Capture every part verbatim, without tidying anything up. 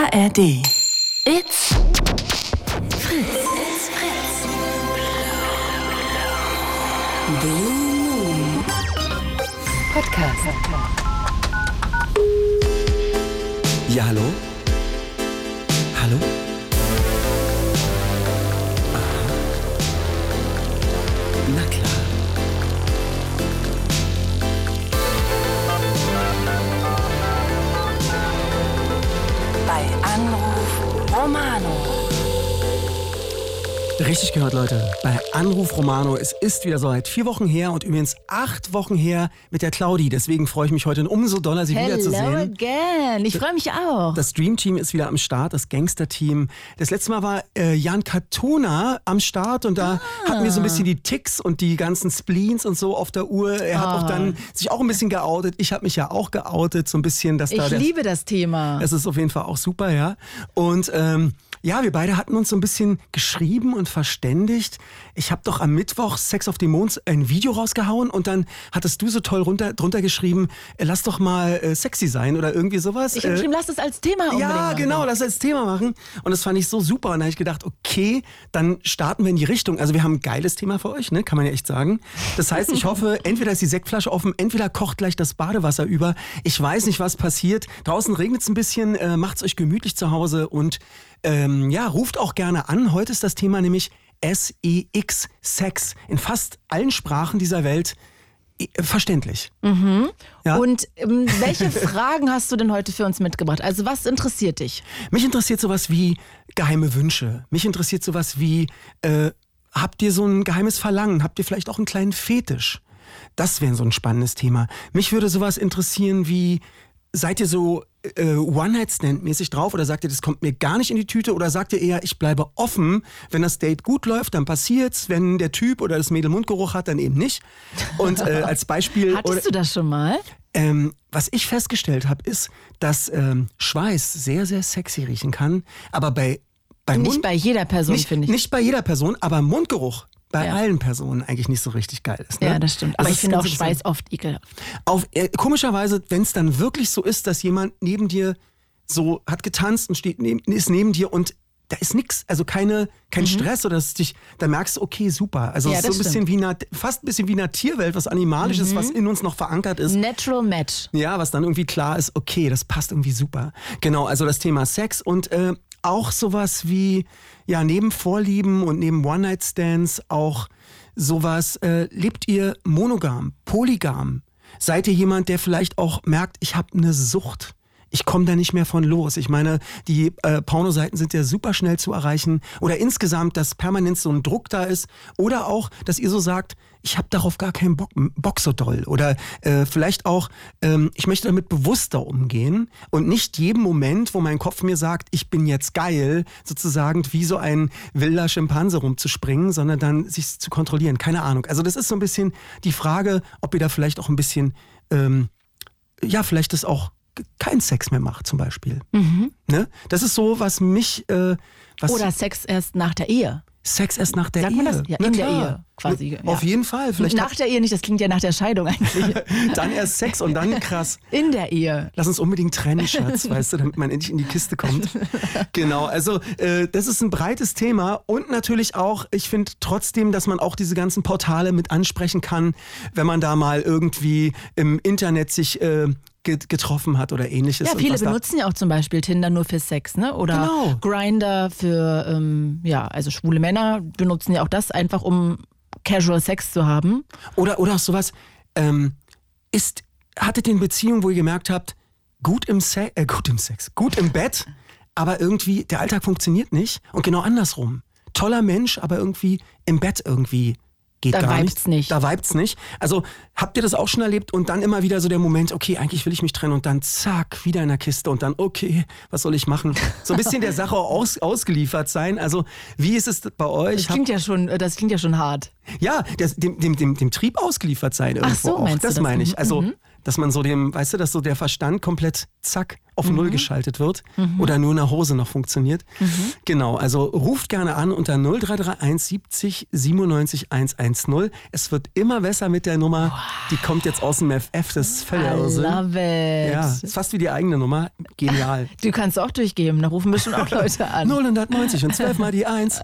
A R D. It's Fritz. It's Fritz. Blue Moon Podcast. Ja, hallo? Hallo? Aha. Na klar. Bei Anruf Romano. Richtig gehört, Leute. Bei Anruf Romano. Es ist wieder soweit. Vier Wochen her und übrigens acht Wochen her mit der Claudi. Deswegen freue ich mich heute umso doller, sie Hello wiederzusehen. again. Ich freue mich auch. Das Dream-Team ist wieder am Start, das Gangster-Team. Das letzte Mal war äh, Jan Katona am Start und da Ah. hatten wir so ein bisschen die Ticks und die ganzen Spleens und so auf der Uhr. Er hat Ah. auch dann sich auch ein bisschen geoutet. Ich habe mich ja auch geoutet, so ein bisschen, dass da Ich der liebe das Thema. Das ist auf jeden Fall auch super, ja. Und ähm, ja, wir beide hatten uns so ein bisschen geschrieben und verständigt. Ich habe doch am Mittwoch Sex auf dem Mond ein Video rausgehauen und dann hattest du so toll runter, drunter geschrieben, äh, lass doch mal äh, sexy sein oder irgendwie sowas. Ich habe Äh, geschrieben, lass das als Thema unbedingt ja, machen. genau, lass als Thema machen. Und das fand ich so super. Und da habe ich gedacht, okay, dann starten wir in die Richtung. Also wir haben ein geiles Thema für euch, ne? Kann man ja echt sagen. Das heißt, ich hoffe, entweder ist die Sektflasche offen, entweder kocht gleich das Badewasser über. Ich weiß nicht, was passiert. Draußen regnet es ein bisschen, äh, macht's euch gemütlich zu Hause und ähm, ja, ruft auch gerne an. Heute ist das Thema nämlich S E X, Sex. In fast allen Sprachen dieser Welt äh, verständlich. Ja? Und ähm, welche Fragen hast du denn heute für uns mitgebracht? Also was interessiert dich? Mich interessiert sowas wie geheime Wünsche. Mich interessiert sowas wie, äh, habt ihr so ein geheimes Verlangen? Habt ihr vielleicht auch einen kleinen Fetisch? Das wäre so ein spannendes Thema. Mich würde sowas interessieren wie, seid ihr so äh, One-Night-Stand-mäßig drauf oder sagt ihr, das kommt mir gar nicht in die Tüte oder sagt ihr eher, ich bleibe offen, wenn das Date gut läuft, dann passiert's, wenn der Typ oder das Mädel Mundgeruch hat, dann eben nicht. Und äh, als Beispiel... Hattest oder, du das schon mal? ähm, was ich festgestellt habe, ist, dass ähm, Schweiß sehr, sehr sexy riechen kann, aber bei, bei Nicht Mund, bei jeder Person, nicht, finde ich. nicht bei jeder Person, aber Mundgeruch bei Ja. allen Personen eigentlich nicht so richtig geil ist. Ne? Ja, das stimmt. Also Aber das ich finde auch ist ganz Schweiß oft ekelhaft. auf, äh, komischerweise, wenn es dann wirklich so ist, dass jemand neben dir so hat getanzt und steht neben, ist neben dir und da ist nix, also keine, kein Stress oder dass dich, da merkst du, okay, super. Also Mhm. Ja, es ist so ein das bisschen wie eine, fast ein bisschen wie eine Tierwelt, was Animalisches, was in uns noch verankert ist. Natural Match. Ja, was dann irgendwie klar ist, okay, das passt irgendwie super. Genau, also das Thema Sex und äh, auch sowas wie, ja, neben Vorlieben und neben One-Night-Stands auch sowas, äh, lebt ihr monogam, polygam? Seid ihr jemand, der vielleicht auch merkt, ich habe eine Sucht? Ich komme da nicht mehr von los. Ich meine, die äh, Pornoseiten sind ja super schnell zu erreichen. Oder insgesamt, dass permanent so ein Druck da ist. Oder auch, dass ihr so sagt, ich habe darauf gar keinen Bock, Bock so doll. Oder äh, vielleicht auch, ähm, ich möchte damit bewusster umgehen und nicht jedem Moment, wo mein Kopf mir sagt, ich bin jetzt geil, sozusagen wie so ein wilder Schimpanse rumzuspringen, sondern dann sich zu kontrollieren. Keine Ahnung. Also das ist so ein bisschen die Frage, ob ihr da vielleicht auch ein bisschen, ähm, ja, vielleicht das auch keinen Sex mehr macht zum Beispiel. Ne? Das ist so, was mich... Äh, was Oder Sex erst nach der Ehe. Sex erst nach der Sagt Ehe. man das? Ja, Na in der klar. Ehe quasi. Ne, Auf ja. jeden Fall. Vielleicht Nach der Ehe nicht, das klingt ja nach der Scheidung eigentlich. dann erst Sex und dann krass. In der Ehe. Lass uns unbedingt trennen, Schatz, weißt du, damit man endlich in die Kiste kommt. Genau, also äh, das ist ein breites Thema und natürlich auch, ich finde trotzdem, dass man auch diese ganzen Portale mit ansprechen kann, wenn man da mal irgendwie im Internet sich äh, get- getroffen hat oder ähnliches. Ja, Und viele was da- benutzen ja auch zum Beispiel Tinder nur für Sex, ne? Oder Genau. Grindr für, ähm, ja, also schwule Männer benutzen ja auch das einfach, um Casual Sex zu haben. Oder, oder auch sowas, ähm, ist, hattet ihr eine Beziehung, wo ihr gemerkt habt, gut im, Se äh, gut im Sex, gut im Bett, aber irgendwie der Alltag funktioniert nicht und genau andersrum. Toller Mensch, aber irgendwie im Bett irgendwie geht Da gar vibet's nicht. Da vibet's nicht. Also habt ihr das auch schon erlebt und dann immer wieder so der Moment, okay, eigentlich will ich mich trennen und dann zack, wieder in der Kiste und dann, okay, was soll ich machen? So ein bisschen der Sache aus, ausgeliefert sein. Also wie ist es bei euch? Das klingt ja schon, das klingt ja schon hart. Ja, das, dem, dem, dem, dem Trieb ausgeliefert sein irgendwo so, auch. meinst du Das das? meine ich. Mhm. Also, dass man so dem, weißt du, dass so der Verstand komplett zack auf mhm. Null geschaltet wird mhm. oder nur eine Hose noch funktioniert. Mhm. Genau, also ruft gerne an unter null drei drei eins siebzig siebenundneunzig hundertzehn. Es wird immer besser mit der Nummer. Die kommt jetzt aus dem F F, das ist völlig Irrsinn. I love it. Ja, ist fast wie die eigene Nummer. Genial. Du kannst auch durchgeben, da rufen bestimmt auch Leute an. null neunzig und zwölf mal die eins.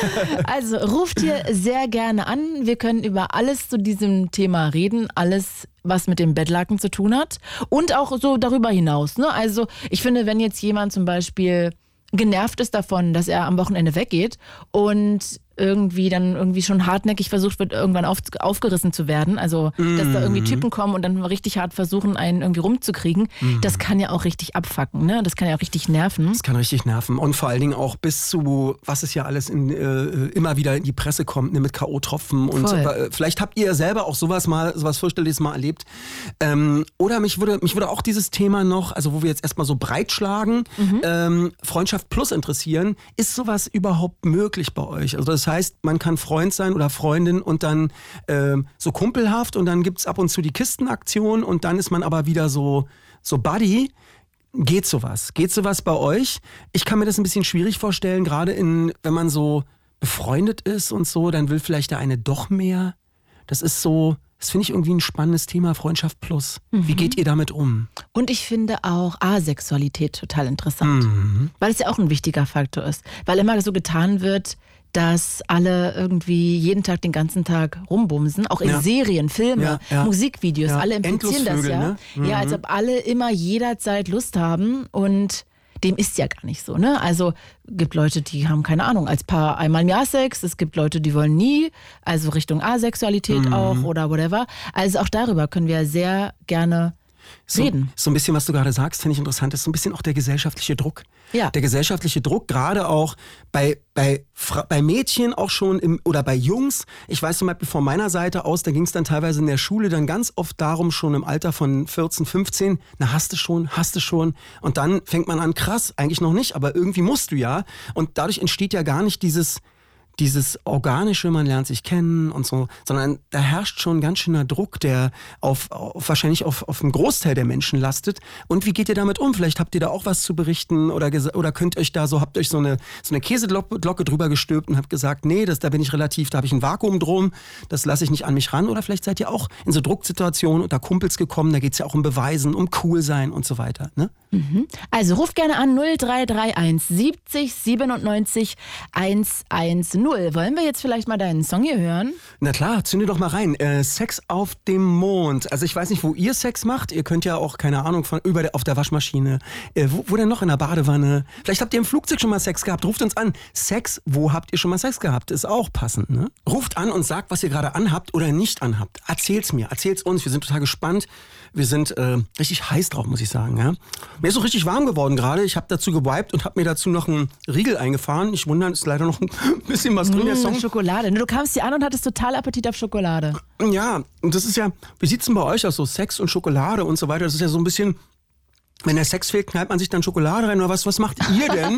Also ruft hier sehr gerne an. Wir können über alles zu diesem Thema reden. Alles, was mit dem Bettlaken zu tun hat. Und auch so darüber hinaus. Ne? Also ich finde, wenn jetzt jemand zum Beispiel genervt ist davon, dass er am Wochenende weggeht und irgendwie dann irgendwie schon hartnäckig versucht wird, irgendwann auf, aufgerissen zu werden. Also, dass da irgendwie Typen kommen und dann richtig hart versuchen, einen irgendwie rumzukriegen. Mhm. Das kann ja auch richtig abfacken, ne? Das kann ja auch richtig nerven. Das kann richtig nerven. Und vor allen Dingen auch bis zu, was es ja alles in, äh, immer wieder in die Presse kommt, ne? Mit K O-Tropfen. Und äh, vielleicht habt ihr selber auch sowas mal, sowas fürchterliches mal erlebt. Ähm, oder mich würde, mich würde auch dieses Thema noch, also wo wir jetzt erstmal so breitschlagen, mhm. ähm, Freundschaft plus interessieren. Ist sowas überhaupt möglich bei euch? Also das Das heißt, man kann Freund sein oder Freundin und dann äh, so kumpelhaft und dann gibt es ab und zu die Kistenaktion und dann ist man aber wieder so, so Buddy. Geht sowas? Geht sowas bei euch? Ich kann mir das ein bisschen schwierig vorstellen, gerade in, wenn man so befreundet ist und so, dann will vielleicht der eine doch mehr. Das ist so, das finde ich irgendwie ein spannendes Thema, Freundschaft plus. Mhm. Wie geht ihr damit um? Und ich finde auch Asexualität total interessant, mhm. weil es ja auch ein wichtiger Faktor ist. Weil immer so getan wird, dass alle irgendwie jeden Tag, den ganzen Tag rumbumsen. Auch in ja. Serien, Filme, ja, ja. Musikvideos. Ja. Alle implizieren das ja. Ne? Mhm. Ja, als ob alle immer jederzeit Lust haben und dem ist ja gar nicht so. Ne? Also gibt Leute, die haben keine Ahnung, als Paar einmal im Jahr Sex. Es gibt Leute, die wollen nie, also Richtung Asexualität mhm. auch oder whatever. Also auch darüber können wir sehr gerne So, reden. so ein bisschen, was du gerade sagst, finde ich interessant, ist so ein bisschen auch der gesellschaftliche Druck. Ja. Der gesellschaftliche Druck, gerade auch bei, bei, bei Mädchen auch schon im, oder bei Jungs. Ich weiß zum Beispiel von meiner Seite aus, da ging es dann teilweise in der Schule dann ganz oft darum, schon im Alter von vierzehn, fünfzehn, na hast du schon, hast du schon. Und dann fängt man an, krass, eigentlich noch nicht, aber irgendwie musst du ja. Und dadurch entsteht ja gar nicht dieses... dieses Organische, man lernt sich kennen und so, sondern da herrscht schon ein ganz schöner Druck, der auf, auf wahrscheinlich auf, auf einen Großteil der Menschen lastet. Und wie geht ihr damit um? Vielleicht habt ihr da auch was zu berichten oder, oder könnt euch da so, habt euch so eine, so eine Käseglocke drüber gestülpt und habt gesagt, nee, das, da bin ich relativ, da habe ich ein Vakuum drum, das lasse ich nicht an mich ran. Oder vielleicht seid ihr auch in so Drucksituationen unter Kumpels gekommen, da geht es ja auch um Beweisen, um cool sein und so weiter. Ne? Mhm. Also ruft gerne an null drei drei eins siebzig siebenundneunzig hundertzehn. Wollen wir jetzt vielleicht mal deinen Song hier hören? Na klar, zünde doch mal rein. Äh, Sex auf dem Mond. Also ich weiß nicht, wo ihr Sex macht. Ihr könnt ja auch, keine Ahnung, von über der, auf der Waschmaschine. Äh, wo, wo denn noch? In der Badewanne? Vielleicht habt ihr im Flugzeug schon mal Sex gehabt. Ruft uns an. Sex, wo habt ihr schon mal Sex gehabt? Ist auch passend, ne? Ruft an und sagt, was ihr gerade anhabt oder nicht anhabt. Erzählt's mir, erzählt's uns. Wir sind total gespannt. Wir sind äh, richtig heiß drauf, muss ich sagen. Ja? Mir ist auch richtig warm geworden gerade. Ich habe dazu gewiped und habe mir dazu noch einen Riegel eingefahren. Ich wundere, ist leider noch ein bisschen was drin, mmh, der Song. Schokolade. Du kamst hier an und hattest total Appetit auf Schokolade. Ja, und das ist ja, wie sieht's denn bei euch aus, so Sex und Schokolade und so weiter? Das ist ja so ein bisschen, wenn der Sex fehlt, knallt man sich dann Schokolade rein oder was? Was macht ihr denn?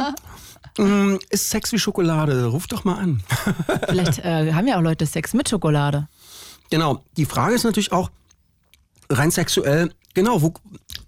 mm, ist Sex wie Schokolade? Ruft doch mal an. Vielleicht äh, haben ja auch Leute Sex mit Schokolade. Genau, die Frage ist natürlich auch, rein sexuell, genau, wo,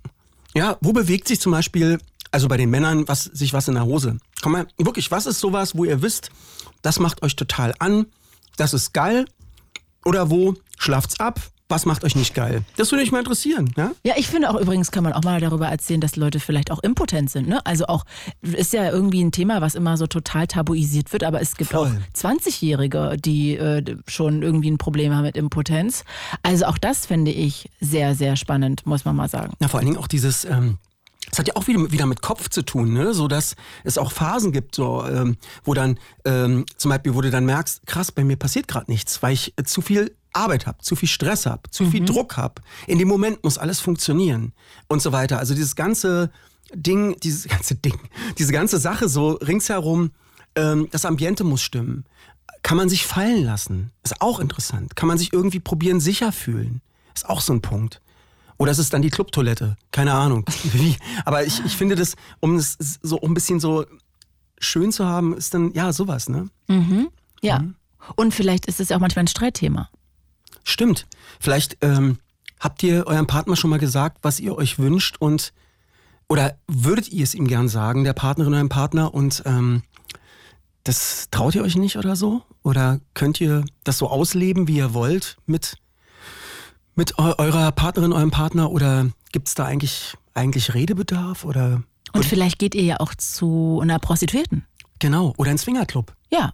ja, wo bewegt sich zum Beispiel, also bei den Männern, was, sich was in der Hose? Komm mal, wirklich, was ist sowas, wo ihr wisst, das macht euch total an, das ist geil, oder wo schlaft's ab, was macht euch nicht geil? Das würde mich mal interessieren. Ja? Ja, ich finde auch übrigens, kann man auch mal darüber erzählen, dass Leute vielleicht auch impotent sind. Ne? Also auch, ist ja irgendwie ein Thema, was immer so total tabuisiert wird, aber es gibt Voll. auch zwanzigjährige, die äh, schon irgendwie ein Problem haben mit Impotenz. Also auch das finde ich sehr, sehr spannend, muss man mal sagen. Na, vor allen Dingen auch dieses... Ähm Das hat ja auch wieder, wieder mit Kopf zu tun, ne? So dass es auch Phasen gibt, so, ähm, wo dann ähm, zum Beispiel, wo du dann merkst, krass, bei mir passiert gerade nichts, weil ich äh, zu viel Arbeit habe, zu viel Stress habe, zu mhm. viel Druck habe. In dem Moment muss alles funktionieren und so weiter. Also dieses ganze Ding, dieses ganze Ding, diese ganze Sache so ringsherum, ähm, das Ambiente muss stimmen. Kann man sich fallen lassen? Ist auch interessant. Kann man sich irgendwie probieren, sicher fühlen? Ist auch so ein Punkt. Oder ist es dann die Clubtoilette? Keine Ahnung. Wie? Aber ich, ich finde das, um es so um ein bisschen so schön zu haben, ist dann, ja, sowas, ne? Mhm. Ja. Mhm. Und vielleicht ist es ja auch manchmal ein Streitthema. Stimmt. Vielleicht ähm, habt ihr eurem Partner schon mal gesagt, was ihr euch wünscht und oder würdet ihr es ihm gern sagen, der Partnerin oder dem Partner, und ähm, das traut ihr euch nicht oder so? Oder könnt ihr das so ausleben, wie ihr wollt, mit, mit eu- eurer Partnerin, eurem Partner? Oder gibt es da eigentlich, eigentlich Redebedarf? Oder, Und vielleicht geht ihr ja auch zu einer Prostituierten. genau, oder ein Swingerclub. Ja.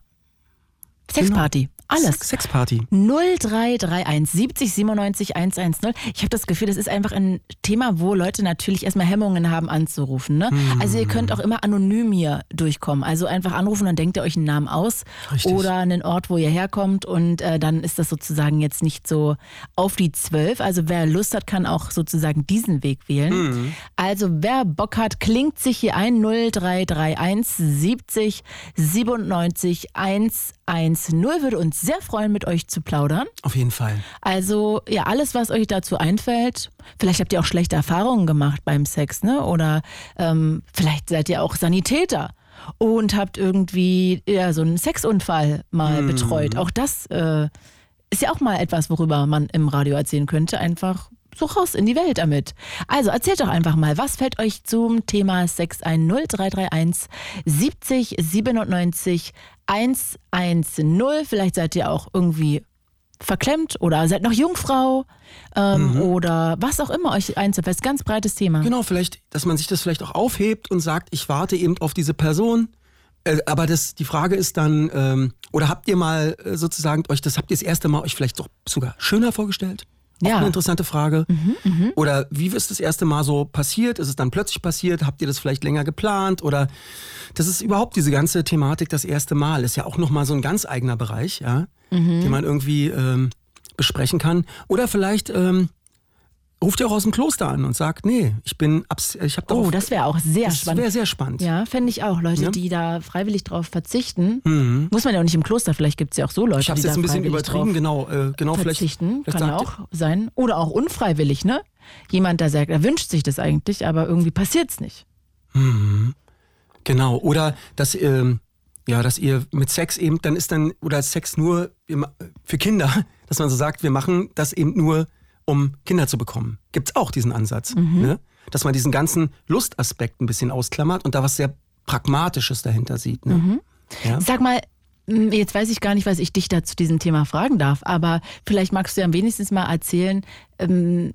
Sexparty. Alles. Sex- Sexparty. null drei drei eins siebzig siebenundneunzig hundertzehn. Ich habe das Gefühl, das ist einfach ein Thema, wo Leute natürlich erstmal Hemmungen haben anzurufen. Ne? Hm. Also ihr könnt auch immer anonym hier durchkommen. Also einfach anrufen, dann denkt ihr euch einen Namen aus. Richtig. Oder einen Ort, wo ihr herkommt, und äh, dann ist das sozusagen jetzt nicht so auf die zwölf. Also wer Lust hat, kann auch sozusagen diesen Weg wählen. Hm. Also wer Bock hat, klingt sich hier ein. null drei drei eins siebzig siebenundneunzig hundertzehn. Würde uns sehr freuen, mit euch zu plaudern. Auf jeden Fall. Also ja, alles, was euch dazu einfällt. Vielleicht habt ihr auch schlechte Erfahrungen gemacht beim Sex, ne? Oder ähm, vielleicht seid ihr auch Sanitäter und habt irgendwie ja, so einen Sexunfall mal Mhm. betreut. Auch das äh, ist ja auch mal etwas, worüber man im Radio erzählen könnte. Einfach so raus in die Welt damit. Also erzählt doch einfach mal, was fällt euch zum Thema Sex ein? null drei drei eins siebzig siebenundneunzig hundertzehn. Vielleicht seid ihr auch irgendwie verklemmt oder seid noch Jungfrau ähm, oder was auch immer euch einzufällt. Ganz breites Thema. Genau, vielleicht, dass man sich das vielleicht auch aufhebt und sagt, ich warte eben auf diese Person. Äh, aber das, die Frage ist dann, ähm, oder habt ihr mal äh, sozusagen euch, das habt ihr das erste Mal euch vielleicht doch sogar schöner vorgestellt? Auch Ja. eine interessante Frage. Oder wie ist das erste Mal so passiert? Ist es dann plötzlich passiert? Habt ihr das vielleicht länger geplant? Oder das ist überhaupt diese ganze Thematik das erste Mal. Ist ja auch nochmal so ein ganz eigener Bereich, ja, den man irgendwie ähm, besprechen kann. Oder vielleicht ähm, ruft ihr auch aus dem Kloster an und sagt, nee, ich bin, abs ich habe Oh, das wäre auch sehr das spannend. wäre sehr spannend. Ja, fände ich auch. Leute, Ja. die da freiwillig drauf verzichten. Mhm. Muss man ja auch nicht im Kloster. Vielleicht gibt es ja auch so Leute, Ich habe es die jetzt da ein bisschen freiwillig übertrieben, drauf genau, äh, genau vielleicht, verzichten. vielleicht Kann sagt auch sein. Oder auch unfreiwillig, ne? Jemand, der sagt, er wünscht sich das eigentlich, aber irgendwie passiert es nicht. Mhm. Genau, oder dass, ähm, ja, dass ihr mit Sex eben, dann ist dann, oder Sex nur wir ma- für Kinder, dass man so sagt, wir machen das eben nur, um Kinder zu bekommen. Gibt's auch diesen Ansatz, ne? Dass man diesen ganzen Lustaspekt ein bisschen ausklammert und da was sehr Pragmatisches dahinter sieht. Ne? Ja? Sag mal, m, jetzt weiß ich gar nicht, was ich dich da zu diesem Thema fragen darf, aber vielleicht magst du ja wenigstens mal erzählen, ähm,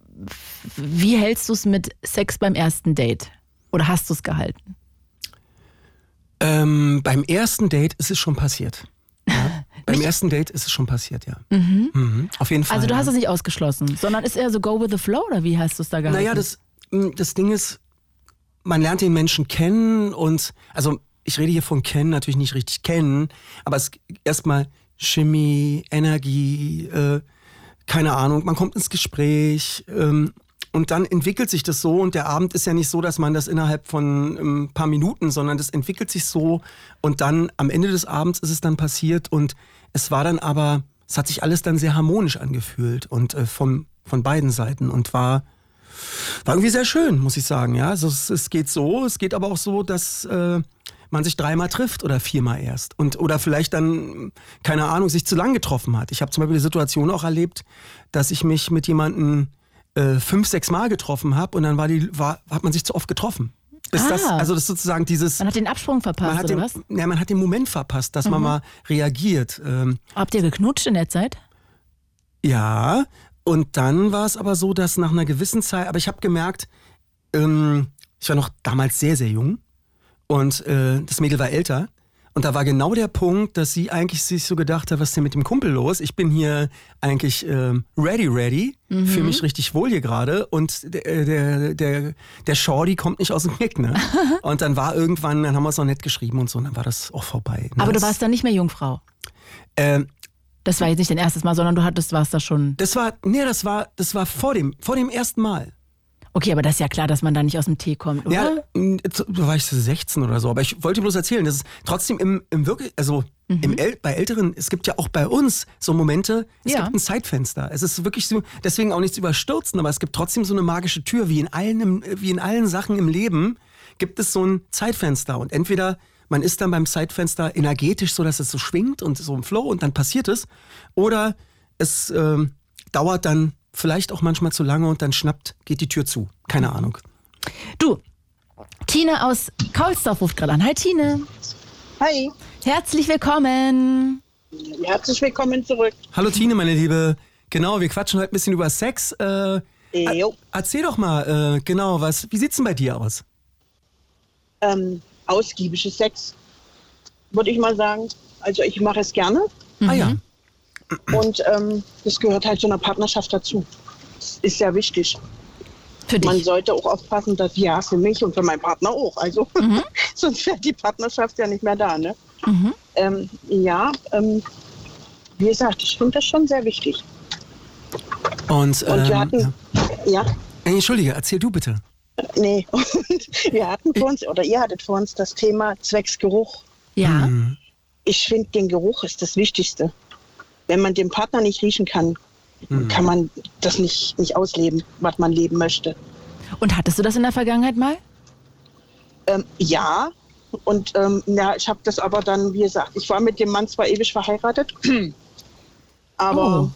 f- wie hältst du es mit Sex beim ersten Date? Oder hast du es gehalten? Ähm, beim ersten Date ist es schon passiert. Ja? Beim ersten Date ist es schon passiert, ja. Mhm. Auf jeden Fall. Also du ja. hast es nicht ausgeschlossen, sondern ist eher so go with the flow, oder wie hast du es da gehalten? Naja, das, mh, das Ding ist, man lernt den Menschen kennen und, also ich rede hier von kennen, natürlich nicht richtig kennen, aber es erstmal Chemie, Energie, äh, keine Ahnung, man kommt ins Gespräch ähm, und dann entwickelt sich das so und der Abend ist ja nicht so, dass man das innerhalb von ein ähm, paar Minuten, sondern das entwickelt sich so und dann am Ende des Abends ist es dann passiert und es war dann aber, es hat sich alles dann sehr harmonisch angefühlt und äh, von, von beiden Seiten und war War irgendwie sehr schön, muss ich sagen. Ja, also es, es geht so, es geht aber auch so, dass äh, man sich dreimal trifft oder viermal erst und oder vielleicht dann keine Ahnung sich zu lang getroffen hat. Ich habe zum Beispiel die Situation auch erlebt, dass ich mich mit jemandem äh, fünf, sechs Mal getroffen habe und dann war die war hat man sich zu oft getroffen. Ist Ah. das also das ist sozusagen dieses Man hat den Absprung verpasst, man hat oder den, was? ja, man hat den Moment verpasst, dass man mal reagiert. Ähm, Habt ihr geknutscht in der Zeit? Ja, und dann war es aber so, dass nach einer gewissen Zeit, aber ich habe gemerkt, ähm, ich war noch damals sehr, sehr jung und äh, das Mädel war älter. Und da war genau der Punkt, dass sie eigentlich sich so gedacht hat, was ist denn mit dem Kumpel los? Ich bin hier eigentlich ähm, ready, ready, Mhm. fühle mich richtig wohl hier gerade und der, der, der, der Shorty kommt nicht aus dem Knick, ne? Und dann war irgendwann, dann haben wir es noch nett geschrieben und so, und dann war das auch vorbei. Ne? Aber du Das- warst dann nicht mehr Jungfrau. ähm, Das war jetzt nicht dein erstes Mal, sondern du hattest, warst da schon. Das war, nee, das war, das war vor dem, vor dem ersten Mal. Okay, aber das ist ja klar, dass man da nicht aus dem Tee kommt, oder? Ja, m, jetzt- da war ich so sechzehn oder so, aber ich wollte bloß erzählen, dass es trotzdem im, im wirklich, also im El bei Älteren, es gibt ja auch bei uns so Momente, es Ja. gibt ein Zeitfenster. Es ist wirklich so, deswegen auch nichts überstürzen, aber es gibt trotzdem so eine magische Tür, wie in allen, im, wie in allen Sachen im Leben, gibt es so ein Zeitfenster und entweder man ist dann beim Zeitfenster energetisch so, dass es so schwingt und so im Flow und dann passiert es, oder es ähm, dauert dann vielleicht auch manchmal zu lange und dann schnappt, geht die Tür zu. Keine Ahnung. Du, Tine aus Kaulsdorf ruft gerade an. Hi Tine. Hi. Herzlich willkommen. Herzlich willkommen zurück. Hallo Tine, meine Liebe. Genau, wir quatschen heute ein bisschen über Sex. Äh, Jo. erzähl doch mal, äh, genau, was, wie sieht's denn bei dir aus? Ähm, ausgiebige Sex, würde ich mal sagen. Also ich mache es gerne Ah ja. und ähm, das gehört halt zu einer Partnerschaft dazu. Das ist sehr wichtig. Für Man dich. sollte auch aufpassen, dass ja, für mich und für meinen Partner auch. Also sonst wäre die Partnerschaft ja nicht mehr da. Ne? Mhm. Ähm, ja, ähm, wie gesagt, ich finde das schon sehr wichtig. Und, Und wir ähm, hatten, ja, ja. Entschuldige, erzähl du bitte. nee, und wir hatten vor uns, oder ihr hattet vor uns das Thema zwecks Geruch. Ja. Hm. Ich finde, den Geruch ist das Wichtigste. Wenn man den Partner nicht riechen kann, Hm. kann man das nicht, nicht ausleben, was man leben möchte. Und hattest du das in der Vergangenheit mal? Ähm, ja, und ähm, ja, ich habe das aber dann, wie gesagt, ich war mit dem Mann zwar ewig verheiratet, aber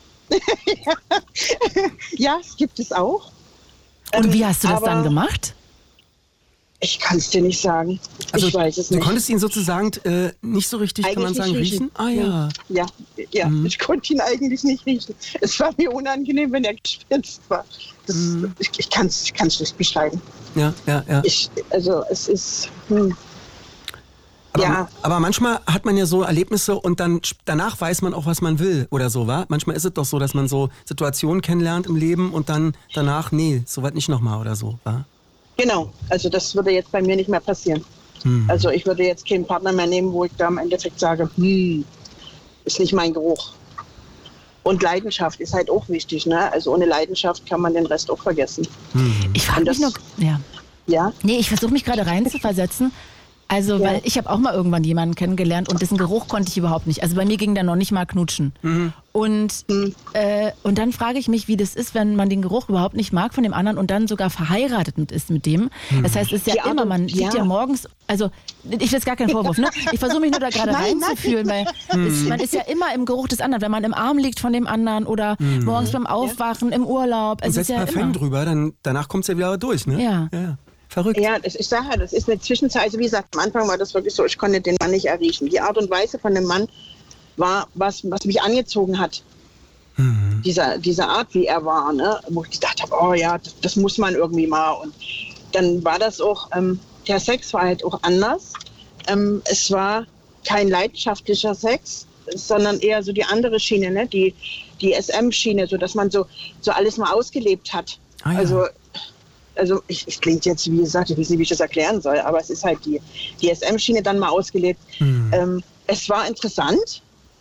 ja, es gibt es auch. Und Ähm, wie hast du das aber dann gemacht? Ich kann es dir nicht sagen. Also, ich weiß es du nicht. konntest ihn sozusagen äh, nicht so richtig, kann man Eigentlich sagen, nicht riechen? Ah ja. Ja, ja, Mhm. ich konnte ihn eigentlich nicht riechen. Es war mir unangenehm, wenn er gespritzt war. Das, Mhm. Ich, ich kann es ich kann's nicht beschreiben. Ja, ja, ja. Ich, also es ist, hm, Aber, ja. aber manchmal hat man ja so Erlebnisse und dann sch- danach weiß man auch, was man will oder so, wa? Manchmal ist es doch so, dass man so Situationen kennenlernt im Leben und dann danach, nee, so weit nicht nochmal oder so, wa? genau. Also das würde jetzt bei mir nicht mehr passieren. Hm. Also ich würde jetzt keinen Partner mehr nehmen, wo ich da im Endeffekt sage, hm, ist nicht mein Geruch. Und Leidenschaft ist halt auch wichtig, ne? Also ohne Leidenschaft kann man den Rest auch vergessen. Ich frage Und mich nur, das- ja. Ja, Nee, ich versuche mich gerade reinzuversetzen. Also, Ja. weil ich habe auch mal irgendwann jemanden kennengelernt und dessen Geruch konnte ich überhaupt nicht. Also bei mir ging der noch nicht mal knutschen. Und, äh, und dann frage ich mich, wie das ist, wenn man den Geruch überhaupt nicht mag von dem anderen und dann sogar verheiratet mit ist mit dem. Das heißt, es ist ja Die Art immer, und- man liegt ja. ja. morgens, also ich will jetzt gar keinen Vorwurf, ne? Ich versuche mich nur da gerade Nein, nein. reinzufühlen, weil es, man ist ja immer im Geruch des anderen, wenn man im Arm liegt von dem anderen oder morgens beim Aufwachen, im Urlaub. Und Es ist setzt ja Parfüm immer. drüber, dann danach kommt es ja wieder durch, ne? Ja. ja, ja. Verrückt. ja, das, ich sage ja, das ist eine Zwischenzeit. Also wie gesagt, am Anfang war das wirklich so, ich konnte den Mann nicht erriechen. Die Art und Weise von dem Mann war, was, was mich angezogen hat. Mhm. Dieser, diese Art, wie er war, ne? Wo ich gedacht habe, oh ja, das, das muss man irgendwie mal. Und dann war das auch, ähm, der Sex war halt auch anders. Ähm, es war kein leidenschaftlicher Sex, sondern eher so die andere Schiene, ne? die, die S M-Schiene, so dass man so, so alles mal ausgelebt hat. Ah, ja. Also, also ich, ich klingt jetzt, wie gesagt, ich weiß nicht, wie ich das erklären soll, aber es ist halt die, die S M-Schiene dann mal ausgelebt. Mhm. Ähm, es war interessant,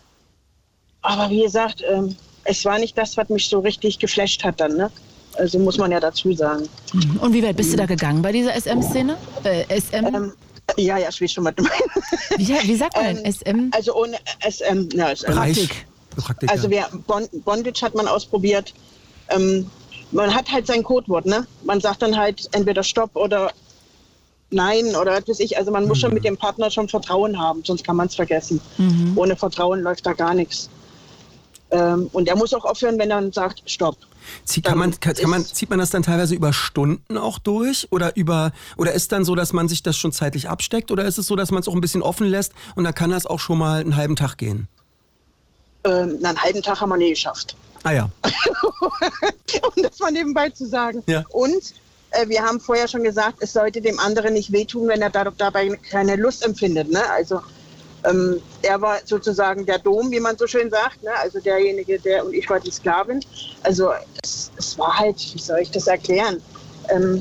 aber wie gesagt, ähm, es war nicht das, was mich so richtig geflasht hat dann, ne? Also muss man ja dazu sagen. Und wie weit bist du da gegangen bei dieser S M-Szene? Äh, S M? Ähm, ja, ja, ich weiß schon, was du meinst. Wie, wie sagt man denn? ähm, S M? Also ohne S M, ja, S M. Bereich. Praktik. Praktik, Also ja. wer Bon- Bondage hat man ausprobiert. Ähm, man hat halt sein Codewort, ne? Man sagt dann halt entweder Stopp oder Nein oder was weiß ich. Also man muss schon mit dem Partner schon Vertrauen haben, sonst kann man es vergessen. Ohne Vertrauen läuft da gar nichts. Ähm, und er muss auch aufhören, wenn er dann sagt Stopp. Zie- Kann man, kann, kann man, ist- zieht man das dann teilweise über Stunden auch durch? Oder über oder ist dann so, dass man sich das schon zeitlich absteckt? Oder ist es so, dass man es auch ein bisschen offen lässt und dann kann das auch schon mal einen halben Tag gehen? Ähm, na, einen halben Tag haben wir nie geschafft. Ah ja. Um das mal nebenbei zu sagen. Ja. Und äh, wir haben vorher schon gesagt, es sollte dem anderen nicht wehtun, wenn er da, dabei keine Lust empfindet. Ne? Also ähm, er war sozusagen der Dom, wie man so schön sagt. Ne? Also derjenige, der und ich war die Sklavin. Also es, es war halt, wie soll ich das erklären? Ähm,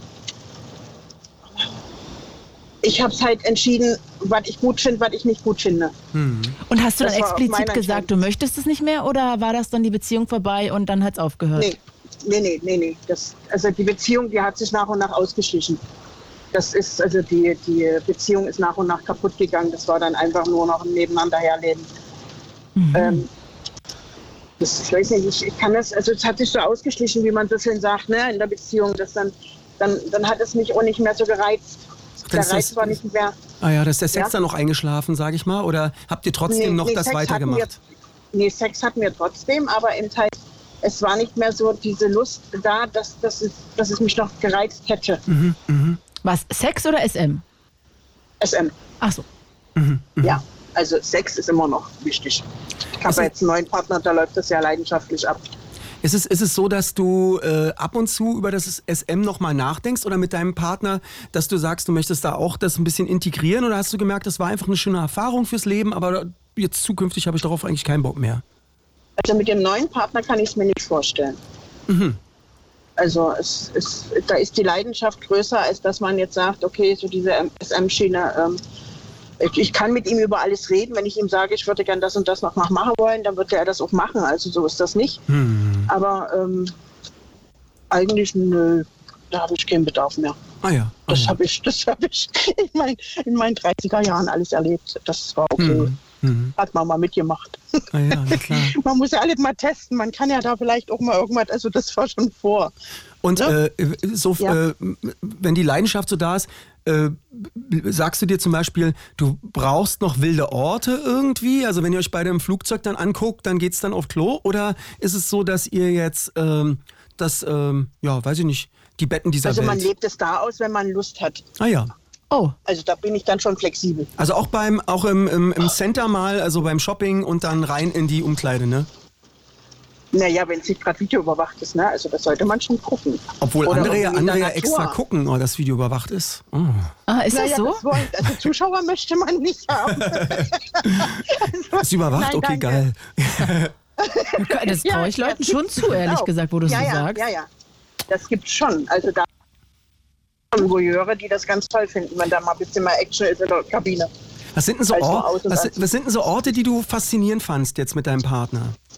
ich habe es halt entschieden, was ich gut finde, was ich nicht gut finde. Und hast du das dann war auch explizit meine gesagt, Entscheidung. du möchtest es nicht mehr oder war das dann die Beziehung vorbei und dann hat es aufgehört? Nee, nee, nee, nee, nee. Das, also die Beziehung, die hat sich nach und nach ausgeschlichen. Das ist, also die, die Beziehung ist nach und nach kaputt gegangen. Das war dann einfach nur noch ein Nebeneinander herleben. Ähm, das, ich weiß nicht, ich, ich kann das, also es hat sich so ausgeschlichen, wie man so schön sagt, ne, in der Beziehung. Das dann, dann, dann hat es mich auch nicht mehr so gereizt. Der Das ist Reiz das- war nicht mehr. Ah ja, das ist der Sex Ja. dann noch eingeschlafen, sage ich mal? Oder habt ihr trotzdem noch das Sex hatten weitergemacht? wir, nee, Sex hatten wir trotzdem, aber eben halt, es war nicht mehr so diese Lust da, dass, dass, es, dass es mich noch gereizt hätte. Mhm, mhm. Was, Sex oder S M? S M. Ach so. Mhm. Mhm. Ja, also Sex ist immer noch wichtig. Ich habe Also- jetzt einen neuen Partner, da läuft das sehr leidenschaftlich ab. Ist es, ist es so, dass du äh, ab und zu über das S M nochmal nachdenkst oder mit deinem Partner, dass du sagst, du möchtest da auch das ein bisschen integrieren oder hast du gemerkt, das war einfach eine schöne Erfahrung fürs Leben, aber jetzt zukünftig habe ich darauf eigentlich keinen Bock mehr? Also mit dem neuen Partner kann ich es mir nicht vorstellen. Mhm. Also es, es, da ist die Leidenschaft größer, als dass man jetzt sagt, okay, so diese S M-Schiene, ähm, ich, ich kann mit ihm über alles reden. Wenn ich ihm sage, ich würde gern das und das noch machen wollen, dann wird er das auch machen. Also so ist das nicht. Mhm. Aber ähm, eigentlich, nö, da habe ich keinen Bedarf mehr. Ah ja. Ah, Das ja. habe ich, das habe ich in, mein, in meinen dreißiger Jahren alles erlebt. Das war okay. Mhm. Mhm. Hat man mal mitgemacht. Ah ja, na klar. Man muss ja alles mal testen. Man kann ja da vielleicht auch mal irgendwas, also das war schon vor. Und Ja. äh, so, Ja. äh, wenn die Leidenschaft so da ist, äh, sagst du dir zum Beispiel, du brauchst noch wilde Orte irgendwie? Also wenn ihr euch beide im Flugzeug dann anguckt, dann geht's dann auf Klo? Oder ist es so, dass ihr jetzt, ähm, das, ähm, ja, weiß ich nicht, die Betten dieser Also man Welt... lebt es da aus, wenn man Lust hat. Ah ja. Oh, Also da bin ich dann schon flexibel. Also auch beim, auch im, im, im Center mal, also beim Shopping und dann rein in die Umkleide, ne? Naja, wenn es nicht gerade Video überwacht ist, ne? Also das sollte man schon gucken. Obwohl Oder andere ja, irgendwie in andere der ja extra Natur. gucken, oh, das Video überwacht ist. Oh. ah, ist Naja, das so? das wollen, also Zuschauer möchte man nicht haben. also, Ist überwacht? Nein, okay, danke. geil. Das Ja, traue ich das Leuten schon gibt's zu, ehrlich auch. gesagt, wo du es ja, so ja, sagst. Ja, ja, das gibt's schon. Also da Voyeure, die das ganz toll finden, wenn da mal ein bisschen mehr Action ist in der Kabine. Was sind denn so, Also Or aus und was, aus. was sind denn so Orte, die du faszinierend fandst jetzt mit deinem Partner?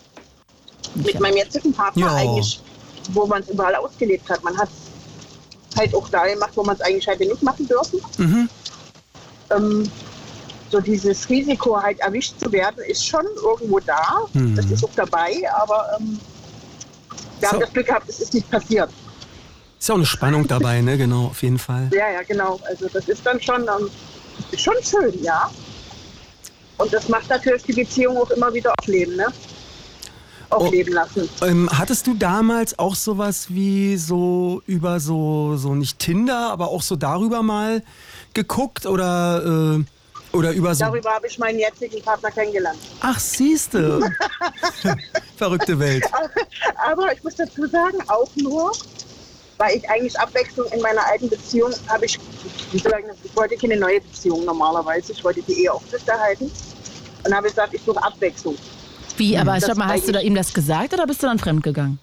Mit meinem jetzigen Partner Ja. eigentlich, wo man es überall ausgelebt hat. Man hat es halt auch da gemacht, wo man es eigentlich hätte nicht machen dürfen. Mhm. Ähm, so dieses Risiko halt erwischt zu werden, ist schon irgendwo da. Mhm. Das ist auch dabei, aber ähm, wir So. haben das Glück gehabt, es ist nicht passiert. Ist ja auch eine Spannung dabei, ne? Genau, auf jeden Fall. Ja, ja, genau. Also das ist dann schon, ähm, ist schon schön, ja. Und das macht natürlich die Beziehung auch immer wieder aufleben, ne? Aufleben lassen. Ähm, hattest du damals auch sowas wie so über so, so nicht Tinder, aber auch so darüber mal geguckt oder, äh, oder über so... Darüber habe ich meinen jetzigen Partner kennengelernt. Ach, siehste. Verrückte Welt. Aber ich muss dazu sagen, auch nur, weil ich eigentlich Abwechslung in meiner alten Beziehung habe ich, wie soll ich sagen, ich wollte keine neue Beziehung normalerweise, ich wollte die Ehe aufrechterhalten und habe gesagt, ich suche Abwechslung. Wie, aber Das stopp mal, hast du da eigentlich- ihm das gesagt oder bist du dann fremdgegangen?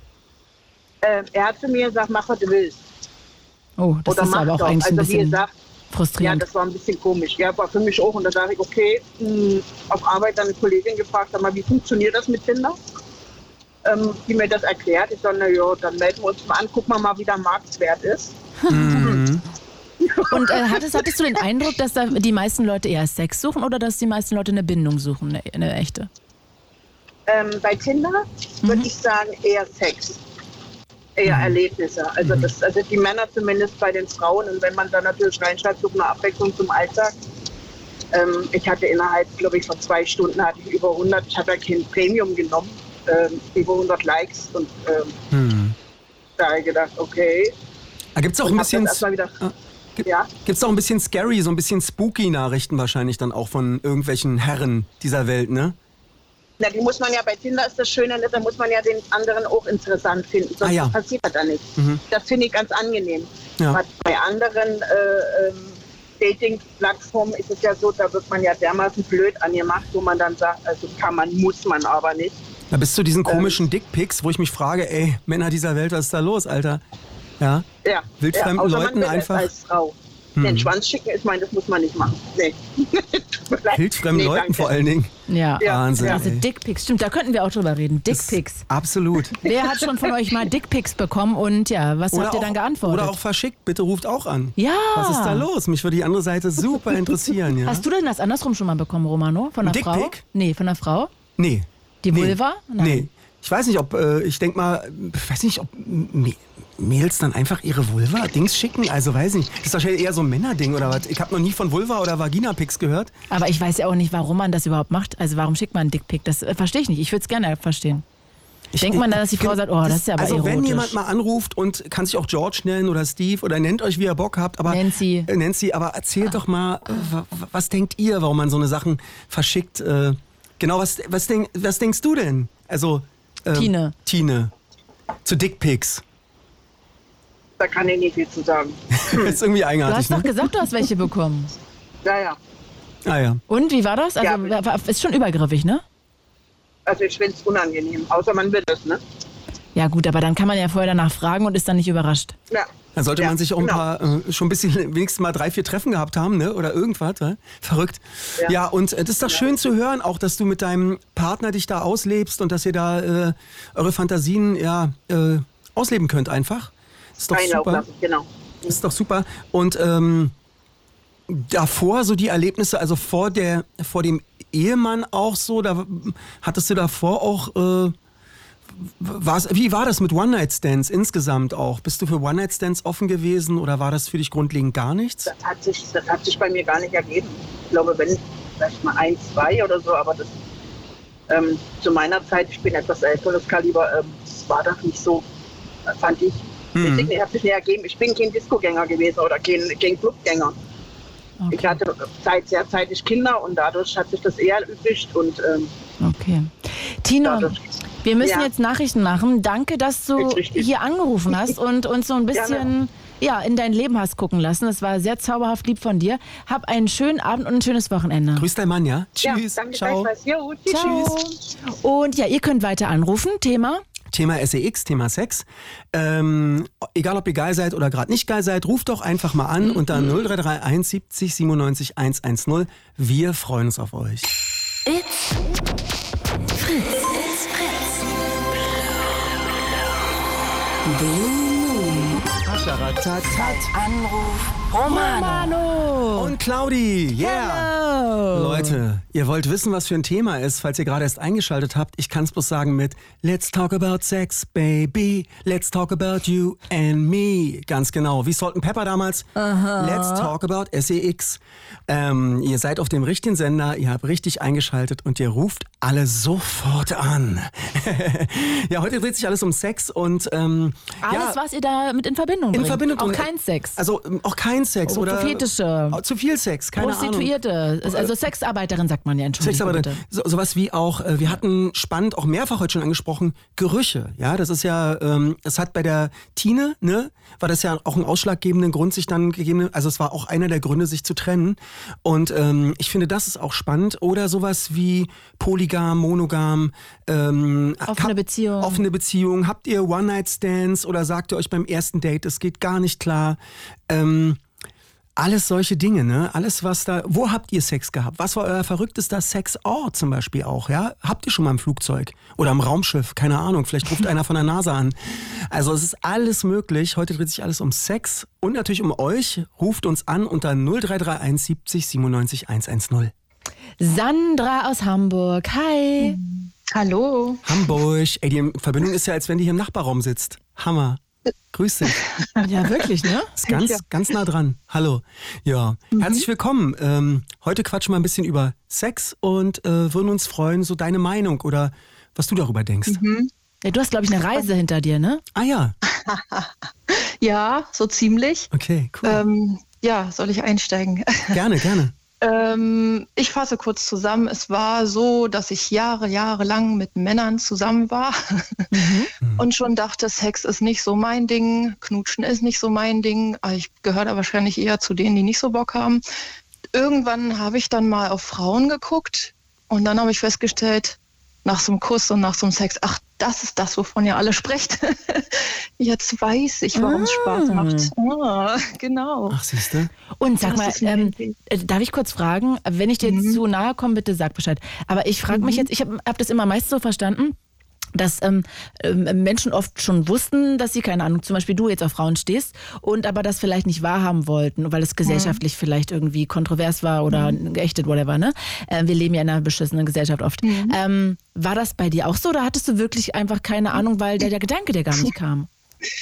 Äh, er hat zu mir gesagt, mach was du willst. Oh, das Oder ist mach aber auch doch. eigentlich ein Also wie bisschen gesagt, ja, frustrierend. das war ein bisschen komisch. Ja, war für mich auch. Und da sage ich, okay, mh, auf Arbeit dann eine Kollegin gefragt, sag mal, wie funktioniert das mit Tinder? Ähm, die mir das erklärt. Ich sage, na ja, dann melden wir uns mal an, gucken wir mal, wie der Marktwert ist. Mhm. Und äh, hattest, hattest du den Eindruck, dass da die meisten Leute eher Sex suchen oder dass die meisten Leute eine Bindung suchen, eine, eine echte? Ähm, bei Tinder würde ich sagen, eher Sex. Eher Erlebnisse. Also, das, also die Männer zumindest bei den Frauen. Und wenn man dann natürlich reinschreibt, sucht eine Abwechslung zum Alltag. Ähm, ich hatte innerhalb, glaube ich, von zwei Stunden hatte ich über hundert, ich habe ja kein Premium genommen, ähm, über hundert Likes. Und ähm, Hm. da habe ich gedacht, okay. Da gibt's auch Und ein hab bisschen... das erstmal wieder, Ah, gibt- ja. Gibt's auch ein bisschen scary, so ein bisschen spooky Nachrichten wahrscheinlich dann auch von irgendwelchen Herren dieser Welt, ne? Na, die muss man ja, bei Tinder ist das Schöne, ne, da muss man ja den anderen auch interessant finden, sonst Ah, ja. passiert das da nicht. Mhm. Das finde ich ganz angenehm. Ja. Aber bei anderen äh, ähm, Dating-Plattformen ist es ja so, da wird man ja dermaßen blöd angemacht, wo man dann sagt, also kann man, muss man aber nicht. Da bis zu diesen komischen Dickpics, wo ich mich frage, ey, Männer dieser Welt, was ist da los, Alter? Ja. Ja, Wildfremden ja, außer man Leuten will es einfach- als Frau. Hm. Den Schwanz schicken, ich meine, das muss man nicht machen. Nee. Tut mir leid. Wildfremden Nee, Leuten danke. vor allen Dingen. Ja. Ja. Wahnsinn, Also ey. Dickpics, stimmt, da könnten wir auch drüber reden. Dickpics. Absolut. Wer hat schon von euch mal Dickpics bekommen und ja, was habt ihr dann geantwortet? Oder auch verschickt, bitte ruft auch an. Ja. Was ist da los? Mich würde die andere Seite super interessieren, ja. Hast du denn das andersrum schon mal bekommen, Romano? Von einer Ein Frau? Dickpic? Nee, von einer Frau? Nee. Die Nee. Vulva? Nein. Nee. Ich weiß nicht, ob, äh, ich denk mal, ich weiß nicht, ob M- Mädels dann einfach ihre Vulva-Dings schicken. Also weiß nicht. Das ist wahrscheinlich eher so ein Männerding oder was. Ich habe noch nie von Vulva- oder Vagina-Pics gehört. Aber ich weiß ja auch nicht, warum man das überhaupt macht. Also warum schickt man einen Dickpic? Das äh, verstehe ich nicht. Ich würde es gerne verstehen. Ich, Denkt man dann, dass die Frau sagt, oh, das ist ja aber Also erotisch. wenn jemand mal anruft und kann sich auch George nennen oder Steve oder nennt euch, wie ihr Bock habt, aber Nancy. Äh, Nancy, aber erzählt doch mal, äh, w- was denkt ihr, warum man so eine Sachen verschickt? Äh, genau, was, was, denk, was denkst du denn? Also ähm, Tine. Tine. Zu Dickpics. Da kann ich nicht viel zu sagen. Ist irgendwie Du eigenartig, hast doch ne? gesagt, du hast welche bekommen. Ja, ja. Ah ja. Und, wie war das? Also, Ja. war- war- ist schon übergriffig, ne? Also ich finde es unangenehm, außer man will es, ne? Ja gut, aber dann kann man ja vorher danach fragen und ist dann nicht überrascht. Ja. Dann sollte Ja, man sich auch ein genau. paar, äh, schon ein bisschen, wenigstens mal drei, vier Treffen gehabt haben, ne? Oder irgendwas, ne? Verrückt. Ja, Ja. und äh, das ist doch schön zu hören, auch dass du mit deinem Partner dich da auslebst und dass ihr da äh, eure Fantasien ja äh, ausleben könnt einfach. Das ist doch Einlauf super. lassen, genau. Das ist doch super. Und ähm, davor so die Erlebnisse, also vor der, vor dem Ehemann auch so, da hattest du davor auch, äh, war's, wie war das mit One-Night-Stands insgesamt auch? Bist du für One-Night-Stands offen gewesen oder war das für dich grundlegend gar nichts? Das hat sich, das hat sich bei mir gar nicht ergeben. Ich glaube, wenn, vielleicht mal ein, zwei oder so, aber das ähm, zu meiner Zeit, ich bin etwas älteres Kaliber, ähm, das war doch nicht so, äh, fand ich. Mhm. Deswegen hat sich nicht ergeben. Ich bin kein Discogänger gewesen oder kein, kein Clubgänger. Okay. Ich hatte Zeit, sehr zeitig Kinder und dadurch hat sich das eher erübrigt und ähm, Okay. Tino, dadurch. wir müssen Ja. jetzt Nachrichten machen. Danke, dass du Ist richtig. hier angerufen hast und uns so ein bisschen Gerne. ja, in dein Leben hast gucken lassen. Das war sehr zauberhaft lieb von dir. Hab einen schönen Abend und ein schönes Wochenende. Grüß dein Mann, ja? Ja, Tschüss. danke Ciao. gleichfalls. Jo, tschüss. Ciao. Und ja, ihr könnt weiter anrufen. Thema? Thema S E X, Thema Sex. Ähm, egal, ob ihr geil seid oder gerade nicht geil seid, ruft doch einfach mal an unter null drei drei eins siebzig siebenundneunzig hundertzehn. Wir freuen uns auf euch. It's Fritz. It's Fritz. Blue Moon. Anruf Romano. Und Claudi, yeah! Hello. Leute, ihr wollt wissen, was für ein Thema ist, falls ihr gerade erst eingeschaltet habt. Ich kann es bloß sagen mit Let's talk about sex, baby. Let's talk about you and me. Ganz genau, wie Salt and Pepper damals. Let's talk about S E X. Ähm, ihr seid auf dem richtigen Sender, ihr habt richtig eingeschaltet und ihr ruft alle sofort an. Ja, heute dreht sich alles um Sex und ähm, Alles, ja, was ihr da mit in Verbindung in bringt. Verbindung Auch bringt. kein Sex. Also ähm, auch kein Sex Oh, oder Fetische. zu viel Sex, keine Ahnung. Prostituierte. Also Sexarbeiterin sagt man ja, Entschuldigung. Sexarbeiter, bitte. so, sowas wie auch, äh, wir hatten spannend auch mehrfach heute schon angesprochen, Gerüche. Ja, das ist ja, ähm, es hat bei der Tine, ne, war das ja auch ein ausschlaggebenden Grund, sich dann gegeben, also es war auch einer der Gründe, sich zu trennen. Und ähm, ich finde, das ist auch spannend. Oder sowas wie Polygam, Monogam, ähm, Offene hab- Beziehung. Offene Beziehung. Habt ihr One-Night-Stands oder sagt ihr euch beim ersten Date, es geht gar nicht klar? Ähm, Alles solche Dinge, ne? Alles, was da. Wo habt ihr Sex gehabt? Was war euer verrücktester Sexort zum Beispiel auch, ja? Habt ihr schon mal im Flugzeug oder im Raumschiff? Keine Ahnung. Vielleicht ruft einer von der NASA an. Also es ist alles möglich. Heute dreht sich alles um Sex und natürlich um euch. Ruft uns an unter null drei drei eins siebzig siebenundneunzig hundertzehn. Sandra aus Hamburg. Hi. Hallo. Hamburg. Ey, die Verbindung ist ja, als wenn die hier im Nachbarraum sitzt. Hammer. Grüß dich. Ja, wirklich, ne? Ist ganz, ganz nah dran. Hallo. Ja, herzlich willkommen. Ähm, heute quatschen wir ein bisschen über Sex und äh, würden uns freuen, so deine Meinung oder was du darüber denkst. Ja, du hast, glaube ich, eine Reise hinter dir, ne? Ah ja, Ja, so ziemlich. okay, cool. Ähm, ja, soll ich einsteigen? Gerne, gerne. ähm, ich fasse kurz zusammen. Es war so, dass ich Jahre, Jahre lang mit Männern zusammen war und schon dachte, Sex ist nicht so mein Ding, Knutschen ist nicht so mein Ding. Ich gehöre da wahrscheinlich eher zu denen, die nicht so Bock haben. Irgendwann habe ich dann mal auf Frauen geguckt und dann habe ich festgestellt, nach so einem Kuss und nach so einem Sex, ach, das ist das, wovon ihr alle sprecht. Jetzt weiß ich, warum es Spaß macht. Ah, genau. Ach, siehst du? Und sag Das mal, ist mir ähm, wichtig. äh, darf ich kurz fragen, wenn ich dir jetzt zu nahe komme, bitte sag Bescheid. Aber ich frage mich jetzt, ich habe hab das immer meist so verstanden, dass ähm, ähm, Menschen oft schon wussten, dass sie, keine Ahnung, zum Beispiel du jetzt auf Frauen stehst und aber das vielleicht nicht wahrhaben wollten, weil es gesellschaftlich vielleicht irgendwie kontrovers war oder geächtet, whatever, ne? Äh, wir leben ja in einer beschissenen Gesellschaft oft. Ähm, war das bei dir auch so oder hattest du wirklich einfach keine Ahnung, weil der, der Gedanke dir gar nicht kam?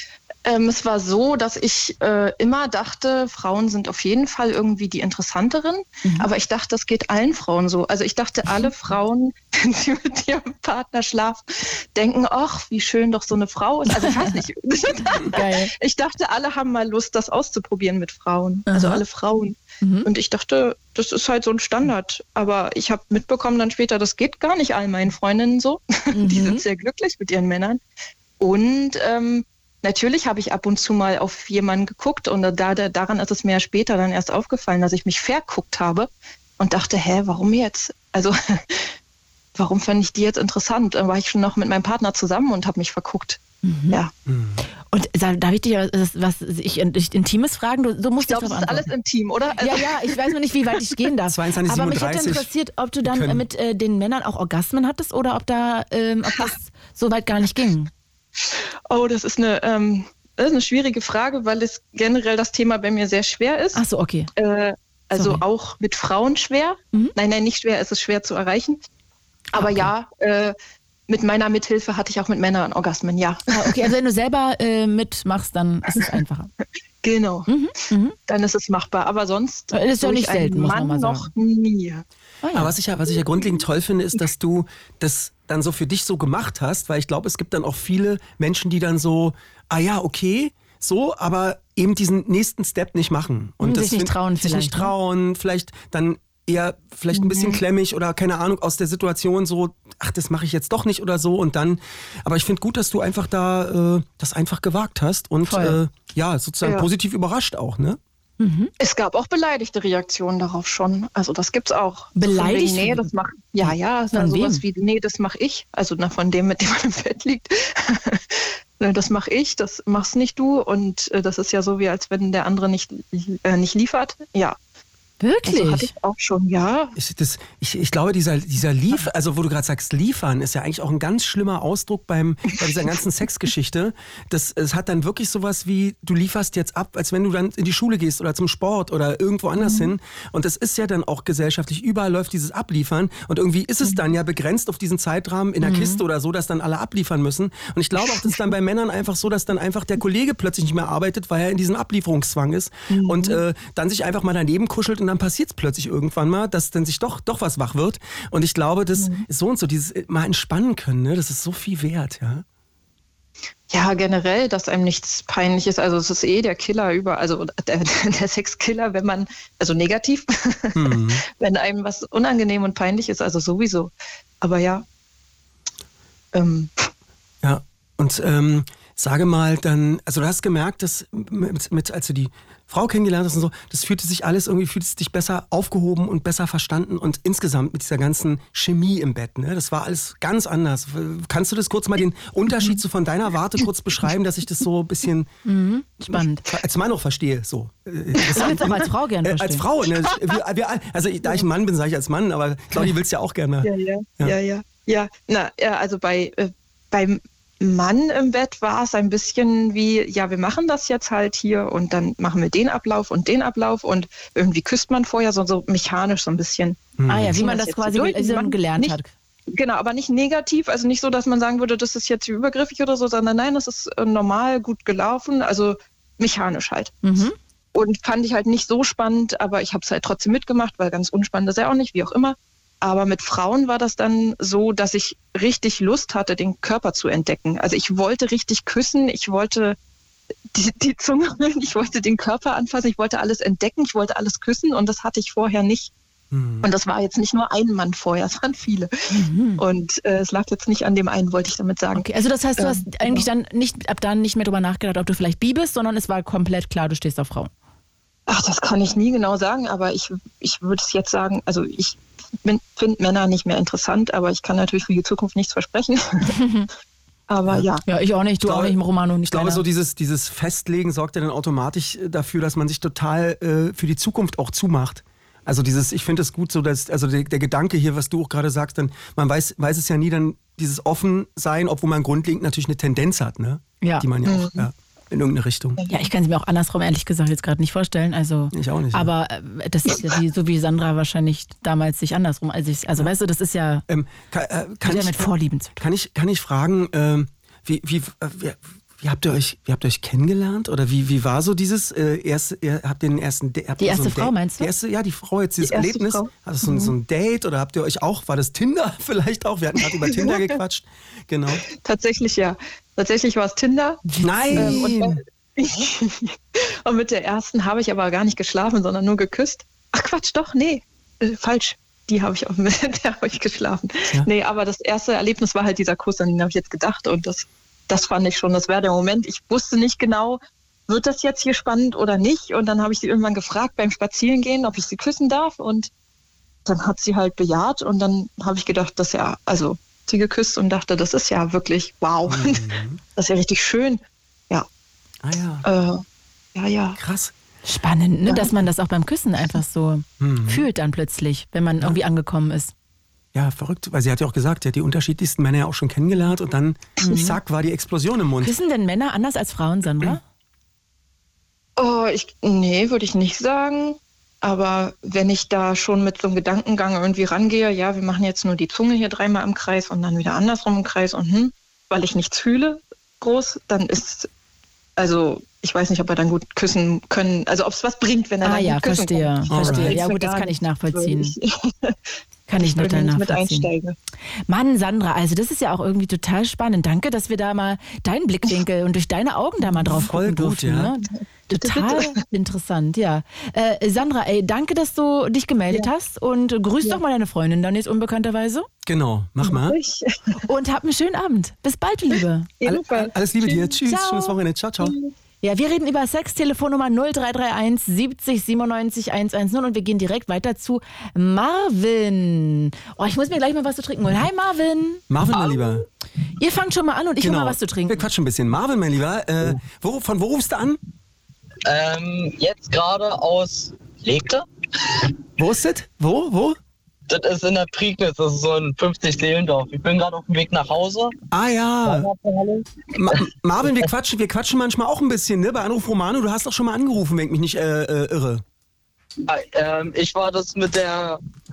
Ähm, es war so, dass ich äh, immer dachte, Frauen sind auf jeden Fall irgendwie die interessanteren. Mhm. Aber ich dachte, das geht allen Frauen so. Also ich dachte, alle Frauen, wenn sie mit ihrem Partner schlafen, denken, ach, wie schön doch so eine Frau ist. Also ich weiß nicht. Geil. Ich dachte, alle haben mal Lust, das auszuprobieren mit Frauen. Aha. Also alle Frauen. Mhm. Und ich dachte, das ist halt so ein Standard. Aber ich habe mitbekommen dann später, das geht gar nicht allen meinen Freundinnen so. Mhm. Die sind sehr glücklich mit ihren Männern. Und ähm, natürlich habe ich ab und zu mal auf jemanden geguckt und da, da, daran ist es mir später dann erst aufgefallen, dass ich mich verguckt habe und dachte, hä, warum jetzt? Also warum fand ich die jetzt interessant? Dann war ich schon noch mit meinem Partner zusammen und habe mich verguckt. Mhm. Ja. Und darf ich dich was ich, ich Intimes fragen? Du, du musst ich glaube, das ist alles intim, oder? Also ja, ja, ich weiß noch nicht, wie weit ich gehen darf. zweiundzwanzig, aber mich hätte interessiert, ob du dann mit äh, den Männern auch Orgasmen hattest oder ob da ähm, ob das so weit gar nicht ging. Oh, das ist eine, ähm, das ist eine schwierige Frage, weil es generell das Thema bei mir sehr schwer ist. Ach so, okay. Äh, also Sorry. Auch mit Frauen schwer. Mhm. Nein, nein, nicht schwer, es ist schwer zu erreichen. Aber okay. ja, äh, mit meiner Mithilfe hatte ich auch mit Männern Orgasmen, ja. Ah, okay, also wenn du selber äh, mitmachst, dann ist es einfacher. Genau, mhm. Mhm. Dann ist es machbar. Aber sonst das ist ja nicht selten, muss man mal sagen. Noch nie. Oh ja. Aber was ich, ja, was ich ja grundlegend toll finde, ist, dass du das dann so für dich so gemacht hast, weil ich glaube, es gibt dann auch viele Menschen, die dann so, ah ja, okay, so, aber eben diesen nächsten Step nicht machen. Und sich das nicht trauen sich nicht trauen, vielleicht dann eher vielleicht ein bisschen mhm. klemmig oder keine Ahnung aus der Situation so, ach, das mache ich jetzt doch nicht oder so und dann, aber ich finde gut, dass du einfach da äh, das einfach gewagt hast und äh, ja, sozusagen ja. positiv überrascht auch, ne? Mhm. Es gab auch beleidigte Reaktionen darauf schon. Also das gibt's auch. Beleidigt? So nee, das mach, ja, ja, von sowas wie, nee, das mache ich. Also na, von dem, mit dem man im Bett liegt. Das mache ich, das machst nicht du. Und äh, das ist ja so, wie als wenn der andere nicht, äh, nicht liefert. Ja. Wirklich? Also hatte ich auch schon, ja. Ich, das, ich, ich glaube, dieser, dieser Lief, also wo du gerade sagst, liefern, ist ja eigentlich auch ein ganz schlimmer Ausdruck beim, bei dieser ganzen Sexgeschichte. Das, es hat dann wirklich sowas wie, du lieferst jetzt ab, als wenn du dann in die Schule gehst oder zum Sport oder irgendwo anders mhm. hin. Und das ist ja dann auch gesellschaftlich, überall läuft dieses Abliefern. Und irgendwie ist es dann ja begrenzt auf diesen Zeitrahmen in der mhm. Kiste oder so, dass dann alle abliefern müssen. Und ich glaube auch, das ist dann bei Männern einfach so, dass dann einfach der Kollege plötzlich nicht mehr arbeitet, weil er in diesem Ablieferungszwang ist. Mhm. Und äh, dann sich einfach mal daneben kuschelt und dann passiert es plötzlich irgendwann mal, dass dann sich doch, doch was wach wird. Und ich glaube, das mhm. ist so und so, dieses mal entspannen können, ne? Das ist so viel wert, ja. Ja, generell, dass einem nichts peinlich ist. Also es ist eh der Killer über, also der, der Sexkiller, wenn man, also negativ, mhm. wenn einem was unangenehm und peinlich ist, also sowieso. Aber ja. Ähm. Ja, und ähm, sage mal dann, also du hast gemerkt, dass mit, mit, als du die Frau kennengelernt hast und so, das fühlte sich alles irgendwie, fühlte dich besser aufgehoben und besser verstanden und insgesamt mit dieser ganzen Chemie im Bett, ne? Das war alles ganz anders. Kannst du das kurz mal den Unterschied so von deiner Warte kurz beschreiben, dass ich das so ein bisschen mhm. spannend als Mann auch verstehe, so. Das willst du auch als Frau gerne verstehen. Als Frau, ne? Wir, wir, also da ich ein Mann bin, sage ich als Mann, aber Claudia willst ja auch gerne. Ja, ja, ja, ja, ja. Ja, na, ja, also bei, äh, beim Mann im Bett war es ein bisschen wie, ja, wir machen das jetzt halt hier und dann machen wir den Ablauf und den Ablauf und irgendwie küsst man vorher so, so mechanisch so ein bisschen. Mhm. Ah ja, wie man das, das quasi so gel- gelernt nicht, hat. Genau, aber nicht negativ, also nicht so, dass man sagen würde, das ist jetzt übergriffig oder so, sondern nein, das ist äh, normal, gut gelaufen, also mechanisch halt. Mhm. Und fand ich halt nicht so spannend, aber ich habe es halt trotzdem mitgemacht, weil ganz unspannend ist er auch nicht, wie auch immer. Aber mit Frauen war das dann so, dass ich richtig Lust hatte, den Körper zu entdecken. Also ich wollte richtig küssen, ich wollte die, die Zunge, ich wollte den Körper anfassen, ich wollte alles entdecken, ich wollte alles küssen und das hatte ich vorher nicht. Mhm. Und das war jetzt nicht nur ein Mann vorher, es waren viele. Mhm. Und äh, es lag jetzt nicht an dem einen, wollte ich damit sagen. Okay, also das heißt, du hast ähm, eigentlich dann nicht ab dann nicht mehr drüber nachgedacht, ob du vielleicht bi bist, sondern es war komplett klar, du stehst auf Frauen. Ach, das kann ich nie genau sagen, aber ich, ich würde es jetzt sagen, also ich finde Männer nicht mehr interessant, aber ich kann natürlich für die Zukunft nichts versprechen. Aber ja. Ja, ich auch nicht, du ich auch nicht, Romano. Nicht ich glaube, so dieses, dieses Festlegen sorgt ja dann automatisch dafür, dass man sich total äh, für die Zukunft auch zumacht. Also dieses, ich finde es gut so, dass, also der, der Gedanke hier, was du auch gerade sagst, dann, man weiß, weiß es ja nie, dann dieses Offensein, obwohl man grundlegend natürlich eine Tendenz hat, ne? Ja. Die man ja auch, ja. In irgendeine Richtung. Ja, ich kann es mir auch andersrum ehrlich gesagt jetzt gerade nicht vorstellen. Also, ich auch nicht. Aber ja. das ist ja wie, so wie Sandra wahrscheinlich damals sich andersrum. Also, ich, also ja. weißt du, das ist ja, ähm, kann, äh, kann ja ich, mit Vorlieben zu tun. Kann ich, kann ich fragen, äh, wie, wie, wie, wie habt ihr euch, wie habt ihr euch kennengelernt? Oder wie, wie war so dieses äh, erste, ihr habt den ersten habt Die ihr erste so ein Frau, Date, meinst du? Die erste, ja, die Frau, jetzt dieses Die erste Erlebnis. Frau. Hast du so, ein- so ein Date oder habt ihr euch auch, war das Tinder vielleicht auch? Wir hatten gerade über Tinder gequatscht. Genau. Tatsächlich ja. Tatsächlich war es Tinder. Nein! Ähm, und, und mit der ersten habe ich aber gar nicht geschlafen, sondern nur geküsst. Ach Quatsch, doch, nee, äh, falsch. Die habe ich auch mit der habe ich geschlafen. Ja. Nee, aber das erste Erlebnis war halt dieser Kuss, an den habe ich jetzt gedacht. Und das, das fand ich schon, das wäre der Moment. Ich wusste nicht genau, wird das jetzt hier spannend oder nicht? Und dann habe ich sie irgendwann gefragt beim Spazierengehen, ob ich sie küssen darf. Und dann hat sie halt bejaht. Und dann habe ich gedacht, das ja, also sie geküsst und dachte, das ist ja wirklich wow. Mhm. Das ist ja richtig schön. Ja, Ah ja, äh, ja, ja. krass. Spannend, ne? Dass man das auch beim Küssen einfach so Mhm. fühlt dann plötzlich, wenn man irgendwie angekommen ist. Ja, verrückt, weil sie hat ja auch gesagt, sie hat die unterschiedlichsten Männer ja auch schon kennengelernt und dann, zack, war die Explosion im Mund. Küssen denn Männer anders als Frauen, Sandra? Oh, ich, nee, würde ich nicht sagen. Aber wenn ich da schon mit so einem Gedankengang irgendwie rangehe, ja, wir machen jetzt nur die Zunge hier dreimal im Kreis und dann wieder andersrum im Kreis und hm, weil ich nichts fühle groß, dann ist, also ich weiß nicht, ob wir dann gut küssen können, also ob es was bringt, wenn er Ah dann ja, gut küssen verstehe, kann. verstehe. Alright. Ja gut, das Gar kann ich nicht. nachvollziehen. Ich, Kann ich ich würde total nicht mit nachvollziehen. einsteigen. Mann, Sandra, also das ist ja auch irgendwie total spannend. Danke, dass wir da mal deinen Blickwinkel und durch deine Augen da mal drauf Voll gucken gut, durften. ja. Ne? Total interessant, ja. Äh, Sandra, ey, danke, dass du dich gemeldet hast und grüß doch mal deine Freundin dann jetzt unbekannterweise Genau, mach mal. Ich, und hab einen schönen Abend. Bis bald, Liebe. Alle, alles Liebe dir. Tschüss, Ciao. schönes Wochenende. Ciao, ciao. Ja, wir reden über Sex, Telefonnummer null drei drei eins siebzig siebenundneunzig hundertzehn und wir gehen direkt weiter zu Marvin. Oh, ich muss mir gleich mal was zu trinken holen. Hi Marvin. Marvin, mein Lieber. Ihr fangt schon mal an und ich hol mal was zu Wir trinken. quatschen ein bisschen. Marvin, mein Lieber, äh, wo, von wo rufst du an? Ähm, jetzt gerade aus Legte. Wo ist das? Wo? Wo? Das ist in der Prignitz, das ist so ein fünfzig-Seelendorf. Ich bin gerade auf dem Weg nach Hause. Ah ja. Ma Marvin, wir quatschen, wir quatschen manchmal auch ein bisschen, ne? Bei Anruf Romano, du hast doch schon mal angerufen, wenn ich mich nicht äh, äh, irre. Ah, ähm, ich war das mit der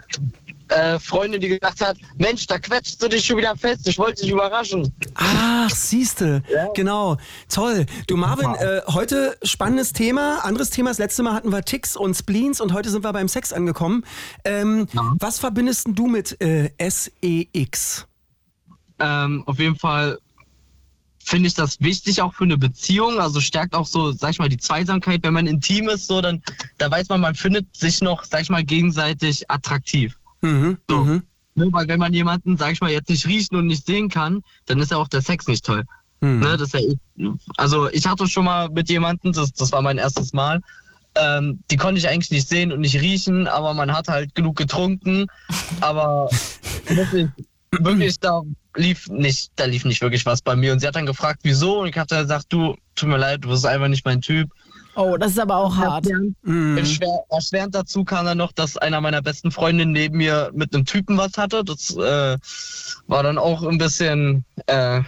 äh, Freundin, die gesagt hat, Mensch, da quetschst du dich schon wieder fest, ich wollte dich überraschen. Ach, siehste. Ja. Genau. Toll. Du Marvin, äh, heute spannendes Thema. Anderes Thema. Das letzte Mal hatten wir Ticks und Spleens und heute sind wir beim Sex angekommen. Ähm, Ja. Was verbindest denn du mit äh, S E X? Ähm, auf jeden Fall finde ich das wichtig auch für eine Beziehung, also stärkt auch so, sag ich mal, die Zweisamkeit, wenn man intim ist, so, dann, da weiß man, man findet sich noch, sag ich mal, gegenseitig attraktiv. Mhm. So. Mhm. Ne, weil wenn man jemanden, sag ich mal, jetzt nicht riechen und nicht sehen kann, dann ist ja auch der Sex nicht toll. Mhm. Ne, das ist ja, also ich hatte schon mal mit jemandem, das, das war mein erstes Mal, ähm, die konnte ich eigentlich nicht sehen und nicht riechen, aber man hat halt genug getrunken, aber wirklich, wirklich da lief nicht, da lief nicht wirklich was bei mir und sie hat dann gefragt, wieso, und ich habe dann gesagt, du, tut mir leid, du bist einfach nicht mein Typ. Oh, das ist aber auch hart. Mhm. Erschwer, erschwerend dazu kam dann noch, dass einer meiner besten Freundinnen neben mir mit einem Typen was hatte. Das äh, war dann auch ein bisschen äh,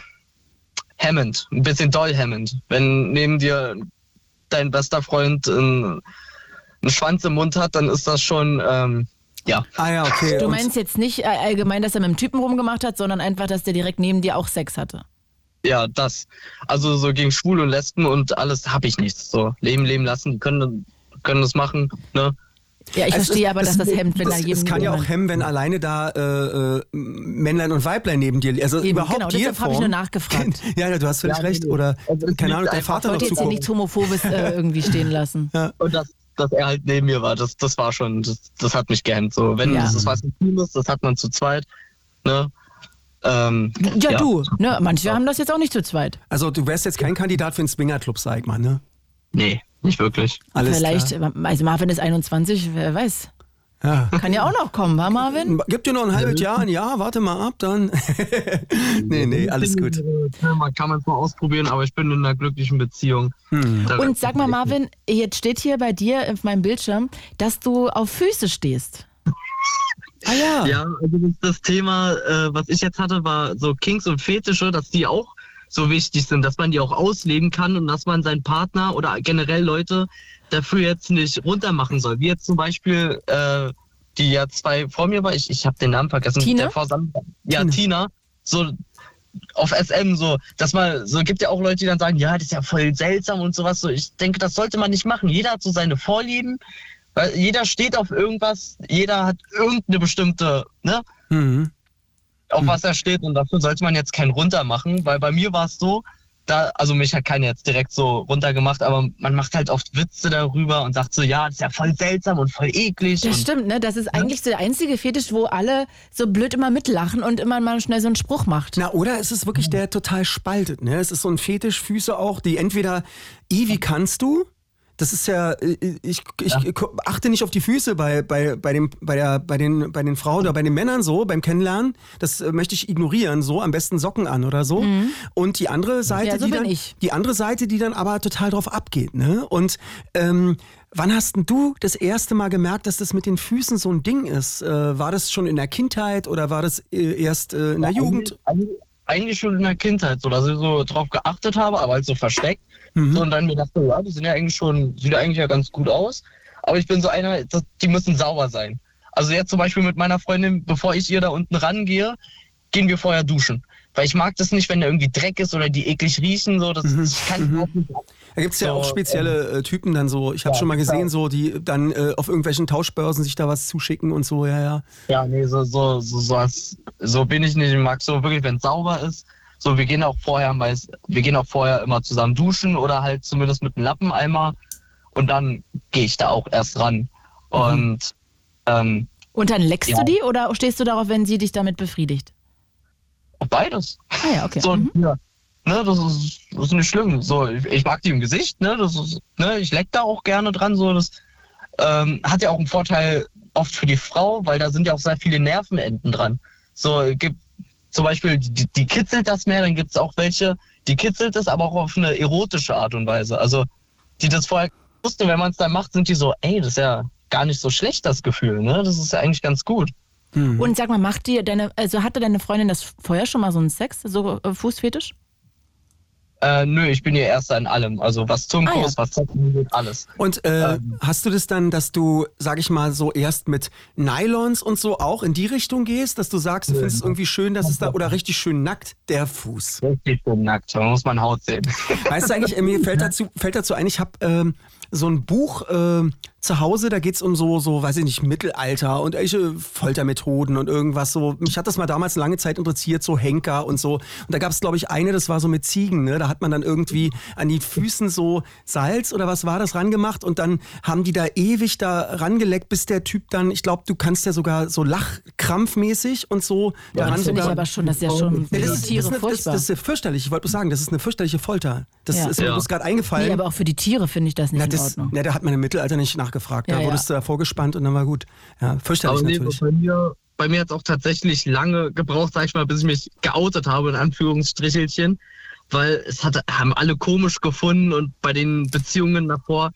hemmend, ein bisschen doll hemmend. Wenn neben dir dein bester Freund einen, einen Schwanz im Mund hat, dann ist das schon, ähm, ja. Ah ja, okay. Du Und- meinst jetzt nicht äh, allgemein, dass er mit dem Typen rumgemacht hat, sondern einfach, dass der direkt neben dir auch Sex hatte. Ja, das. Also so gegen Schwule und Lesben und alles habe ich nichts. So leben, leben lassen, die können, können das machen, ne? Ja, ich Es verstehe ist- aber, es- dass das hemmt, wenn da es, jemand... es kann ja auch hemmen, wenn alleine da äh, äh, Männlein und Weiblein neben dir, also Eben, überhaupt genau, jede deshalb habe ich Form. nur nachgefragt. Ja, ja, du hast völlig Ja, recht. nee, Oder, also es keine liegt Ahnung, der einfach- Vater Ich noch wollte jetzt hier zugucken. nichts Homophobes äh, irgendwie stehen lassen. Und das, dass er halt neben mir war, das, das war schon, das, das hat mich gehemmt. So, wenn Ja. das was ein Team ist, das hat man zu zweit, ne? Ähm, Ja, du, ne? Manche haben das jetzt auch nicht zu zweit. Also du wärst jetzt kein Kandidat für einen Swingerclub, sag ich mal, ne? Nee, nicht wirklich. Alles Vielleicht, klar. also Marvin ist einundzwanzig, wer weiß. Ja. Kann ja auch noch kommen, wa Marvin? Gib dir noch ein halbes Jahr, ein Jahr, warte mal ab, dann. nee, nee, alles gut. Ja, man kann es mal ausprobieren, aber ich bin in einer glücklichen Beziehung. Hm. Da- Und sag mal Marvin, jetzt steht hier bei dir auf meinem Bildschirm, dass du auf Füße stehst. Ah ja. Ja, also das, das Thema, äh, was ich jetzt hatte, war so Kinks und Fetische, dass die auch so wichtig sind, dass man die auch ausleben kann und dass man seinen Partner oder generell Leute dafür jetzt nicht runtermachen soll. Wie jetzt zum Beispiel äh, die ja zwei vor mir war, ich, ich habe den Namen vergessen. Tina? Der vor Sam- ja, Tina. Tina. So, auf S M so, dass man, so gibt ja auch Leute, die dann sagen, ja, das ist ja voll seltsam und sowas. So, ich denke, das sollte man nicht machen. Jeder hat so seine Vorlieben, weil jeder steht auf irgendwas, jeder hat irgendeine bestimmte, ne? Mhm. Auf was er steht und dafür sollte man jetzt keinen runter machen, weil bei mir war es so, da, also mich hat keiner jetzt direkt so runtergemacht, aber man macht halt oft Witze darüber und sagt so, ja, das ist ja voll seltsam und voll eklig. Das und, stimmt, ne? Das ist eigentlich so der einzige Fetisch, wo alle so blöd immer mitlachen und immer mal schnell so einen Spruch macht. Na, oder ist es wirklich der total spaltet, ne? Es ist so ein Fetisch, Füße auch, die entweder, I, wie kannst du? Das ist ja, ich, ich ja. achte nicht auf die Füße bei, bei, bei, dem, bei, der, bei, den, bei den Frauen oder bei den Männern so, beim Kennenlernen. Das möchte ich ignorieren, so, am besten Socken an oder so. Mhm. Und die andere Seite, ja, so die, bin dann, ich. die andere Seite, die dann aber total drauf abgeht, ne? Und ähm, wann hast denn du das erste Mal gemerkt, dass das mit den Füßen so ein Ding ist? Äh, war das schon in der Kindheit oder war das äh, erst äh, in der ja, Jugend? Eigentlich, eigentlich schon in der Kindheit, so, dass ich so drauf geachtet habe, aber halt so versteckt. Mhm. So, und dann mir dachte, ja, die sehen ja eigentlich schon, sieht ja eigentlich ja ganz gut aus. Aber ich bin so einer, das, die müssen sauber sein. Also jetzt zum Beispiel mit meiner Freundin, bevor ich ihr da unten rangehe, gehen wir vorher duschen. Weil ich mag das nicht, wenn da irgendwie Dreck ist oder die eklig riechen. So, das, mhm. das kann ich auch nicht. Da gibt es ja so, auch spezielle äh, Typen dann so. Ich habe ja, schon mal gesehen, ja. so die dann äh, auf irgendwelchen Tauschbörsen sich da was zuschicken und so, ja, ja. Ja, nee, so, so, so, so, als, so bin ich nicht. Ich mag so wirklich, wenn es sauber ist. So, wir gehen auch vorher meist, wir gehen auch vorher immer zusammen duschen oder halt zumindest mit einem Lappeneimer und dann gehe ich da auch erst ran. Und, mhm. ähm, und dann leckst ja. du die oder stehst du darauf, wenn sie dich damit befriedigt? Beides. Ah ja, okay. So, mhm. ja. Ne, das ist, das ist nicht schlimm. So, ich, ich mag die im Gesicht, ne, das ist, ne, ich leck da auch gerne dran. So, das ähm, hat ja auch einen Vorteil oft für die Frau, weil da sind ja auch sehr viele Nervenenden dran. So, gibt zum Beispiel, die, die kitzelt das mehr, dann gibt es auch welche, die kitzelt es, aber auch auf eine erotische Art und Weise. Also, die das vorher wussten, wenn man es dann macht, sind die so, ey, das ist ja gar nicht so schlecht, das Gefühl, ne? Das ist ja eigentlich ganz gut. Hm. Und sag mal, macht dir deine, also hatte deine Freundin das vorher schon mal so einen Sex, so äh, Fußfetisch? Äh, nö, ich bin ihr Erster in allem. Also was Zungenkuss, ah, ja. was Zocken geht, alles. Und äh, ähm. hast du das dann, dass du, sag ich mal, so erst mit Nylons und so auch in die Richtung gehst, dass du sagst, du findest es irgendwie schön, dass es da, oder richtig schön nackt, der Fuß? Richtig schön nackt, da muss man Haut sehen. Weißt du eigentlich, mir fällt dazu, fällt dazu ein, ich habe ähm, so ein Buch äh, zu Hause, da geht's um so, so, weiß ich nicht, Mittelalter und irgendwelche Foltermethoden und irgendwas so. Mich hat das mal damals lange Zeit interessiert, so Henker und so. Und da gab es, glaube ich, eine, das war so mit Ziegen, ne? Da hat man dann irgendwie an die Füßen so Salz oder was war das rangemacht und dann haben die da ewig da rangeleckt, bis der Typ dann, ich glaube, du kannst ja sogar so lachkrampfmäßig und so. Ja, daran das finde ich sogar, aber schon, das ist ja schon für nee, das die ist, Tiere das ist, furchtbar. Das, das ist fürchterlich, ich wollte nur sagen, das ist eine fürchterliche Folter. Das ja. ist mir ja. gerade eingefallen. Nee, aber auch für die Tiere finde ich das nicht na, in das, Ordnung. Na, da hat man im Mittelalter nicht nachgefragt. Da ja, wurdest ja. du da vorgespannt und dann war gut. Ja, fürchterlich aber nee, natürlich. Bei mir, bei mir hat es auch tatsächlich lange gebraucht, sag ich mal, bis ich mich geoutet habe, in Anführungsstrichelchen. Weil es hat, haben alle komisch gefunden und bei den Beziehungen davor,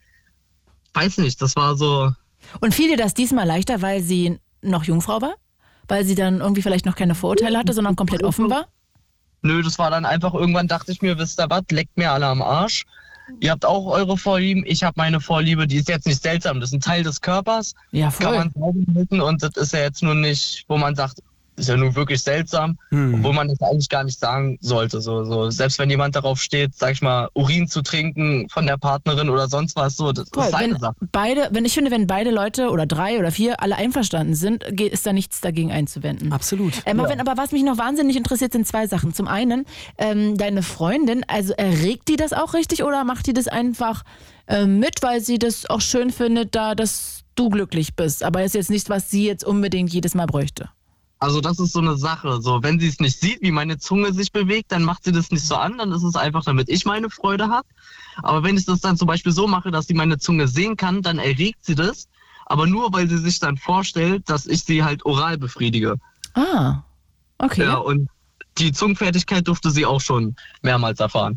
weiß nicht, das war so... Und fiel dir das diesmal leichter, weil sie noch Jungfrau war? Weil sie dann irgendwie vielleicht noch keine Vorurteile hatte, sondern komplett offen war? Nö, das war dann einfach, irgendwann dachte ich mir, wisst ihr was, leckt mir alle am Arsch. Ihr habt auch eure Vorlieben, ich habe meine Vorliebe, die ist jetzt nicht seltsam, das ist ein Teil des Körpers. Ja, voll. Kann man sauber halten und das ist ja jetzt nur nicht, wo man sagt, ist ja nun wirklich seltsam, hm. obwohl man das eigentlich gar nicht sagen sollte. So, so. Selbst wenn jemand darauf steht, sag ich mal, Urin zu trinken von der Partnerin oder sonst was, so, das Voll. ist seine wenn Sache. Beide, wenn ich finde, wenn beide Leute oder drei oder vier alle einverstanden sind, geht, ist da nichts dagegen einzuwenden. Absolut. Ähm, ja. wenn, aber was mich noch wahnsinnig interessiert, sind zwei Sachen. Zum einen, ähm, deine Freundin, also erregt die das auch richtig oder macht die das einfach äh, mit, weil sie das auch schön findet, da dass du glücklich bist? Aber ist jetzt nichts, was sie jetzt unbedingt jedes Mal bräuchte. Also das ist so eine Sache. So, wenn sie es nicht sieht, wie meine Zunge sich bewegt, dann macht sie das nicht so an. Dann ist es einfach, damit ich meine Freude habe. Aber wenn ich das dann zum Beispiel so mache, dass sie meine Zunge sehen kann, dann erregt sie das. Aber nur, weil sie sich dann vorstellt, dass ich sie halt oral befriedige. Ah, okay. Ja, und die Zungenfertigkeit durfte sie auch schon mehrmals erfahren.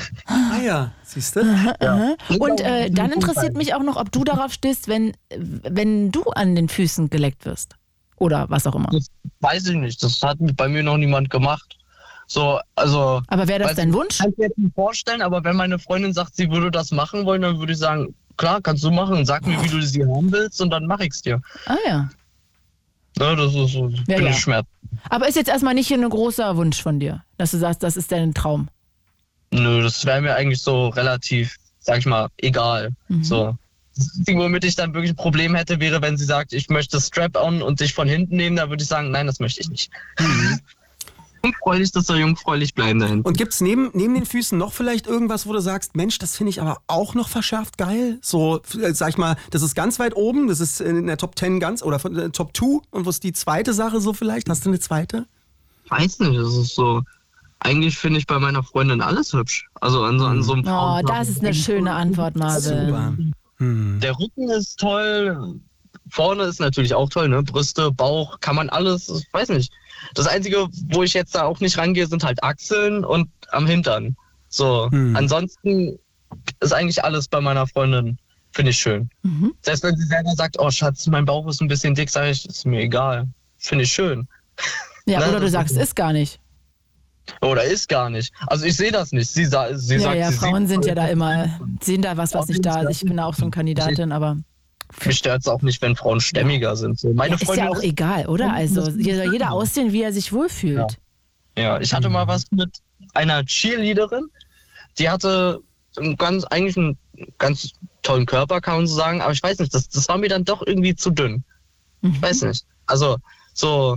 Ah ja, siehst du? Aha, ja. aha. Und äh, dann interessiert mich auch noch, ob du darauf stehst, wenn, wenn du an den Füßen geleckt wirst. Oder was auch immer. Das weiß ich nicht. Das hat bei mir noch niemand gemacht. So, also. Aber wäre das dein Wunsch? Ich kann mir jetzt nicht vorstellen, aber wenn meine Freundin sagt, sie würde das machen wollen, dann würde ich sagen, klar, kannst du machen. Sag mir, wie du sie haben willst und dann mache ich es dir. Ah ja. Ja, das ist so. Ja, bin ja. ich schmerz. Aber ist jetzt erstmal nicht ein großer Wunsch von dir, dass du sagst, das ist dein Traum? Nö, das wäre mir eigentlich so relativ, sag ich mal, egal. Mhm. So. Das Einzige, womit ich dann wirklich ein Problem hätte, wäre, wenn sie sagt, ich möchte Strap-on und dich von hinten nehmen, da würde ich sagen, nein, das möchte ich nicht. Mhm. Jungfräulich, das soll jungfräulich bleiben dahin. Und gibt's neben, neben den Füßen noch vielleicht irgendwas, wo du sagst, Mensch, das finde ich aber auch noch verschärft geil? So, sag ich mal, das ist ganz weit oben, das ist in der Top Ten ganz, oder von der Top zwei. Und was ist die zweite Sache so vielleicht? Hast du eine zweite? Weiß nicht, das ist so, eigentlich finde ich bei meiner Freundin alles hübsch. Also an so, an so einem Oh, das ist eine schöne Antwort, Marvin. Super. Hm. Der Rücken ist toll, vorne ist natürlich auch toll, ne? Brüste, Bauch, kann man alles, ich weiß nicht. Das Einzige, wo ich jetzt da auch nicht rangehe, sind halt Achseln und am Hintern. So, hm. Ansonsten ist eigentlich alles bei meiner Freundin, finde ich schön. Mhm. Selbst wenn sie selber sagt, oh Schatz, mein Bauch ist ein bisschen dick, sage ich, ist mir egal. Finde ich schön. Ja, oder du sagst, ist gar nicht. Oder ist gar nicht. Also ich sehe das nicht. Sie, sa- sie ja, sagt, ja, sie Frauen sieht sind ja da immer, sehen da was, was nicht da ist. Ich bin da auch so eine Kandidatin, aber... Mich stört es auch nicht, wenn Frauen stämmiger sind. So, meine ja, ist Freundin ja auch ist egal, oder? Also hier soll jeder aussehen, wie er sich wohlfühlt. Ja, ja, ich hatte mal was mit einer Cheerleaderin, die hatte einen ganz, eigentlich einen ganz tollen Körper, kann man so sagen, aber ich weiß nicht, das, das war mir dann doch irgendwie zu dünn. Mhm. Ich weiß nicht. Also so,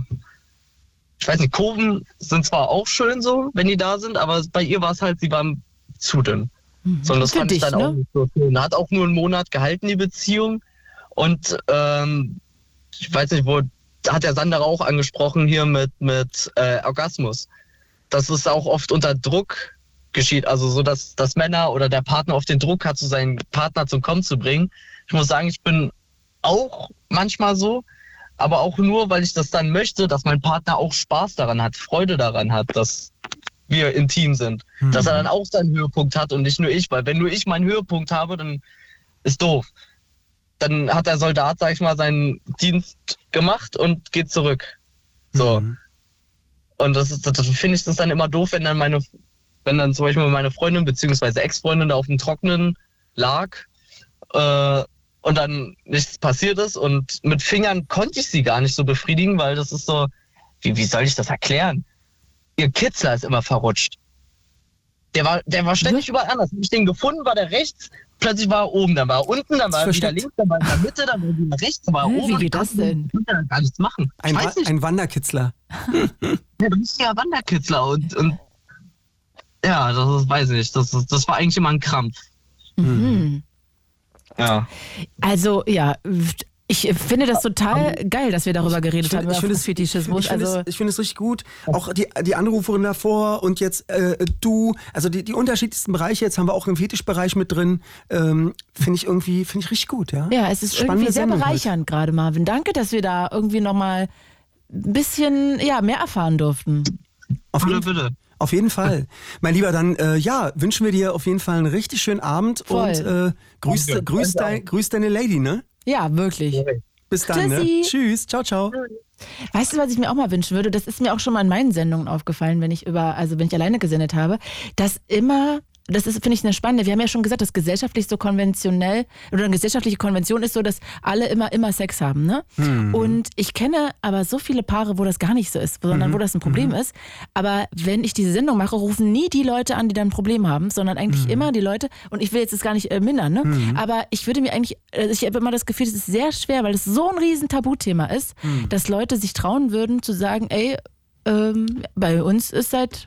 ich weiß nicht, Kurven sind zwar auch schön so, wenn die da sind, aber bei ihr war es halt, sie waren zu dünn. Mhm. So, und das Für fand dich, ich dann ne? auch nicht so schön. Hat auch nur einen Monat gehalten, die Beziehung. Und ähm, ich weiß nicht, wo hat der Sander auch angesprochen hier mit, mit äh, Orgasmus. Dass es auch oft unter Druck geschieht. Also so, dass, dass Männer oder der Partner auf den Druck hat, so seinen Partner zum Kommen zu bringen. Ich muss sagen, ich bin auch manchmal so, aber auch nur, weil ich das dann möchte, dass mein Partner auch Spaß daran hat, Freude daran hat, dass wir intim sind. Mhm. Dass er dann auch seinen Höhepunkt hat und nicht nur ich. Weil wenn nur ich meinen Höhepunkt habe, dann ist doof. Dann hat der Soldat, sag ich mal, seinen Dienst gemacht und geht zurück. So. Mhm. Und das ist, das finde ich das dann immer doof, wenn dann meine, wenn dann zum Beispiel meine Freundin bzw. Ex-Freundin da auf dem Trockenen lag äh, und dann nichts passiert ist. Und mit Fingern konnte ich sie gar nicht so befriedigen, weil das ist so, wie, wie soll ich das erklären? Ihr Kitzler ist immer verrutscht. Der war, der war ständig überall anders. Wenn ich den gefunden, war der rechts, plötzlich war er oben, dann war er unten, dann war er wieder links, dann war er in der Mitte, dann war er wieder rechts, dann war er Hä, oben. wie geht das denn? Ich konnte dann gar nichts machen. Ein, Wa- ein Wanderkitzler. Ja, du bist ja Wanderkitzler und, und ja, das ist, weiß ich, das, ist, das war eigentlich immer ein Krampf. Mhm. Ja. Also, ja, ich finde das total geil, dass wir darüber geredet Ich haben, find- ich über finde es- Fetischismus. Ich finde Also, es, ich find es richtig gut. Auch die, die Anruferin davor und jetzt äh, du. Also die, die unterschiedlichsten Bereiche. Jetzt haben wir auch im Fetischbereich mit drin. Ähm, finde ich irgendwie, finde ich richtig gut. Ja, ja, es ist Spannende irgendwie sehr Sendung bereichernd gerade, Marvin. Danke, dass wir da irgendwie nochmal ein bisschen ja, mehr erfahren durften. Auf jeden, Bitte, bitte. auf jeden Fall. Mein Lieber, dann äh, ja, wünschen wir dir auf jeden Fall einen richtig schönen Abend. Voll. Und äh, grüß, Danke. grüß, dein, grüß deine Lady, ne? Ja, wirklich. Bis dann, ne? Tschüssi. Tschüss, ciao, ciao. Weißt du, was ich mir auch mal wünschen würde? Das ist mir auch schon mal in meinen Sendungen aufgefallen, wenn ich über, also wenn ich alleine gesendet habe, dass immer, das ist, finde ich, eine spannende, wir haben ja schon gesagt, dass gesellschaftlich so konventionell, oder eine gesellschaftliche Konvention ist so, dass alle immer, immer Sex haben, ne? Hm. Und ich kenne aber so viele Paare, wo das gar nicht so ist, sondern Mhm. wo das ein Problem Mhm. ist. Aber wenn ich diese Sendung mache, rufen nie die Leute an, die dann ein Problem haben, sondern eigentlich Mhm. immer die Leute, und ich will jetzt das gar nicht äh, mindern, ne? Mhm. Aber ich würde mir eigentlich, äh, ich habe immer das Gefühl, es ist sehr schwer, weil es so ein riesen Tabuthema ist, Mhm. dass Leute sich trauen würden zu sagen, ey, ähm, bei uns ist seit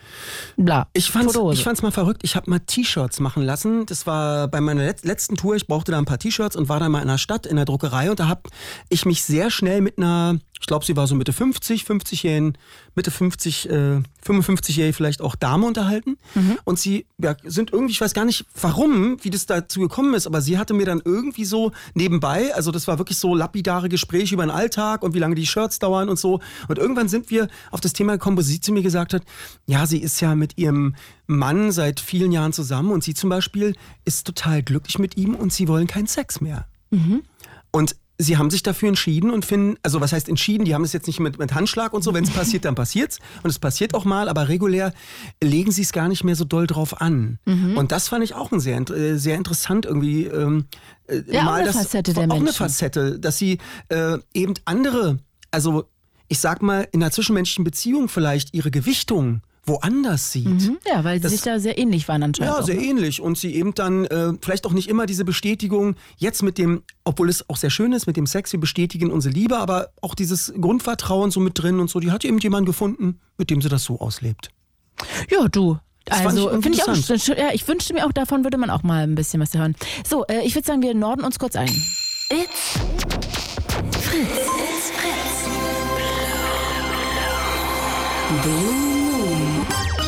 bla. Ich fand's, Tote Hose. ich fand's mal verrückt. Ich habe mal T-Shirts machen lassen. Das war bei meiner let- letzten Tour. Ich brauchte da ein paar T-Shirts und war dann mal in der Stadt, in der Druckerei. Und da habe ich mich sehr schnell mit einer, ich glaube, sie war so Mitte fünfzig, fünfzig-jährigen, Mitte fünfzig, äh, fünfundfünfzig-jährigen vielleicht auch Dame unterhalten. Mhm. Und sie ja, sind irgendwie, ich weiß gar nicht warum, wie das dazu gekommen ist, aber sie hatte mir dann irgendwie so nebenbei, also das war wirklich so lapidare Gespräche über den Alltag und wie lange die Shirts dauern und so. Und irgendwann sind wir auf das Thema gekommen, wo sie zu mir gesagt hat, ja, sie ist ja mit ihrem Mann seit vielen Jahren zusammen und sie zum Beispiel ist total glücklich mit ihm und sie wollen keinen Sex mehr. Mhm. Und sie haben sich dafür entschieden und finden, also was heißt entschieden, die haben es jetzt nicht mit, mit Handschlag und so, wenn es passiert, dann passiert's. Und es passiert auch mal, aber regulär legen sie es gar nicht mehr so doll drauf an. Mhm. Und das fand ich auch ein sehr, äh, sehr interessant irgendwie. Ähm, äh, Ja, auch mal eine das, Facette der auch eine Menschen. Facette, dass sie äh, eben andere, also ich sag mal, in einer zwischenmenschlichen Beziehung vielleicht ihre Gewichtung woanders sieht. Mhm. Ja, weil sie Das- sich da sehr ähnlich waren anscheinend. Ja, auch, sehr ne? ähnlich. Und sie eben dann äh, vielleicht auch nicht immer diese Bestätigung, jetzt mit dem, obwohl es auch sehr schön ist, mit dem Sex, wir bestätigen unsere Liebe, aber auch dieses Grundvertrauen so mit drin und so, die hat eben jemanden gefunden, mit dem sie das so auslebt. Ja, du. Das fand ich Also finde ich auch, interessant. ja, ich wünschte mir auch, davon würde man auch mal ein bisschen was hören. So, äh, ich würde sagen, wir norden uns kurz ein. It's Fritz. It's Fritz. Blue Moon.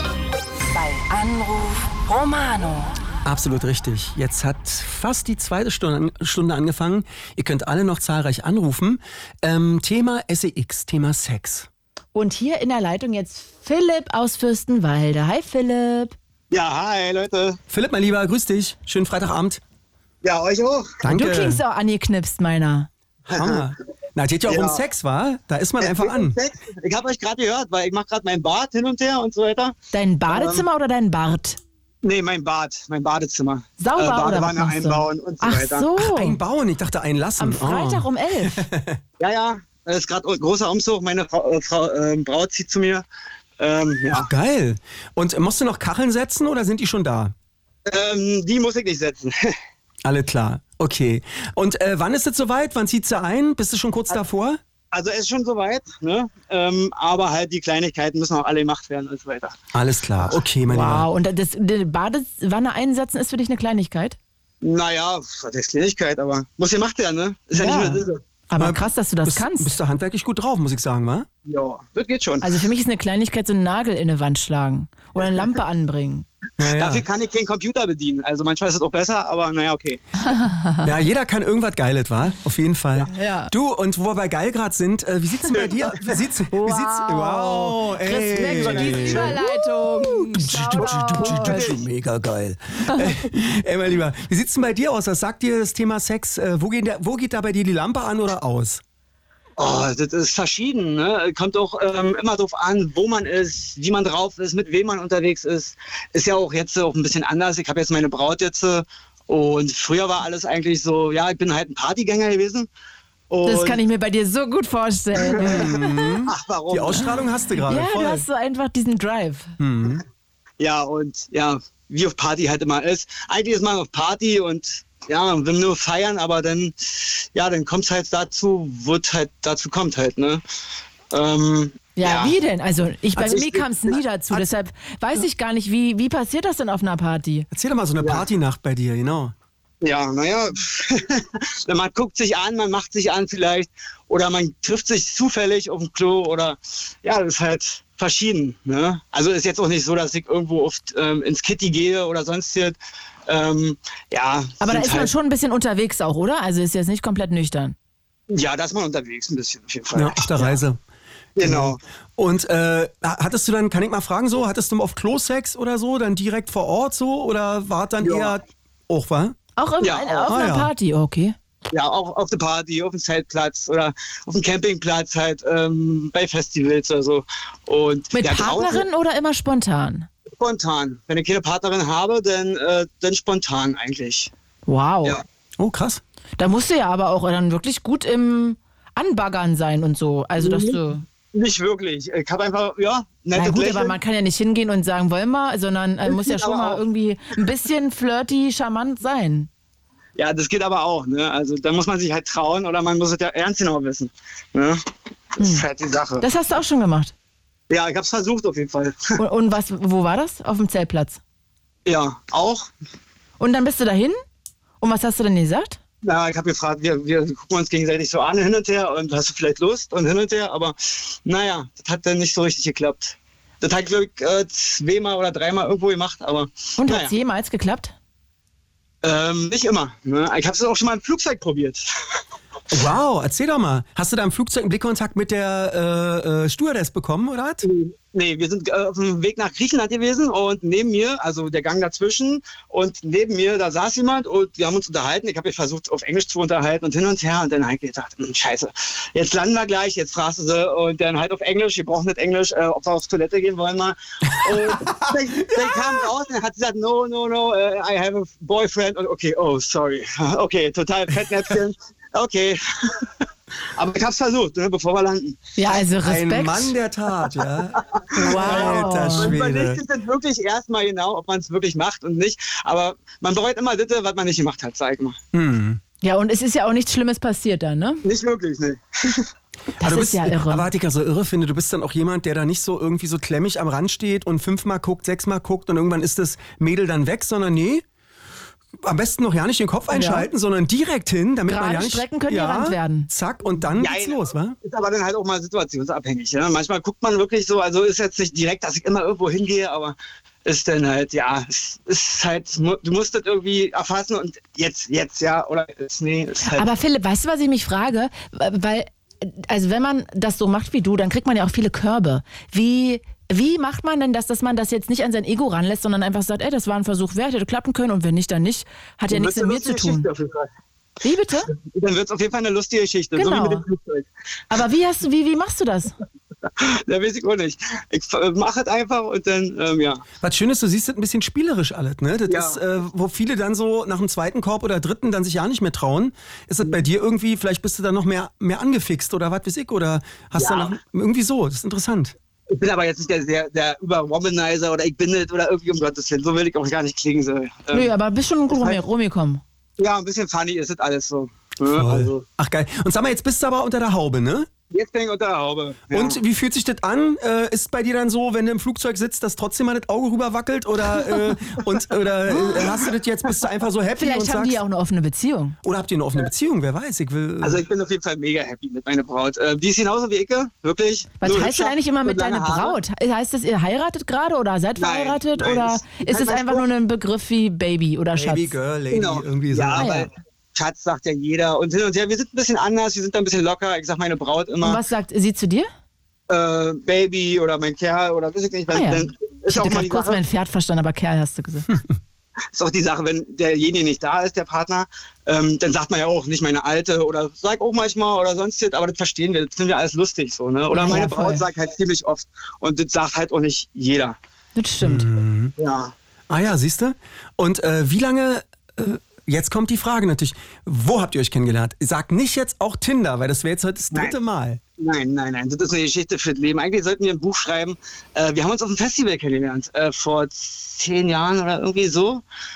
Bei Anruf Romano. Absolut richtig. Jetzt hat fast die zweite Stunde, Stunde angefangen. Ihr könnt alle noch zahlreich anrufen. Ähm, Thema S E X, Thema Sex. Und hier in der Leitung jetzt Philipp aus Fürstenwalde. Hi Philipp. Ja, hi Leute. Philipp, mein Lieber, grüß dich. Schönen Freitagabend. Ja, euch auch. Danke. Du klingst auch angeknipst, meiner. Hammer. Na, es geht ja auch Ja. um Sex, wa? Da ist man einfach an. Ich habe euch gerade gehört, weil ich mache gerade mein Bad hin und her und so weiter. Dein Badezimmer oder dein Bart? Nee, mein Bad, mein Badezimmer. Sauber äh, oder was Badewanne machst du? einbauen und so Ach weiter. so. Einbauen, ich dachte einlassen. Am Freitag Oh. um elf. Ja, ja, das ist gerade ein großer Umzug. Meine Frau, äh, Frau äh, Braut zieht zu mir. Ähm, ja. Geil. Und musst du noch Kacheln setzen oder sind die schon da? Ähm, die muss ich nicht setzen. Alle klar. Okay. Und äh, wann ist es soweit? Wann zieht sie ein? Bist du schon kurz davor? Also es ist schon soweit, ne? Ähm, aber halt die Kleinigkeiten müssen auch alle gemacht werden und so weiter. Alles klar. Okay, mein Lieber. Wow, und das, die Badewanne einsetzen ist für dich eine Kleinigkeit? Naja, das ist Kleinigkeit, aber muss gemacht werden, ne? Ist ja, Ja. nicht mehr so. Aber Aber krass, dass du das bist, kannst. Bist du handwerklich gut drauf, muss ich sagen, wa? Ja, das geht schon. Also für mich ist eine Kleinigkeit so einen Nagel in eine Wand schlagen oder eine Lampe anbringen. Ja, ja. Dafür kann ich keinen Computer bedienen. Also manchmal ist es auch besser, aber naja, okay. ja, jeder kann irgendwas Geiles, wa? Auf jeden Fall. Ja. Du, und wo wir bei geil gerade sind, äh, wie sieht's denn bei dir? Wie sieht's, wie Wow. sieht's, wow, ey. Respekt für diese Überleitung. Shoutout. Mega geil. äh, ey, mein Lieber, wie sieht's denn bei dir aus? Was sagt dir das Thema Sex? Äh, wo, geht der, wo geht da bei dir die Lampe an oder aus? Oh, das ist verschieden. Ne? Kommt auch ähm, immer darauf an, wo man ist, wie man drauf ist, mit wem man unterwegs ist. Ist ja auch jetzt auch ein bisschen anders. Ich habe jetzt meine Braut jetzt äh, und früher war alles eigentlich so, ja, ich bin halt ein Partygänger gewesen. Und Das kann ich mir bei dir so gut vorstellen. Ach, warum? Die Ausstrahlung hast du gerade. Ja, voll. du hast so einfach diesen Drive. Ja, und ja, wie auf Party halt immer ist. Eigentlich ist man auf Party und ja, man will nur feiern, aber dann, ja, dann kommt es halt dazu, wird halt dazu kommt halt, ne? Ähm, Ja, wie denn? Also ich, bei Also mir ich- kam es nie dazu, deshalb weiß ich gar nicht, wie, wie passiert das denn auf einer Party? Erzähl doch mal so eine Partynacht bei dir, genau. Ja, naja, man guckt sich an, man macht sich an vielleicht oder man trifft sich zufällig auf dem Klo oder ja, das ist halt verschieden. Ne? Also ist jetzt auch nicht so, dass ich irgendwo oft ähm, ins Kitty gehe oder sonstiges. Ähm, ja, Aber da sind ist man halt, schon ein bisschen unterwegs auch, oder? Also ist jetzt nicht komplett nüchtern. Ja, da ist man unterwegs ein bisschen auf jeden Fall. Ja, auf der Reise. Genau. Und äh, hattest du dann, kann ich mal fragen, so, hattest du auf Klo Sex oder so, dann direkt vor Ort so oder war dann Ja. eher auch, wa? Auch im, Ja, auf auch. einer Ah, ja. Party, okay. Ja, auch auf der Party, auf dem Zeltplatz oder auf dem Campingplatz halt, ähm, bei Festivals oder so. Und Mit ja, draußen Partnerin oder immer spontan? spontan. Wenn ich keine Partnerin habe, dann, äh, dann spontan eigentlich. Wow. Ja. Oh, krass. Da musst du ja aber auch dann wirklich gut im Anbaggern sein und so. Also, dass du. Nicht wirklich. Ich habe einfach, ja, Na nettes gut, Lächeln. aber man kann ja nicht hingehen und sagen, wollen wir, sondern äh, muss ja schon aber mal auch. irgendwie ein bisschen flirty, charmant sein. Ja, das geht aber auch. Ne? Also da muss man sich halt trauen oder man muss es ja ernst genau wissen. Ne? Das ist halt die Sache. Das hast du auch schon gemacht. Ja, ich habe es versucht auf jeden Fall. Und, und was, wo war das? Auf dem Zeltplatz. Ja, auch. Und dann bist du dahin? Und was hast du denn gesagt? Ja, ich habe gefragt, wir, wir gucken uns gegenseitig so an hin und her und hast du vielleicht Lust und hin und her, aber naja, das hat dann nicht so richtig geklappt. Das hat Glück äh, zweimal oder dreimal irgendwo gemacht, aber Und naja, hat's jemals geklappt? ähm, nicht immer. Ne? Ich habe es auch schon mal im Flugzeug probiert. Wow, erzähl doch mal. Hast du da im Flugzeug einen Blickkontakt mit der äh, äh, Stewardess bekommen, oder was? Nee, wir sind äh, auf dem Weg nach Griechenland gewesen und neben mir, also der Gang dazwischen und neben mir, da saß jemand und wir haben uns unterhalten. Ich habe mich versucht, auf Englisch zu unterhalten und hin und her und dann habe ich gedacht, hm, scheiße, jetzt landen wir gleich, jetzt fragst du sie und dann halt auf Englisch, wir brauchen nicht Englisch, äh, ob wir aufs Toilette gehen wollen mal. Und dann, dann kam raus und hat sie gesagt, no, no, no, uh, I have a boyfriend und okay, oh, sorry, okay, total Fettnäpfchen, okay. Aber ich hab's versucht, ne, bevor wir landen. Ja, also Respekt. Ein Mann der Tat, ja. Wow. Alter Man Schwede. überlegt sich wirklich erstmal genau, ob man es wirklich macht und nicht. Aber man bereut immer das, was man nicht gemacht hat, sag ich mal. Hm. Ja, und es ist ja auch nichts Schlimmes passiert dann, ne? Nicht wirklich, ne. Das du ist bist, ja irre. Aber was ich ja so irre finde, du bist dann auch jemand, der da nicht so irgendwie so klemmig am Rand steht und fünfmal guckt, sechsmal guckt und irgendwann ist das Mädel dann weg, sondern nee, am besten noch ja nicht den Kopf einschalten, ja. sondern direkt hin, damit Gerade man ja nicht... Strecken können ja, gerannt werden. Zack, und dann geht's Nein, los, wa? Ist aber dann halt auch mal situationsabhängig. Ja? Manchmal guckt man wirklich so, also ist jetzt nicht direkt, dass ich immer irgendwo hingehe, aber ist dann halt, ja, es ist halt, du musst das irgendwie erfassen und jetzt, jetzt, ja, oder jetzt, nee. Ist halt Aber Philipp, weißt du, was ich mich frage? Weil, also wenn man das so macht wie du, dann kriegt man ja auch viele Körbe. Wie... Wie macht man denn das, dass man das jetzt nicht an sein Ego ranlässt, sondern einfach sagt, ey, das war ein Versuch wert, hätte klappen können und wenn nicht, dann nicht. Hat ja nichts mit mir zu tun. Wie bitte? Dann wird es auf jeden Fall eine lustige Geschichte, genau. so wie mit dem Flugzeug. Aber wie, hast du, wie, wie machst du das? Da weiß ich auch nicht. Ich mache es einfach und dann, ähm, ja. Was schön ist, du siehst das ein bisschen spielerisch alles, ne? Das Ja. ist, äh, wo viele dann so nach dem zweiten Korb oder dritten dann sich ja nicht mehr trauen. Ist das bei dir irgendwie, vielleicht bist du dann noch mehr, mehr angefixt oder was weiß ich, oder hast du Ja. noch, irgendwie so, das ist interessant. Ich bin aber jetzt nicht der, der, der Über-Womanizer oder ich bin nicht oder irgendwie, um Gottes Willen. So will ich auch gar nicht klingen. So. Ähm, Nö, aber bist schon gut halt- rumgekommen. Ja, ein bisschen funny ist das alles so. Ja, Voll. also, Ach geil. Und sag mal, jetzt bist du aber unter der Haube, ne? jetzt bin ich unter der Haube. Ja. Und wie fühlt sich das an? Äh, ist bei dir dann so, wenn du im Flugzeug sitzt, dass trotzdem mal das Auge rüber wackelt? Oder, äh, und, oder äh, hast du das jetzt, bist du einfach so happy Vielleicht und haben sagst... die ja auch eine offene Beziehung. Oder habt ihr eine offene Beziehung? Wer weiß, ich will... Also ich bin auf jeden Fall mega happy mit meiner Braut. Äh, die ist genauso wie ich, wirklich. Was Nur heißt denn hübscher eigentlich immer und mit lange deiner Haare. Braut? Heißt das, ihr heiratet gerade oder seid Nein, verheiratet? nein, oder das- ist es mein einfach Spruch- nur ein Begriff wie Baby oder Schatz? Baby, Girl, Lady, Genau. irgendwie so. Ja, Ah, ja. weil Schatz sagt ja jeder. Und hin und her, wir sind ein bisschen anders, wir sind da ein bisschen locker. Ich sag meine Braut Und immer, was sagt sie zu dir? äh, Baby oder mein Kerl oder weiß ich nicht. Ah, Wenn, ja. dann Ich ist auch hätte mal gerade die kurz Sache, mein Pferd verstanden, aber Kerl hast du gesagt. ist auch die Sache, wenn derjenige nicht da ist, der Partner, ähm, dann sagt man ja auch nicht meine Alte oder sag auch manchmal oder sonst, aber das verstehen wir, das finden wir alles lustig so, ne? Oder Ja, meine ja, voll. Braut sagt halt ziemlich oft und das sagt halt auch nicht jeder. Das stimmt. Ja. Ah ja, siehst du? Und äh, wie lange... Äh, Jetzt kommt die Frage natürlich, wo habt ihr euch kennengelernt? Sag nicht jetzt auch Tinder, weil das wäre jetzt heute das dritte Nein. Mal. Nein, nein, nein, das ist eine Geschichte für das Leben. Eigentlich sollten wir ein Buch schreiben. Äh, wir haben uns auf einem Festival kennengelernt, äh, vor zehn Jahren oder irgendwie so.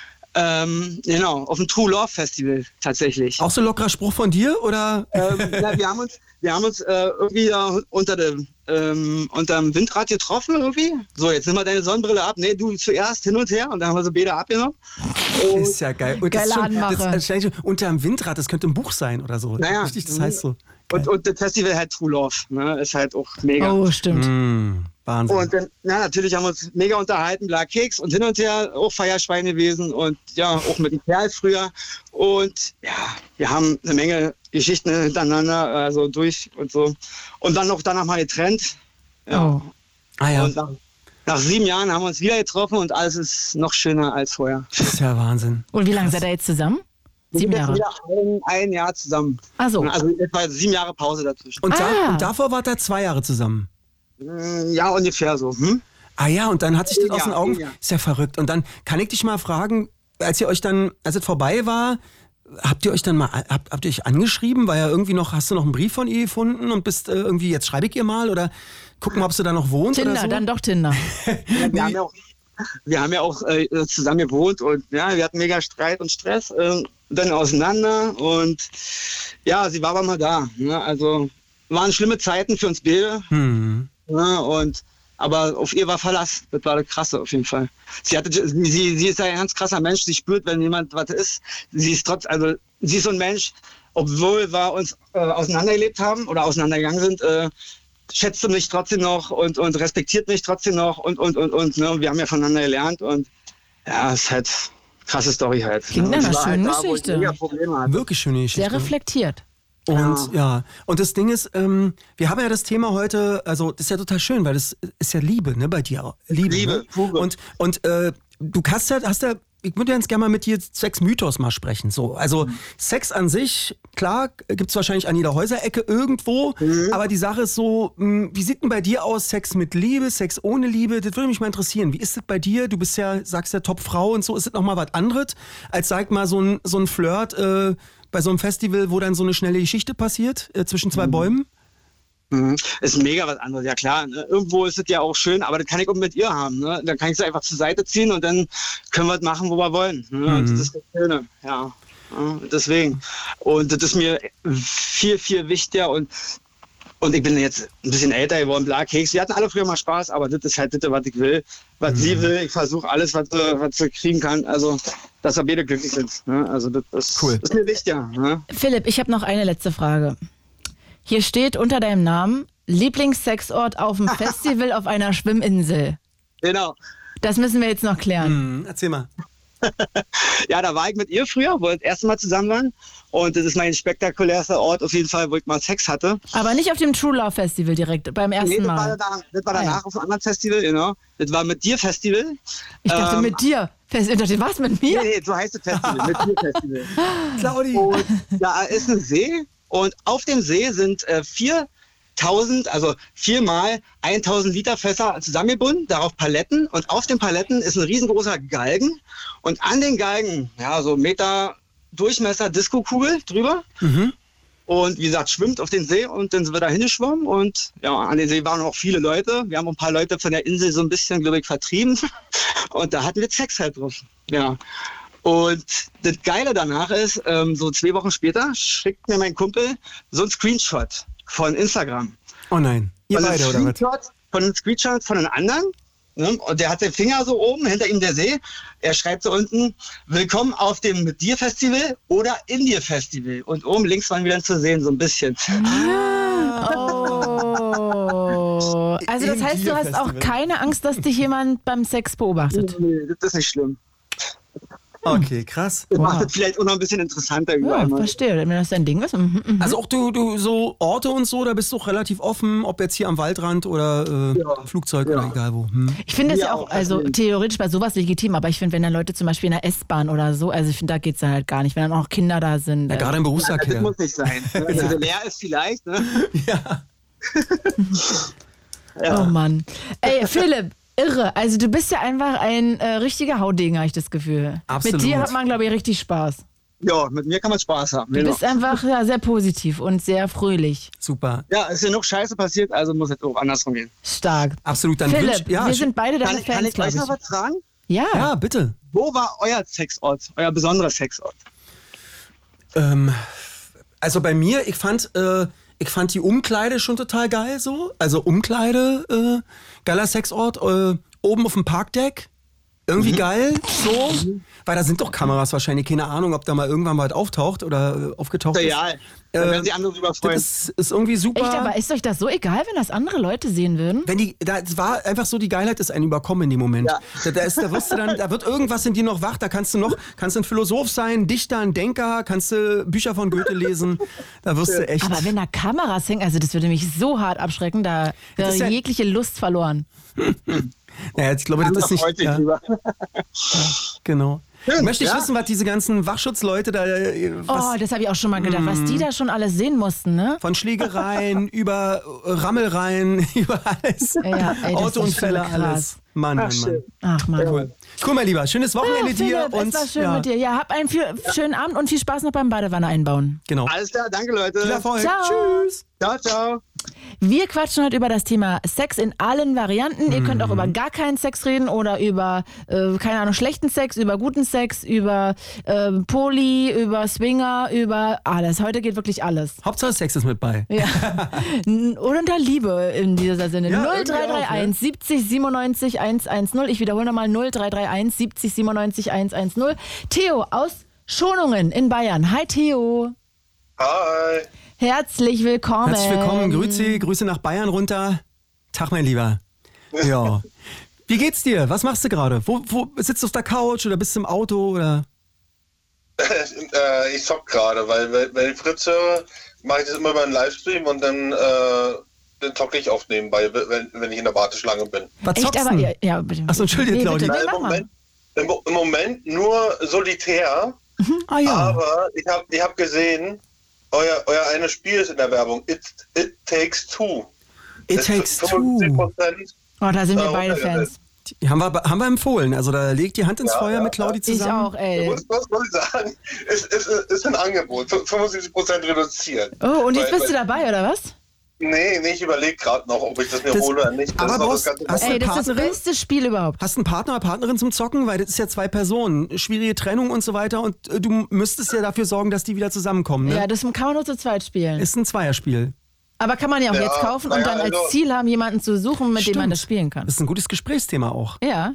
Ähm, genau, auf dem True Love Festival tatsächlich. Auch so ein lockerer Spruch von dir, oder? ähm, na, wir haben uns, wir haben uns äh, irgendwie da unter dem ähm, unterm Windrad getroffen irgendwie. So, jetzt nimm mal deine Sonnenbrille ab. Nee, du zuerst hin und her und dann haben wir so beide abgenommen. Und, Ist ja geil. Und das ist Geile schon, das, Anmache. das, stell dich schon, unterm Windrad, das könnte ein Buch sein oder so. Naja. Richtig, das heißt so. und, und das Festival halt True Love, ne, ist halt auch mega. Oh, stimmt. Mm, Wahnsinn. Und dann, na, natürlich haben wir uns mega unterhalten, bla Keks und hin und her, auch Feierschwein gewesen und ja, auch mit dem Kerl früher. Und ja, wir haben eine Menge Geschichten hintereinander, also durch und so. Und dann noch danach mal getrennt. Ja. Oh. ah ja, Und nach, nach sieben Jahren haben wir uns wieder getroffen und alles ist noch schöner als vorher. das ist ja Wahnsinn. Und wie lange seid ihr jetzt zusammen? Wir Sieben sind jetzt Jahre. wieder ein, ein Jahr zusammen. Ach so. Also etwa sieben Jahre Pause dazwischen. Und, da, Ah. und davor wart ihr zwei Jahre zusammen. Mm, Ja, ungefähr so. Hm? Ah ja, und dann hat sich das aus Ja, den Augen... ja. Ist ja verrückt. Und dann kann ich dich mal fragen, als ihr euch dann, als es vorbei war, habt ihr euch dann mal, habt, habt ihr euch angeschrieben? Weil ja irgendwie noch, hast du noch einen Brief von ihr gefunden und bist äh, irgendwie, jetzt schreibe ich ihr mal oder gucken, ob sie da noch wohnt Tinder, oder so? dann doch Tinder. Ja, wir haben ja auch, wir haben ja auch äh, zusammen gewohnt und ja, wir hatten mega Streit und Stress, äh, dann auseinander und ja, sie war aber mal da. Ne? Also waren schlimme Zeiten für uns beide. Hm. Ne? Und aber auf ihr war Verlass. Das war das Krasse auf jeden Fall. Sie hatte, sie, sie ist ein ganz krasser Mensch. Sie spürt, wenn jemand was ist. Sie ist trotz, also sie ist so ein Mensch, obwohl wir uns äh, auseinandergelebt haben oder auseinandergegangen sind. Äh, schätzt sie mich trotzdem noch und, und respektiert mich trotzdem noch und, und, und, und, ne? Wir haben ja voneinander gelernt und ja, es ist halt eine krasse Story halt. Klingt ne? nach Sie einer war halt schönen da, wo ich Geschichte. mega Probleme hatte. Wirklich schöne Geschichte. Sehr reflektiert. Und ja. und das Ding ist, ähm, wir haben ja das Thema heute, also das ist ja total schön, weil das ist ja Liebe, ne, bei dir auch. Liebe. Liebe, ne? pure. Und, und äh, du hast ja, hast ja, ich würde ganz gerne mal mit dir Sex-Mythos mal sprechen. So. Also Sex an sich, klar, gibt es wahrscheinlich an jeder Häuserecke irgendwo, Mhm. aber die Sache ist so, mh, wie sieht denn bei dir aus, Sex mit Liebe, Sex ohne Liebe? Das würde mich mal interessieren. Wie ist das bei dir? Du bist ja, sagst ja Top-Frau und so, ist das nochmal was anderes, als sag mal so ein, so ein Flirt äh, bei so einem Festival, wo dann so eine schnelle Geschichte passiert äh, zwischen zwei mhm. Bäumen? Mhm. Ist mega was anderes, ja klar. Ne? Irgendwo ist es ja auch schön, aber das kann ich auch mit ihr haben. Ne? Dann kann ich sie einfach zur Seite ziehen und dann können wir es machen, wo wir wollen. Ne? Mhm. Das ist das Schöne, ja. ja. Deswegen. Und das ist mir viel, viel wichtiger und Und ich bin jetzt ein bisschen älter geworden, bla, Keks. Wir hatten alle früher mal Spaß, aber das ist halt das, was ich will. Was mhm. sie will, ich versuche alles, was, was sie kriegen kann. Also, dass wir beide glücklich sind. Ne? Also, das, das, cool. das ist mir wichtig. Ne? Philipp, ich habe noch eine letzte Frage. Hier steht unter deinem Namen Lieblingssexort auf dem Festival auf einer Schwimminsel. Genau. Das müssen wir jetzt noch klären. Mhm. Erzähl mal. Ja, da war ich mit ihr früher, wo wir das erste Mal zusammen waren. Und das ist mein spektakulärster Ort auf jeden Fall, wo ich mal Sex hatte. Aber nicht auf dem True Love Festival direkt, beim ersten nee, das Mal. War danach, das war danach ah, ja. auf einem anderen Festival, genau. Das war mit dir Festival. Ich dachte ähm, mit dir. Ich dachte, was, mit mir? Nee, nee, so heißt das Festival, mit dir Festival. Claudi. Und da ist ein See und auf dem See sind äh, vier tausend, also viermal tausend Liter Fässer zusammengebunden, darauf Paletten und auf den Paletten ist ein riesengroßer Galgen und an den Galgen, ja, so Meter Durchmesser Diskokugel drüber mhm. und wie gesagt, schwimmt auf den See und dann sind wir da hingeschwommen und ja, an den See waren auch viele Leute. Wir haben ein paar Leute von der Insel so ein bisschen, glaube ich, vertrieben und da hatten wir Sex halt drauf, ja. Und das Geile danach ist, ähm, so zwei Wochen später schickt mir mein Kumpel so ein Screenshot von Instagram. Oh nein, ihr also beide, oder was? Von einem Screenshot von einem anderen. Ne? Und der hat den Finger so oben, hinter ihm der See. Er schreibt so unten, willkommen auf dem Mit dir Festival oder In dir Festival. Und oben links waren wir dann zu sehen, so ein bisschen. Ah, oh. Also das heißt, du hast auch keine Angst, dass dich jemand beim Sex beobachtet? Nee, das ist nicht schlimm. Okay, krass. Das wow. macht es vielleicht auch noch ein bisschen interessanter. Ja, verstehe, wenn das dein Ding ist. Mhm, mhm. Also auch du, du so Orte und so, da bist du auch relativ offen, ob jetzt hier am Waldrand oder äh, ja. Flugzeug ja. oder egal wo. Hm. Ich finde das ja, ja auch, also theoretisch bei sowas legitim, aber ich finde, wenn dann Leute zum Beispiel in der S-Bahn oder so, also ich finde, da geht es dann halt gar nicht, wenn dann auch Kinder da sind. Ja, gerade im Berufsverkehr. Ja, das muss nicht sein. Wenn ja. sie leer ist vielleicht, ne? Ja. ja. Oh Mann. Ey, Philipp. Irre, also du bist ja einfach ein äh, richtiger Haudegen, habe ich das Gefühl. Absolut. Mit dir hat man, glaube ich, richtig Spaß. Ja, mit mir kann man Spaß haben. Du genau. bist einfach ja, sehr positiv und sehr fröhlich. Super. Ja, es ist ja noch Scheiße passiert, also muss es auch andersrum gehen. Stark. Absolut. Dann Philipp, wünsch, ja, wir sind beide deine kann, Fans, kann ich glaube euch ich. noch was fragen? Ja. Ja, bitte. Wo war euer Sexort, euer besonderer Sexort? Ähm, also bei mir, ich fand... Äh, Ich fand die Umkleide schon total geil so. Also Umkleide, äh, geiler Sexort. Äh, oben auf dem Parkdeck. Irgendwie mhm. geil, so. Weil da sind doch Kameras wahrscheinlich. Keine Ahnung, ob da mal irgendwann mal auftaucht oder äh, aufgetaucht ist. Ja, da werden die anderen drüber freuen. Das ist, ist irgendwie super. Echt, aber ist euch das so egal, wenn das andere Leute sehen würden? Wenn die, das war einfach so, die Geilheit ist einen überkommen in dem Moment. Ja. Da, da, ist, da, wirst du dann, da wird irgendwas in dir noch wach, da kannst du noch, kannst du ein Philosoph sein, ein Dichter, ein Denker, kannst du Bücher von Goethe lesen, da wirst du echt... Aber wenn da Kameras hängen, also das würde mich so hart abschrecken, da wäre ja jegliche Lust verloren. Naja, ich glaube, das ist nicht... Ja. Ja, genau. Schön, Möchte ich ja. wissen, was diese ganzen Wachschutzleute da... Was, oh, das habe ich auch schon mal gedacht, mm. was die da schon alles sehen mussten, ne? Von Schlägereien über Rammelreien, über alles. Ja, ey, Autounfälle, alles. Mann, Mann, Mann. Ach, Mann. Cool. Cool, mein Lieber. Schönes Wochenende ja, dir. Philipp, Und, es war schön ja. mit dir. Ja, hab einen viel, schönen Abend und viel Spaß noch beim Badewanne einbauen. Genau. Alles klar, danke Leute. Viel Erfolg. Ciao. Tschüss. Ciao, ciao. Wir quatschen heute über das Thema Sex in allen Varianten. Ihr könnt auch über gar keinen Sex reden oder über, äh, keine Ahnung, schlechten Sex, über guten Sex, über äh, Poly, über Swinger, über alles. Heute geht wirklich alles. Hauptsache Sex ist mit bei. Ja. Und unter Liebe in dieser Sinne. Ja, null drei drei eins auch, ne? siebzig siebenundneunzig hundertzehn. Ich wiederhole nochmal null drei drei eins siebzig siebenundneunzig hundertzehn. Theo aus Schonungen in Bayern. Hi Theo. Hi. Herzlich willkommen. Herzlich willkommen. Grüße, Grüße nach Bayern runter. Tag, mein Lieber. Ja. Wie geht's dir? Was machst du gerade? Wo, wo sitzt du auf der Couch oder bist du im Auto? Oder? äh, ich zock gerade, weil wenn ich Fritz höre, mache ich das immer über einen Livestream und dann, äh, dann zocke ich oft nebenbei, wenn, wenn ich in der Warteschlange bin. Was Echt, zockst aber, du? ja, ja, bitte. Achso, Entschuldige, Nee, Claudia. bitte. Na, im, Moment, im, Im Moment nur solitär, Ah ja. aber ich habe ich hab gesehen, euer, euer eines Spiel ist in der Werbung, It, It Takes Two. It Das Takes ist fünfundsiebzig Two. Prozent Oh, da sind wir äh, beide runtergesetzt. Fans. Die haben wir, haben wir empfohlen. Also da legt die Hand ins Ja, Feuer ja, mit Claudi Ich zusammen. auch, ey. Was, was muss ich sagen? Es ist, ist, ist ein Angebot. fünfundsiebzig Prozent reduziert. Oh, und jetzt Weil- bist du dabei, oder was? Nee, nee, ich überlege gerade noch, ob ich das mir Das- hole oder nicht. Das aber ist noch brauchst- das ganze hast du- Ey, das ist das Partnerin? beste Spiel überhaupt. Hast du einen Partner oder Partnerin zum Zocken? Weil das ist ja zwei Personen. Schwierige Trennung und so weiter. Und äh, du müsstest ja dafür sorgen, dass die wieder zusammenkommen. Ne? Ja, das kann man nur zu zweit spielen. Ist ein Zweierspiel. Aber kann man ja auch Ja, jetzt kaufen und naja, dann als also- Ziel haben, jemanden zu suchen, mit dem man Stimmt. das spielen kann. Das ist ein gutes Gesprächsthema auch. Ja.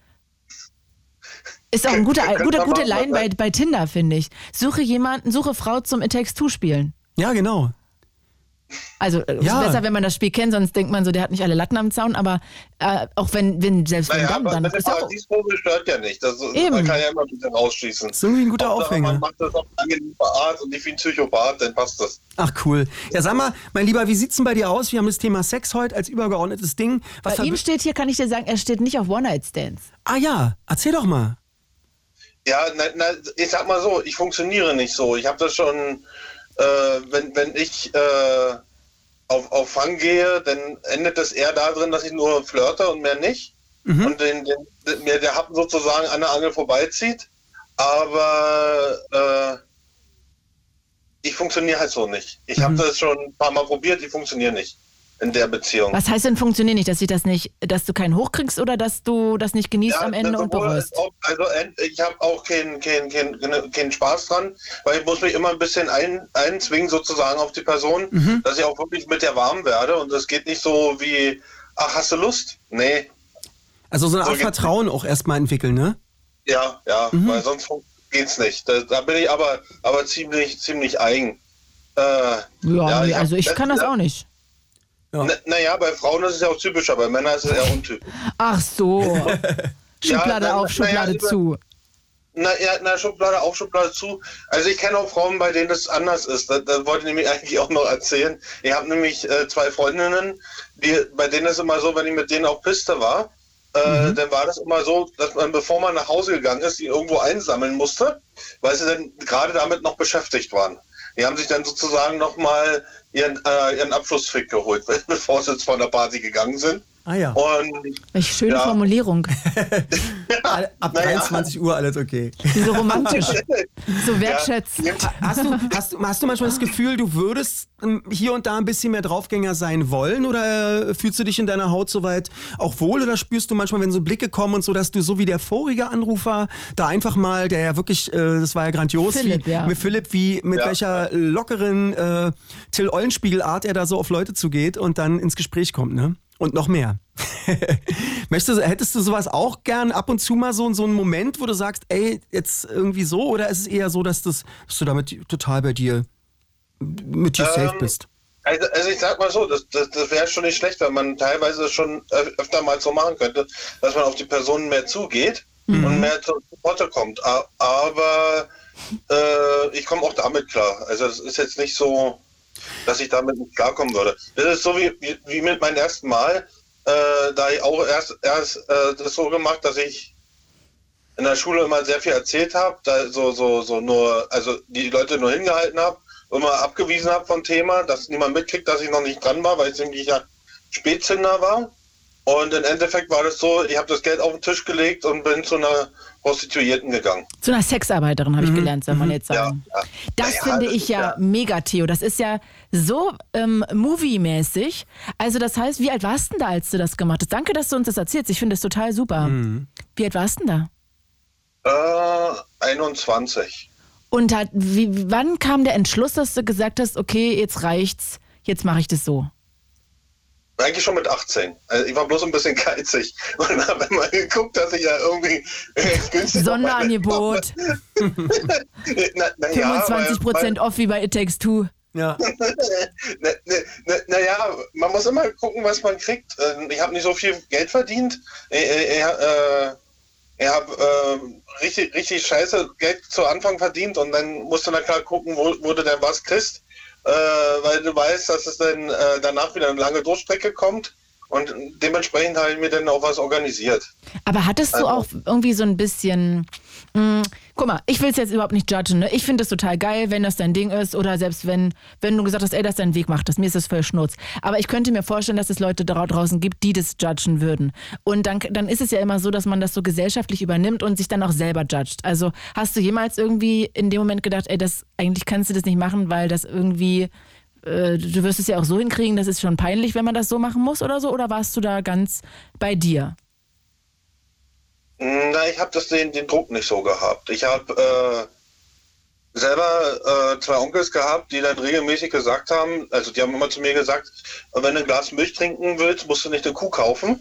Ist auch ein guter, Könnte guter, man gute machen, Line bei, bei Tinder, finde ich. Suche jemanden, suche Frau zum It Takes Two spielen. Ja, genau. Also äh, Ja. ist besser, wenn man das Spiel kennt, sonst denkt man so, der hat nicht alle Latten am Zaun, aber äh, auch wenn, wenn selbst wenn Naja, dann, aber dann mit der ist ja auch, Paradiesprobe stört ja nicht. Das, Eben. man kann ja immer ein bisschen rausschießen. Das ist irgendwie ein guter Hauptsache, Aufhänger. Man macht das auf eine angenehme Art und nicht wie ein Psychopath, dann passt das. Ach cool. Ja, sag mal, mein Lieber, wie sieht's denn bei dir aus? Wir haben das Thema Sex heute als übergeordnetes Ding. Was bei ihm verbi- steht hier, kann ich dir sagen, er steht nicht auf One-Night-Stands. ah ja, erzähl doch mal. Ja, na, na, ich sag mal so, ich funktioniere nicht so. Ich habe das schon, äh, wenn, wenn ich äh, auf, auf Fang gehe, dann endet das eher darin, dass ich nur flirte und mehr nicht. Mhm. Und den, den, mir der Happen sozusagen an der Angel vorbeizieht. Aber äh, ich funktioniere halt so nicht. Ich habe Mhm. das schon ein paar Mal probiert, ich funktioniere nicht in der Beziehung. Was heißt denn funktioniert nicht, dass ich das nicht, dass du keinen hochkriegst oder dass du das nicht genießt am Ende das und sowohl bereust? als auch- Also äh, ich habe auch keinen kein, kein, kein, kein Spaß dran, weil ich muss mich immer ein bisschen ein, einzwingen sozusagen auf die Person, Mhm. dass ich auch wirklich mit der warm werde und das geht nicht so wie, ach, hast du Lust? Nee, Also so eine So Art geht's Vertrauen auch erstmal entwickeln, ne? ja, ja, Mhm. weil sonst geht's nicht. Da, da bin ich aber, aber ziemlich, ziemlich eigen. Äh, Ja, Ja, nee, ich hab also ich kann das letztes auch nicht. Ja. na, naja, bei Frauen ist es ja auch typischer, bei Männern ist es eher untypisch. Ach so. Schublade na- auf, Schublade naja, zu. Na ja, na, Schublade auf, Schublade zu. Also ich kenne auch Frauen, bei denen das anders ist. Das, das wollte ich nämlich eigentlich auch noch erzählen. Ich habe nämlich äh, zwei Freundinnen, die, bei denen ist immer so, wenn ich mit denen auf Piste war, äh, dann war das immer so, dass man, bevor man nach Hause gegangen ist, die irgendwo einsammeln musste, weil sie dann gerade damit noch beschäftigt waren. Die haben sich dann sozusagen nochmal ihren, äh, ihren Abschlussfick geholt, bevor sie jetzt von der Party gegangen sind. Ah ja. Und Welche schöne Ja. Formulierung. Alle- Ab Naja. dreiundzwanzig Uhr alles okay. So romantisch, so wertschätzt. ja, Hast du, hast, du, hast du manchmal das Gefühl, du würdest ähm, hier und da ein bisschen mehr Draufgänger sein wollen oder äh, fühlst du dich in deiner Haut soweit auch wohl oder spürst du manchmal, wenn so Blicke kommen und so, dass du so wie der vorige Anrufer da einfach mal, der ja wirklich, äh, das war ja grandios, Philipp, wie, ja. mit Philipp, wie mit Ja. welcher lockeren äh, Till Eulenspiegel-Art er da so auf Leute zugeht und dann ins Gespräch kommt, ne? Und noch mehr. Möchtest du, hättest du sowas auch gern ab und zu mal so, so einen Moment, wo du sagst, ey, jetzt irgendwie so? Oder ist es eher so, dass, das, dass du damit total bei dir, mit dir safe Ähm, bist? Also, also ich sag mal so, das, das, das wäre schon nicht schlecht, wenn man teilweise schon ö- öfter mal so machen könnte, dass man auf die Personen mehr zugeht und mehr zu Potte kommt. A- Aber äh, ich komme auch damit klar. Also es ist jetzt nicht so, dass ich damit nicht klarkommen würde. Das ist so wie, wie, wie mit meinem ersten Mal. Äh, da ich auch erst, erst äh, das so gemacht, dass ich in der Schule immer sehr viel erzählt habe, da so, so, so nur, also die Leute nur hingehalten habe, immer abgewiesen habe vom Thema, dass niemand mitkriegt, dass ich noch nicht dran war, weil ich nämlich ja Spätzünder war. Und im Endeffekt war das so, ich habe das Geld auf den Tisch gelegt und bin zu einer Prostituierten gegangen. Zu einer Sexarbeiterin habe ich gelernt, soll man jetzt sagen. Ja, ja. Das Naja, finde das ich ist ja, ja- mega, Theo. Das ist ja so ähm, movie-mäßig. Also das heißt, wie alt warst du denn da, als du das gemacht hast? Danke, dass du uns das erzählst. Ich finde das total super. Wie alt warst du denn da? Äh, einundzwanzig. Und hat, wie, wann kam der Entschluss, dass du gesagt hast, okay, jetzt reicht's, jetzt mache ich das so? Eigentlich schon mit achtzehn. Also ich war bloß ein bisschen geizig und habe mal geguckt, dass ich ja irgendwie äh, günstig Sonderangebot, na, na ja, fünfundzwanzig Prozent off wie bei It Takes Two. Ja. Na, na, na, na ja, man muss immer gucken, was man kriegt. Ähm, Ich habe nicht so viel Geld verdient. Ich, ich, äh, ich habe äh, richtig, richtig scheiße Geld zu Anfang verdient und dann musst du na klar gucken, wo, wo du denn was kriegst, äh, weil du weißt, dass es dann äh, danach wieder eine lange Durchstrecke kommt und dementsprechend habe ich mir dann auch was organisiert. Aber hattest du Also- auch irgendwie so ein bisschen Mm, guck mal, ich will es jetzt überhaupt nicht judgen. Ne? Ich finde es total geil, wenn das dein Ding ist oder selbst wenn, wenn du gesagt hast, ey, das ist dein Weg, mach das. Mir ist das voll Schnurz. Aber ich könnte mir vorstellen, dass es Leute da draußen gibt, die das judgen würden. Und dann, dann ist es ja immer so, dass man das so gesellschaftlich übernimmt und sich dann auch selber judgt. Also hast du jemals irgendwie in dem Moment gedacht, ey, das, eigentlich kannst du das nicht machen, weil das irgendwie, äh, du wirst es ja auch so hinkriegen, das ist schon peinlich, wenn man das so machen muss oder so? Oder warst du da ganz bei dir? Na, ich habe das den, den Druck nicht so gehabt. Ich habe äh, selber äh, zwei Onkels gehabt, die dann regelmäßig gesagt haben, also die haben immer zu mir gesagt, wenn du ein Glas Milch trinken willst, musst du nicht eine Kuh kaufen.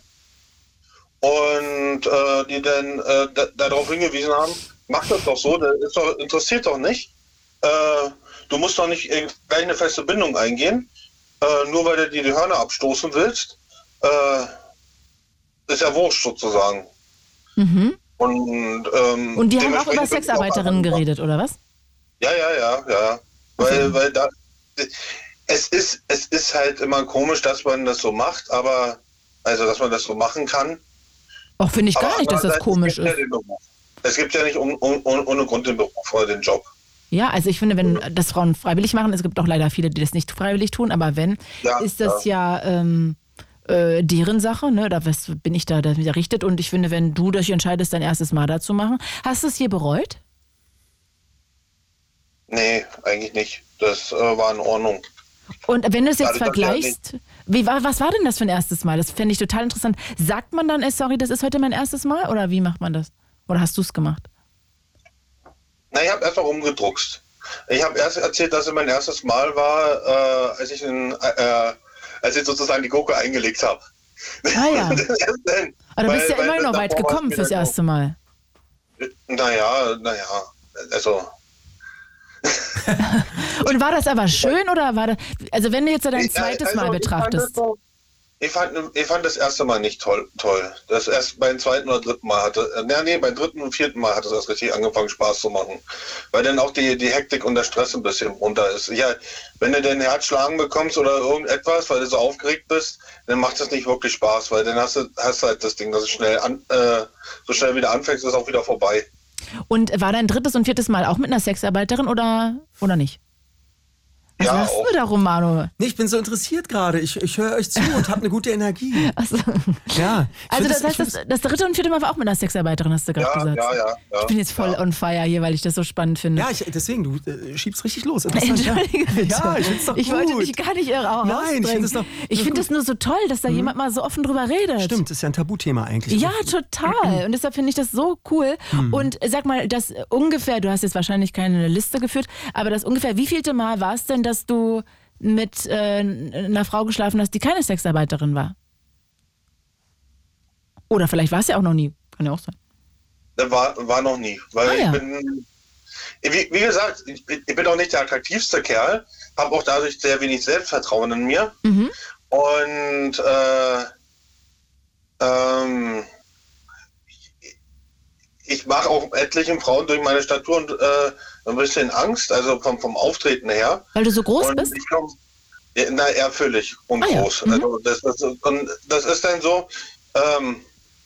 Und äh, die dann äh, da, darauf hingewiesen haben, mach das doch so, das ist doch, interessiert doch nicht. Äh, du musst doch nicht gleich eine feste Bindung eingehen, äh, nur weil du dir die Hörner abstoßen willst. Äh, ist ja wurscht sozusagen. Mhm. Und, ähm, Und die haben auch über Sexarbeiterinnen geredet, oder was? Ja, ja, ja, ja. Weil, Okay. weil da es ist, es ist halt immer komisch, dass man das so macht, aber also dass man das so machen kann. Auch finde ich gar Aber nicht, dass das andererseits, komisch es gibt ja ist. den Beruf. Es gibt ja nicht un, un, un, ohne Grund den Beruf oder den Job. Ja, also ich finde, wenn das Frauen freiwillig machen, es gibt auch leider viele, die das nicht freiwillig tun, aber wenn, Ja, ist das ja, ähm, äh, deren Sache, ne? Da was- bin ich da damit errichtet und ich finde, wenn du dich entscheidest, dein erstes Mal dazu machen, hast du es hier bereut? Nee, eigentlich nicht. Das äh, war in Ordnung. Und wenn du es jetzt Also das ja vergleichst, wie war, was war denn das für ein erstes Mal? Das fände ich total interessant. Sagt man dann, ey, sorry, das ist heute mein erstes Mal? Oder wie macht man das? Oder hast du es gemacht? Na, ich habe erst mal rumgedruckst. Ich habe erst erzählt, dass es mein erstes Mal war, äh, als ich in, äh, als ich sozusagen die Gurke eingelegt habe. Ah ja. Das erst dann. Aber du bist Weil- ja weil immer noch davor weit war es gekommen mir fürs dann erste Mal. auch- Naja, naja, also Und war das aber schön oder war das, also wenn du jetzt dein Ich- zweites also, Mal ich fand betrachtest. das so- Ich fand, ich fand das erste Mal nicht toll. toll. Das erst beim zweiten oder dritten Mal hatte, äh, nee, nee, beim dritten und vierten Mal hat es erst richtig angefangen, Spaß zu machen. Weil dann auch die, die Hektik und der Stress ein bisschen runter ist. Ja, wenn du den Herzschlagen bekommst oder irgendetwas, weil du so aufgeregt bist, dann macht das nicht wirklich Spaß, weil dann hast du, hast du halt das Ding, dass es schnell an, äh, so schnell wieder anfängst, ist auch wieder vorbei. Und war dein drittes und viertes Mal auch mit einer Sexarbeiterin oder, oder nicht? Was Ja, machst auch. du da, Romano? Nee, ich bin so interessiert gerade. Ich, ich höre euch zu und habe eine gute Energie. Also, Ja. Ich also find das heißt, ich das, das dritte und vierte Mal war auch mit einer Sexarbeiterin, hast du gerade Ja, gesagt. ja, ja, ja. Ich bin jetzt voll ja. on fire hier, weil ich das so spannend finde. Ja, ich, deswegen, du äh, schiebst richtig los. Interessant, Entschuldige bitte. Ja, ich find's doch Ich wollte gut. dich gar nicht irre Nein, ich finde es doch- Ich finde es nur so toll, dass da jemand mal so offen drüber redet. Stimmt, ist ja ein Tabuthema eigentlich. Ja, total. Und deshalb finde ich das so cool. Hm. Und sag mal, das ungefähr, du hast jetzt wahrscheinlich keine Liste geführt, aber das ungefähr, wie vielte Mal war es denn, dass du mit äh, einer Frau geschlafen hast, die keine Sexarbeiterin war? Oder vielleicht war es ja auch noch nie. Kann ja auch sein. Das war, war noch nie. Weil Ah, ja. ich bin, wie, wie gesagt, ich, bin- ich bin auch nicht der attraktivste Kerl, habe auch dadurch sehr wenig Selbstvertrauen in mir. Mhm. Und äh, ähm, ich mache auch etlichen Frauen durch meine Statur und, äh, ein bisschen Angst, also vom, vom Auftreten her. Weil du so groß und bist? ich komm, ja, na, eher völlig und Ah, ja. groß. Mhm. Also das, das, und das ist dann so, ähm,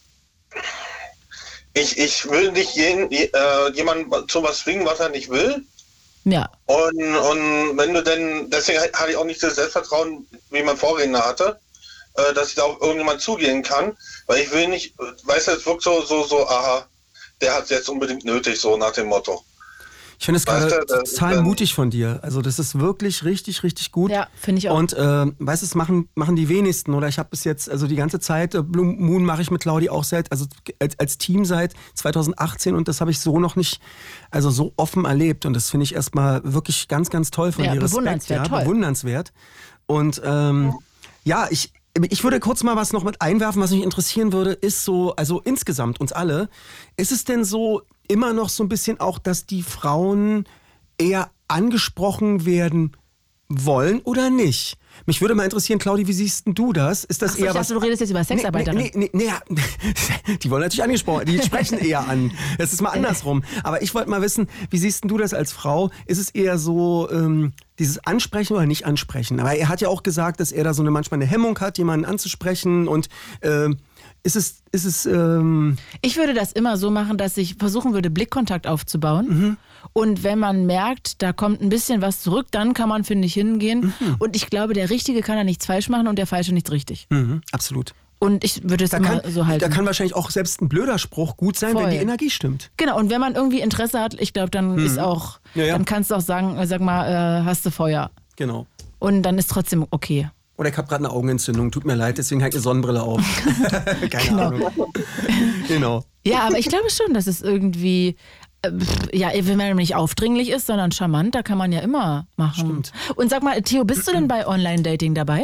ich, ich will nicht jeden, äh, jemanden zu was zwingen, was er nicht will. Ja. Und, und wenn du denn, deswegen hatte ich auch nicht das Selbstvertrauen, wie mein Vorredner hatte, äh, dass ich da auf irgendjemand zugehen kann, weil ich will nicht, weißt du, es wirkt so, so, so, aha, der hat es jetzt unbedingt nötig, so nach dem Motto. Ich finde es gerade Weißt du, das- total das- mutig von dir. Also das ist wirklich richtig, richtig gut. Ja, finde ich auch. Und äh, weißt du, das machen, machen die wenigsten. Oder ich habe bis jetzt, also die ganze Zeit, äh, Blue Moon mache ich mit Claudi auch seit, also als, als Team seit zwanzig achtzehn und das habe ich so noch nicht, also so offen erlebt. Und das finde ich erstmal wirklich ganz, ganz toll von Ja, dir. Respekt, bewundernswert, ja, toll. bewundernswert. Und ähm, ja, ich, ich würde kurz mal was noch mit einwerfen, was mich interessieren würde, ist so, also insgesamt uns alle, ist es denn so immer noch so ein bisschen auch, dass die Frauen eher angesprochen werden wollen oder nicht? Mich würde mal interessieren, Claudi, wie siehst denn du das? Ist das Ach so, eher ich was? dachte, du redest jetzt über Sexarbeiterin. Nee, nee, nee, nee, ja. Die wollen natürlich angesprochen, die sprechen eher an. Das ist mal andersrum. Aber ich wollte mal wissen, wie siehst denn du das als Frau? Ist es eher so, ähm, dieses Ansprechen oder nicht ansprechen. Aber er hat ja auch gesagt, dass er da so eine manchmal eine Hemmung hat, jemanden anzusprechen und äh, ist es, ist es ähm ich würde das immer so machen, dass ich versuchen würde, Blickkontakt aufzubauen. Mhm. Und wenn man merkt, da kommt ein bisschen was zurück, dann kann man, finde ich, hingehen. Mhm. Und ich glaube, der Richtige kann da nichts falsch machen und der Falsche nichts richtig. Mhm, absolut. Und ich würde es Da immer kann, so halten. da kann wahrscheinlich auch selbst ein blöder Spruch gut sein, Voll. wenn die Energie stimmt. Genau, und wenn man irgendwie Interesse hat, ich glaube, dann ist auch, Ja, ja. dann kannst du auch sagen, äh, sag mal, äh, hast du Feuer? Genau. Und dann ist trotzdem okay. Oder ich habe gerade eine Augenentzündung, tut mir leid, deswegen halt eine Sonnenbrille auf. Keine Genau. Ahnung. Genau. Ja, aber ich glaube schon, dass es irgendwie, äh, ja, wenn man nicht aufdringlich ist, sondern charmant, da kann man ja immer machen. Stimmt. Und sag mal, Theo, bist du denn bei Online-Dating dabei?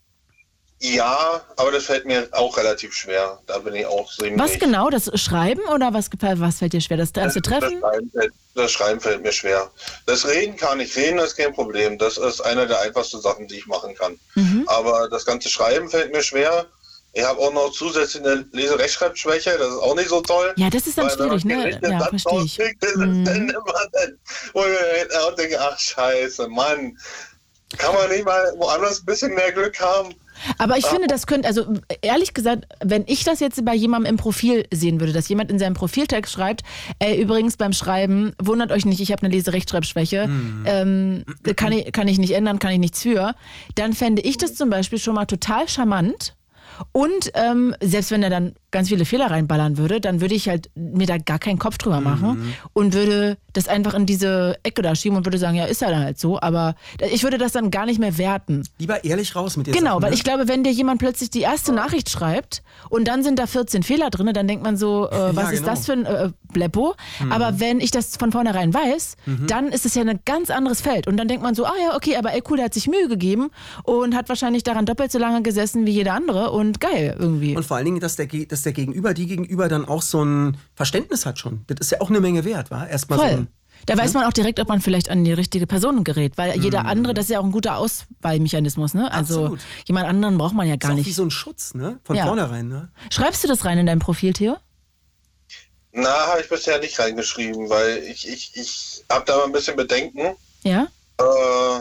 Ja, aber das fällt mir auch relativ schwer. Da bin ich auch ziemlich... Was genau? Das Schreiben oder was, was fällt dir schwer? Das erste Das, Treffen? Schreiben fällt, das Schreiben fällt mir schwer. Das Reden kann ich reden, das ist kein Problem. Das ist eine der einfachsten Sachen, die ich machen kann. Mhm. Aber das ganze Schreiben fällt mir schwer. Ich habe auch noch zusätzlich eine Lese-Rechtschreibschwäche, das ist auch nicht so toll. Ja, das ist dann Weil wenn man schwierig, ne? den richtigen Ja, Satz verstehe ich. rauskriegt, das Mhm. ist dann immer dann, wo ich auch denke, ach scheiße, Mann. Kann man nicht mal woanders ein bisschen mehr Glück haben? Aber ich finde, das könnte, also ehrlich gesagt, wenn ich das jetzt bei jemandem im Profil sehen würde, dass jemand in seinem Profiltext schreibt, ey, übrigens beim Schreiben, wundert euch nicht, ich habe eine Lese-Rechtschreibschwäche, Mhm. ähm, kann, ich, kann ich nicht ändern, kann ich nichts für, dann fände ich das zum Beispiel schon mal total charmant. Und ähm, selbst wenn er dann ganz viele Fehler reinballern würde, dann würde ich halt mir da gar keinen Kopf drüber machen Mhm. und würde das einfach in diese Ecke da schieben und würde sagen, ja, ist ja dann halt so, aber ich würde das dann gar nicht mehr werten. Lieber ehrlich raus mit dir. Genau, Sachen, weil ne? ich glaube, wenn dir jemand plötzlich die erste Nachricht schreibt und dann sind da vierzehn Fehler drin, dann denkt man so, äh, was Ja, ist genau. das für ein äh, Bleppo? Aber wenn ich das von vornherein weiß, dann ist es ja ein ganz anderes Feld. Und dann denkt man so, ah ja, okay, aber ey, cool, der hat sich Mühe gegeben und hat wahrscheinlich daran doppelt so lange gesessen wie jeder andere und geil irgendwie. Und vor allen Dingen, dass der, Ge- dass der Gegenüber, die Gegenüber dann auch so ein Verständnis hat schon. Das ist ja auch eine Menge wert, wa? Erstmal so Voll. ein, Da weiß man auch direkt, ob man vielleicht an die richtige Person gerät, weil jeder andere, das ist ja auch ein guter Auswahlmechanismus, ne? Also Absolut. jemand anderen braucht man ja ist gar auch wie nicht. so ein Schutz, ne? Von Ja. vornherein, ne? Schreibst du das rein in dein Profil, Theo? Na, habe ich bisher nicht reingeschrieben, weil ich, ich, ich habe da mal ein bisschen Bedenken. Ja? Äh,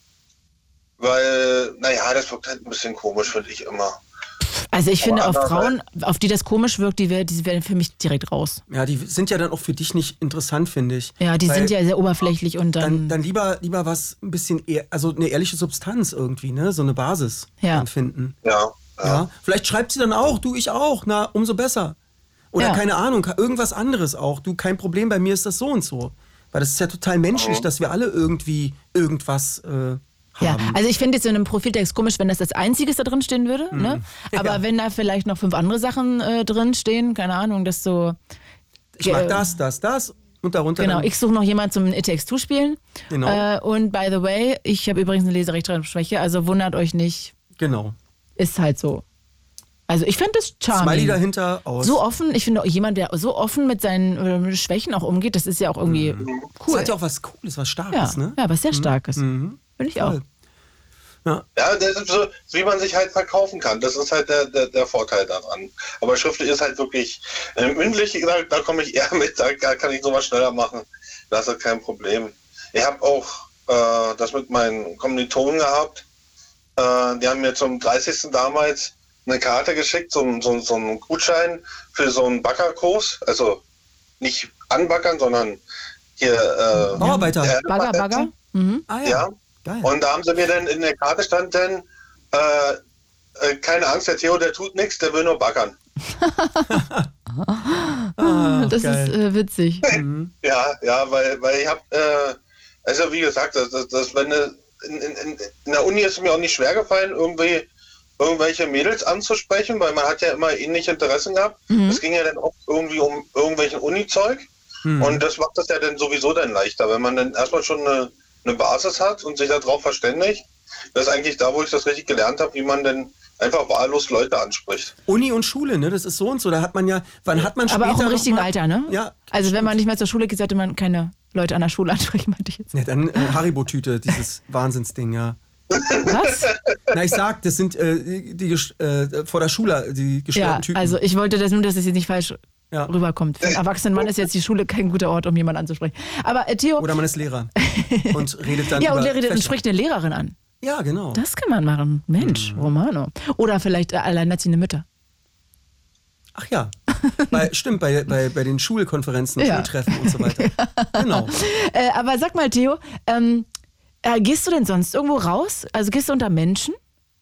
weil, naja, das wirkt halt ein bisschen komisch, finde ich immer. Also ich finde, auf Aber Frauen, auf die das komisch wirkt, die, wär, die werden für mich direkt raus. Ja, die sind ja dann auch für dich nicht interessant, finde ich. Ja, die Weil sind ja sehr oberflächlich und dann... Dann, dann lieber, lieber was ein bisschen, eher, also eine ehrliche Substanz irgendwie, ne? So eine Basis Ja. dann finden. Ja, ja. Ja. Vielleicht schreibt sie dann auch, du, ich auch, na, umso besser. Oder Ja. keine Ahnung, irgendwas anderes auch. Du, kein Problem, bei mir ist das so und so. Weil das ist ja total menschlich, Mhm. dass wir alle irgendwie irgendwas äh, ja, haben. also ich finde jetzt in einem Profiltext komisch, wenn das das Einzige da drin stehen würde, ne? Aber Ja. wenn da vielleicht noch fünf andere Sachen äh, drin stehen, keine Ahnung, das so... Ich mag äh, das, das, das und darunter Genau, dann, ich suche noch jemanden zum It Takes Two spielen. Genau. Äh, und by the way, ich habe übrigens eine Leserechtschreibschwäche, also wundert euch nicht, genau. ist halt so. Also ich finde das charming. Smiley dahinter aus. So offen, ich finde auch jemand, der so offen mit seinen äh, Schwächen auch umgeht, das ist ja auch irgendwie Das cool. hat ja auch was Cooles, was Ja, Starkes, ne? ja, was sehr Starkes. Mhm. Finde ich auch. Voll. Ja. Ja, das ist so, wie man sich halt verkaufen kann. Das ist halt der, der, der Vorteil daran. Aber schriftlich ist halt wirklich, äh, mündlich, da, da komme ich eher mit, da kann ich sowas schneller machen. Das ist kein Problem. Ich habe auch äh, das mit meinen Kommilitonen gehabt. Äh, die haben mir zum dreißigsten damals eine Karte geschickt, so, so, so einen Gutschein für so einen Backerkurs. Also nicht anbackern, sondern hier... Äh, Bauarbeiter. Erde Bagger, versetzen. Bagger. Mhm. Ah ja, Ja. geil. Und da haben sie mir dann in der Karte stand dann, äh, äh, keine Angst, der Theo, der tut nichts, der will nur backern. Ah, Das geil. ist äh, witzig. Ja, ja, weil, weil ich habe, äh, also wie gesagt, das, das, das, wenn du, in, in, in der Uni ist es mir auch nicht schwer gefallen, irgendwie irgendwelche Mädels anzusprechen, weil man hat ja immer ähnliche Interessen gehabt. Es ging ja dann auch irgendwie um irgendwelchen Uni-Zeug. Mhm. Und das macht das ja dann sowieso dann leichter, wenn man dann erstmal schon eine, eine Basis hat und sich darauf verständigt. Das ist eigentlich da, wo ich das richtig gelernt habe, wie man denn einfach wahllos Leute anspricht. Uni und Schule, ne? Das ist so und so. Da hat man ja, wann hat man später Aber auch im noch richtigen mal, Alter, ne? Ja. Also wenn man nicht mehr zur Schule geht, sollte man keine Leute an der Schule ansprechen, meinte ich jetzt. Ja, dann äh, Haribo-Tüte, dieses Wahnsinnsding, ja. Was? Na, ich sag, das sind äh, die, die äh, vor der Schule, die Ja, geschnürten Tüten. also ich wollte das nur, dass es jetzt nicht falsch Ja. rüberkommt. Für einen erwachsenen Mann ist jetzt die Schule kein guter Ort, um jemanden anzusprechen. Aber äh, Theo... Oder man ist Lehrer und redet dann Ja, und über der redet und Fächer. spricht eine Lehrerin an. Ja, genau. Das kann man machen. Mensch, Mhm. Romano. Oder vielleicht äh, alleinerziehende Mütter. Ach ja, bei, stimmt, bei, bei, bei den Schulkonferenzen, Ja. Schultreffen und so weiter. Genau. Äh, aber sag mal, Theo, ähm, äh, gehst du denn sonst irgendwo raus? Also gehst du unter Menschen?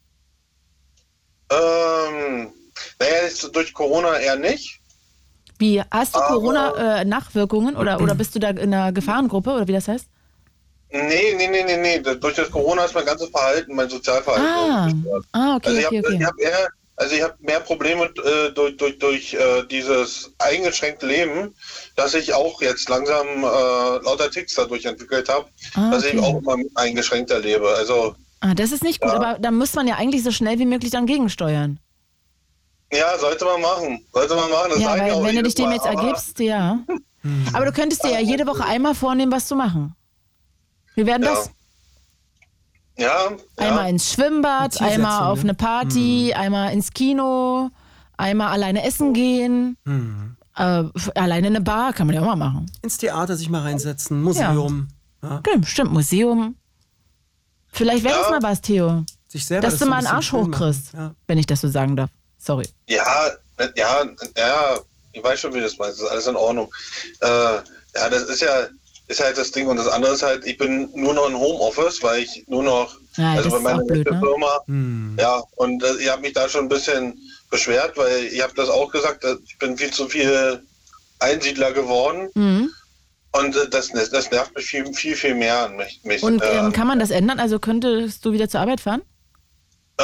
Ähm, naja, jetzt durch Corona eher nicht. Wie, hast du Aber- Corona-Nachwirkungen oder, oder bist du da in einer Gefahrengruppe oder wie das heißt? Nee, nee, nee, nee, nee. Durch das Corona ist mein ganzes Verhalten, mein Sozialverhalten Ah, gestört. ah okay, Also ich okay, habe okay. hab eher, also ich habe mehr Probleme äh, durch, durch, durch äh, dieses eingeschränkte Leben, dass ich auch jetzt langsam äh, lauter Ticks dadurch entwickelt habe, Ah, dass ich okay. auch immer eingeschränkter lebe. Also Ah, das ist nicht gut, Ja. aber da muss man ja eigentlich so schnell wie möglich dann gegensteuern. ja, sollte man machen. Sollte man machen. Das Ja, sage ich weil auch wenn du jedes dich dem Mal, jetzt aber- ergibst, ja. Aber du könntest dir ja jede Woche einmal vornehmen, was zu machen. Wie wäre Ja. das? Ja, Einmal ja. ins Schwimmbad, Eine Zielsetzung, einmal auf ne? eine Party, einmal ins Kino, einmal alleine essen gehen, Hm. äh, f- alleine in eine Bar, kann man ja auch mal machen. Ins Theater sich mal reinsetzen, Museum. Ja. Stimmt, stimmt, Museum. Vielleicht wäre Ja. das mal was, Theo. Sich selber Dass das du so mal ein einen bisschen Arsch schön machen. hochkriegst, Ja. wenn ich das so sagen darf. Sorry. Ja, ja, ja, ich weiß schon, wie das meinst. Das ist alles in Ordnung. Äh, ja, das ist ja, ist halt das Ding. Und das andere ist halt, ich bin nur noch im Homeoffice, weil ich nur noch, Ja, also das bei ist meiner auch blöd, ne? Firma, Hm. ja, und äh, ich habe mich da schon ein bisschen beschwert, weil ihr habt das auch gesagt, dass ich bin viel zu viel Einsiedler geworden. Mhm. Und äh, das, das nervt mich viel, viel, viel mehr an mich. mich Und äh, ähm, kann man das ändern? Also könntest du wieder zur Arbeit fahren? Äh,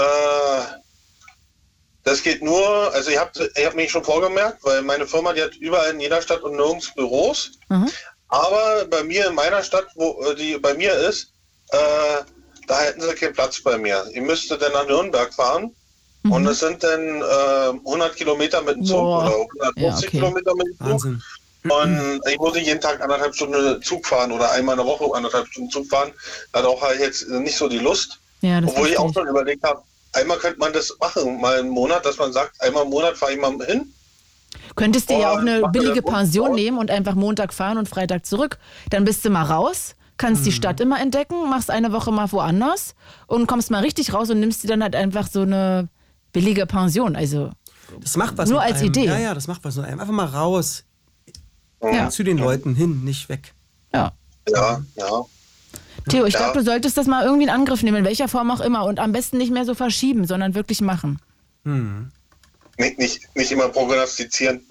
das geht nur, also ich habe ich hab mich schon vorgemerkt, weil meine Firma, die hat überall in jeder Stadt und nirgends Büros. Mhm. Aber bei mir in meiner Stadt, wo äh, die bei mir ist, äh, da hätten sie keinen Platz bei mir. Ihr müsstet dann nach Nürnberg fahren. Mhm. Und es sind dann äh, hundert Kilometer mit dem Zug Boah. oder hundertfünfzig Ja, okay. Kilometer mit dem Zug. Wahnsinn. Und ich muss jeden Tag anderthalb Stunden Zug fahren oder einmal in der Woche anderthalb Stunden Zug fahren. Da hat auch halt jetzt nicht so die Lust. Ja, das Obwohl ich auch verstehe schon überlegt habe, einmal könnte man das machen, mal im Monat, dass man sagt, einmal im Monat fahre ich mal hin. ich. Könntest dir ja auch eine Oh, billige macht er das Pension auch? nehmen und einfach Montag fahren und Freitag zurück. Dann bist du mal raus, kannst die Stadt immer entdecken, machst eine Woche mal woanders und kommst mal richtig raus und nimmst dir dann halt einfach so eine billige Pension. Also, Das macht was Nur mit als einem. Idee. Ja, ja, das macht was mit einem. Einfach mal raus. ja. Zu den Leuten hin, nicht weg. ja. Ja, ja. Theo, ich Ja. glaube, du solltest das mal irgendwie in Angriff nehmen, in welcher Form auch immer. Und am besten nicht mehr so verschieben, sondern wirklich machen. Hm. Nicht, nicht, nicht immer prognostizieren.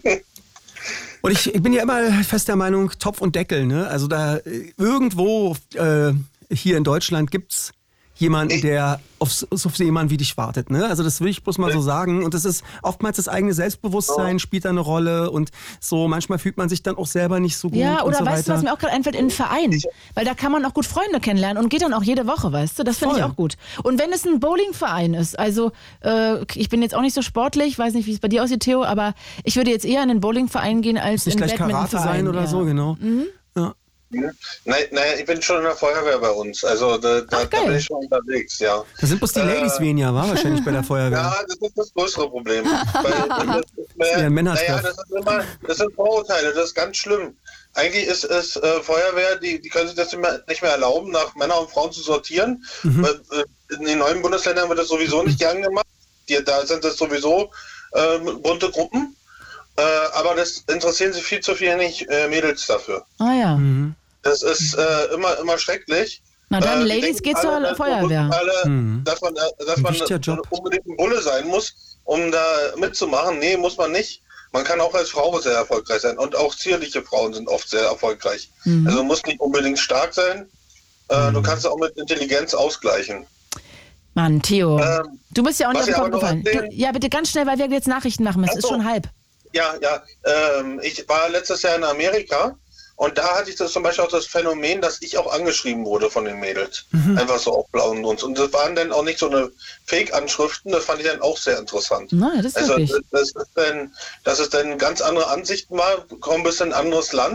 Und ich, ich bin ja immer fest der Meinung, Topf und Deckel, ne? Also da äh, irgendwo äh, hier in Deutschland gibt's jemanden, der auf, so- auf so jemanden wie dich wartet, ne? Also das will ich bloß mal so sagen. Und das ist oftmals das eigene Selbstbewusstsein spielt da eine Rolle und so manchmal fühlt man sich dann auch selber nicht so gut Ja, und oder so weißt du, weiter. was mir auch gerade einfällt, in einen Verein. Weil da kann man auch gut Freunde kennenlernen und geht dann auch jede Woche, weißt du? Das finde ich Voll. auch gut. Und wenn es ein Bowlingverein ist, also äh, ich bin jetzt auch nicht so sportlich, weiß nicht, wie es bei dir aussieht, Theo, aber ich würde jetzt eher in einen Bowlingverein gehen als nicht in einen gleich Karate Badmintonverein. sein oder ja. so, genau. Ja. Nein, naja, ich bin schon in der Feuerwehr bei uns. Also da, da, Ach, da geil. bin ich schon unterwegs, ja. Da sind bloß die Ladies Äh, weniger, war wahrscheinlich bei der Feuerwehr. Ja, das ist das größere Problem. Weil, das ist mehr, Ja, ein Männertreff. naja, das, ist immer, das sind Vorurteile, das ist ganz schlimm. Eigentlich ist es äh, Feuerwehr, die, die können sich das nicht mehr, nicht mehr erlauben, nach Männer und Frauen zu sortieren. Mhm. Weil, äh, in den neuen Bundesländern wird das sowieso nicht gern gemacht. Die, da sind das sowieso äh, bunte Gruppen. Äh, aber das interessieren sich viel zu wenig äh, Mädels dafür. Ah ja. Mhm. Das ist äh, immer, immer schrecklich. Na dann, Äh, die Ladies, denken geht alle, zur dass Feuerwehr. Alle, Mhm. dass man, äh, dass Ein man wichtiger Job. unbedingt ein Bulle sein muss, um da mitzumachen. Nee, muss man nicht. Man kann auch als Frau sehr erfolgreich sein. Und auch zierliche Frauen sind oft sehr erfolgreich. Mhm. Also muss nicht unbedingt stark sein. Äh, Mhm. Du kannst auch mit Intelligenz ausgleichen. Mann, Theo, Ähm, du bist ja auch nicht was auf den ich Kopf aber noch gefallen. Du, erzählen- ja, bitte ganz schnell, weil wir jetzt Nachrichten machen müssen. Ach Ist so. schon halb. Ja, ja. Ähm, ich war letztes Jahr in Amerika und da hatte ich das zum Beispiel auch das Phänomen, dass ich auch angeschrieben wurde von den Mädels. Einfach so auf blauen Dunst. Und das waren dann auch nicht so eine Fake-Anschriften, das fand ich dann auch sehr interessant. Na, das ist Also wirklich. das ist dann, dass es dann ganz andere Ansichten war, kaum ein bisschen ein anderes Land.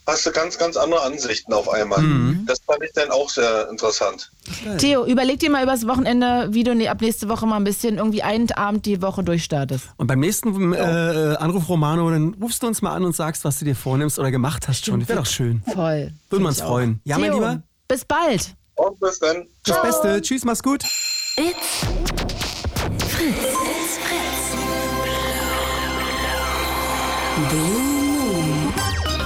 hast du ganz, ganz andere Ansichten auf einmal. Mhm. Das fand ich dann auch sehr interessant. Theo, überleg dir mal übers Wochenende, wie du ab nächste Woche mal ein bisschen irgendwie einen Abend die Woche durchstartest. Und beim nächsten äh, Anruf, Romano, dann rufst du uns mal an und sagst, was du dir vornimmst oder gemacht hast schon. Das wäre doch schön. Voll. Würden wir uns freuen. Ja, Theo, mein Lieber. Bis bald. Und bis dann. Das Beste. Tschüss, mach's gut. It's Fritz. It's Fritz. Blue Moon.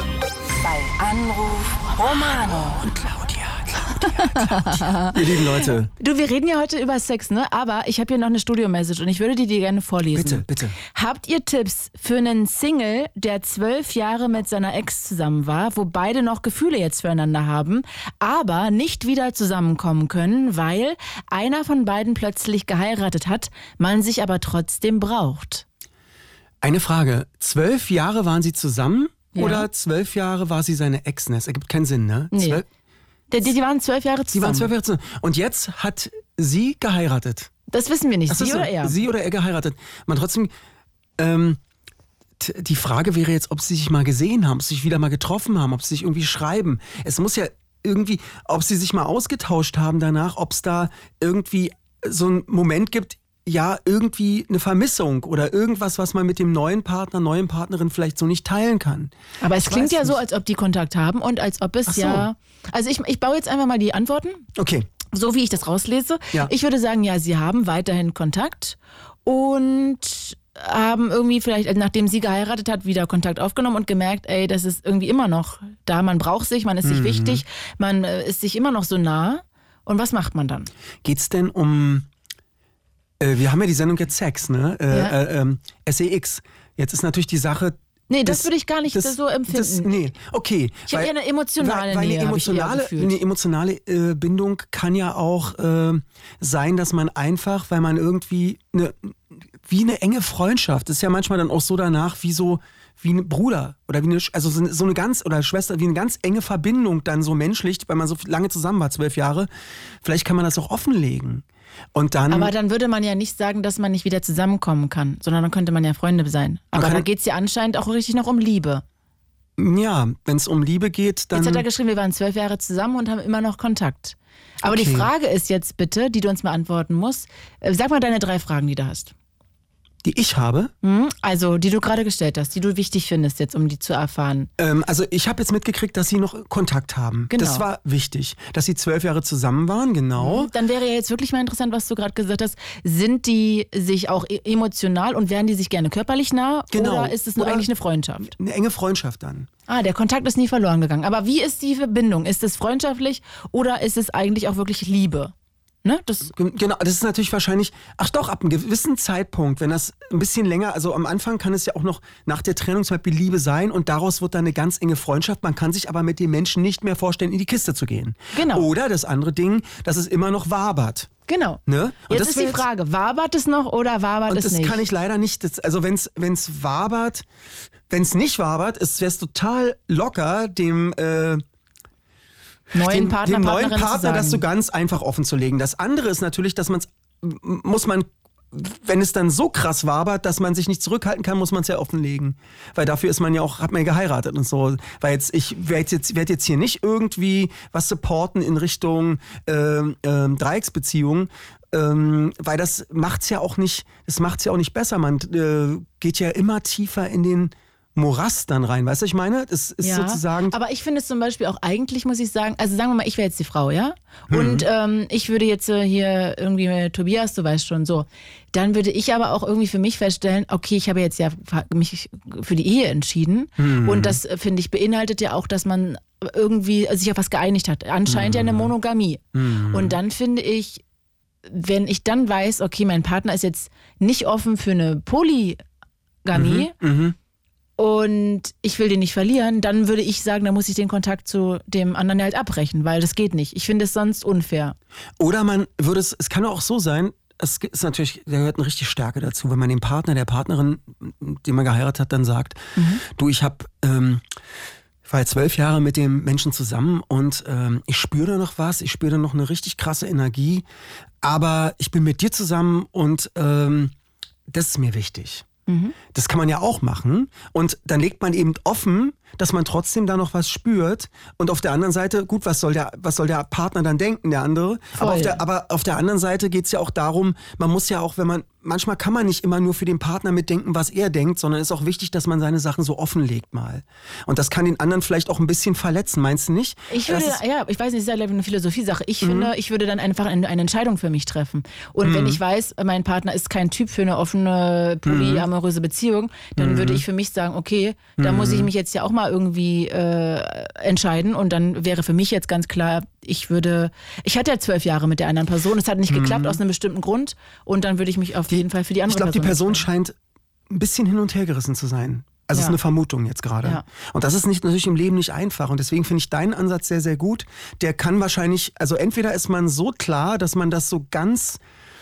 Bei Anruf Romano und Claudia. Claudia, Claudia. Ihr lieben Leute. Du, wir reden ja heute über Sex, ne? Aber ich habe hier noch eine Studio-Message und ich würde die dir gerne vorlesen. Bitte, bitte. Habt ihr Tipps für einen Single, der zwölf Jahre mit seiner Ex zusammen war, wo beide noch Gefühle jetzt füreinander haben, aber nicht wieder zusammenkommen können, weil einer von beiden plötzlich geheiratet hat, man sich aber trotzdem braucht? Eine Frage. Zwölf Jahre waren sie zusammen Ja. oder zwölf Jahre war sie seine Ex? Das ergibt keinen Sinn, ne? Nee. Zwölf, Die, die waren zwölf Jahre zusammen. sie waren zwölf Jahre zusammen. Und jetzt hat sie geheiratet. Das wissen wir nicht. Ach, Sie so, oder er? Sie oder er geheiratet. Man trotzdem, ähm, t- die Frage wäre jetzt, ob sie sich mal gesehen haben, ob sie sich wieder mal getroffen haben, ob sie sich irgendwie schreiben. Es muss ja irgendwie, ob sie sich mal ausgetauscht haben danach, ob es da irgendwie so einen Moment gibt, ja, irgendwie eine Vermissung oder irgendwas, was man mit dem neuen Partner, neuen Partnerin vielleicht so nicht teilen kann. Aber es Ich klingt weiß ja so, nicht. als ob die Kontakt haben und als ob es Ach so. ja... Also ich, ich baue jetzt einfach mal die Antworten, Okay. so wie ich das rauslese. Ja. Ich würde sagen, ja, sie haben weiterhin Kontakt und haben irgendwie vielleicht, also nachdem sie geheiratet hat, wieder Kontakt aufgenommen und gemerkt, ey, das ist irgendwie immer noch da. Man braucht sich, man ist sich wichtig, man äh, ist sich immer noch so nah. Und was macht man dann? Geht's denn um, äh, wir haben ja die Sendung jetzt Sex, ne? Äh, Ja. äh, ähm, S E X. Jetzt ist natürlich die Sache, Nee, das, würde ich gar nicht so empfinden. Das, nee, okay. Ich habe eher eine emotionale weil, weil Nähe, eine habe ich eher emotionale, gefühlt. eine emotionale äh, Bindung kann ja auch äh, sein, dass man einfach, weil man irgendwie eine, wie eine enge Freundschaft, das ist ja manchmal dann auch so danach wie so wie ein Bruder oder wie eine, also so eine, so eine ganz oder Schwester, wie eine ganz enge Verbindung dann so menschlich, weil man so lange zusammen war, zwölf Jahre. Vielleicht kann man das auch offenlegen. Und dann, Aber dann würde man ja nicht sagen, dass man nicht wieder zusammenkommen kann, sondern dann könnte man ja Freunde sein. Aber kann- da geht es ja anscheinend auch richtig noch um Liebe. ja, wenn es um Liebe geht, dann Jetzt hat er geschrieben, wir waren zwölf Jahre zusammen und haben immer noch Kontakt. Aber die Okay. Frage ist jetzt bitte, die du uns beantworten musst, äh, sag mal deine drei Fragen, die du hast. die ich habe. Hm? Also, die du gerade gestellt hast, die du wichtig findest jetzt, um die zu erfahren. Ähm, also ich habe jetzt mitgekriegt, dass sie noch Kontakt haben. Genau. Das war wichtig. Dass sie zwölf Jahre zusammen waren, genau. Dann wäre ja jetzt wirklich mal interessant, was du gerade gesagt hast. Sind die sich auch e- emotional und wären die sich gerne körperlich nah? Genau. Oder ist es nur Oder- eigentlich eine Freundschaft? Eine enge Freundschaft dann. Ah, der Kontakt ist nie verloren gegangen. Aber wie ist die Verbindung? Ist es freundschaftlich oder ist es eigentlich auch wirklich Liebe? Ne? Das, Gen- Genau, das ist natürlich wahrscheinlich, ach doch, ab einem gewissen Zeitpunkt, wenn das ein bisschen länger, also am Anfang kann es ja auch noch nach der Trennung zum Beispiel Liebe sein und daraus wird dann eine ganz enge Freundschaft. Man kann sich aber mit dem Menschen nicht mehr vorstellen, in die Kiste zu gehen. Genau. Oder das andere Ding, dass es immer noch wabert. genau. Ne? Und Jetzt das ist wär die Frage, wabert es noch oder wabert Und es das nicht? kann ich leider nicht. Das, also wenn es wabert, wenn es nicht wabert, wäre es total locker, dem, äh, neuen dem, Partner, dem neuen Partnerin Partner zu das so sagen. ganz einfach offen zu legen. Das andere ist natürlich, dass man es, muss man, wenn es dann so krass wabert, dass man sich nicht zurückhalten kann, muss man es ja offenlegen. Weil dafür ist man ja auch, hat man ja geheiratet und so. Weil jetzt, ich werde jetzt, werd jetzt hier nicht irgendwie was supporten in Richtung ähm, ähm, Dreiecksbeziehung. Ähm, weil das macht's ja auch nicht, das macht's ja auch nicht besser. Man äh, geht ja immer tiefer in den Morast dann rein. Weißt du, was ich meine? Das ist Ja, sozusagen. aber ich finde es zum Beispiel auch eigentlich, muss ich sagen, also sagen wir mal, ich wäre jetzt die Frau, ja? Und ähm, ich würde jetzt äh, hier irgendwie mit Tobias, du weißt schon, so. Dann würde ich aber auch irgendwie für mich feststellen, okay, ich habe jetzt ja mich für die Ehe entschieden. Und das, äh, finde ich, beinhaltet ja auch, dass man irgendwie sich auf was geeinigt hat. Anscheinend ja eine Monogamie. Und dann finde ich, wenn ich dann weiß, okay, mein Partner ist jetzt nicht offen für eine Polygamie, Mhm. und ich will den nicht verlieren, dann würde ich sagen, dann muss ich den Kontakt zu dem anderen halt abbrechen, weil das geht nicht. Ich finde es sonst unfair. Oder man würde es, es kann auch so sein, es ist natürlich, da gehört eine richtige Stärke dazu, wenn man dem Partner, der Partnerin, den man geheiratet hat, dann sagt, du, ich habe, ähm, ich war jetzt zwölf Jahre mit dem Menschen zusammen und ähm, ich spüre da noch was, ich spüre da noch eine richtig krasse Energie, aber ich bin mit dir zusammen und ähm, das ist mir wichtig. Das kann man ja auch machen. Und dann legt man eben offen, dass man trotzdem da noch was spürt. Und auf der anderen Seite, gut, was soll der, was soll der Partner dann denken, der andere? Aber auf der, aber auf der anderen Seite geht es ja auch darum, man muss ja auch, wenn man, manchmal kann man nicht immer nur für den Partner mitdenken, was er denkt, sondern es ist auch wichtig, dass man seine Sachen so offenlegt mal. Und das kann den anderen vielleicht auch ein bisschen verletzen, meinst du nicht? Ich würde, ja, ich weiß nicht, das ist ja eine Philosophie-Sache. Ich mhm. finde, ich würde dann einfach eine, eine Entscheidung für mich treffen. Und mhm. wenn ich weiß, mein Partner ist kein Typ für eine offene, polyamoröse Beziehung, dann mhm. würde ich für mich sagen, okay, da mhm. muss ich mich jetzt ja auch mal irgendwie äh, entscheiden. Und dann wäre für mich jetzt ganz klar, ich würde, ich hatte ja zwölf Jahre mit der anderen Person, es hat nicht mhm. geklappt aus einem bestimmten Grund und dann würde ich mich auf jeden Fall für die andere Ich glaube, die Person entscheiden. scheint ein bisschen hin und her gerissen zu sein. Also es Ja. ist eine Vermutung jetzt gerade. Ja. Und das ist nicht, natürlich im Leben nicht einfach. Und deswegen finde ich deinen Ansatz sehr, sehr gut. Der kann wahrscheinlich, also entweder ist man so klar, dass man das so ganz,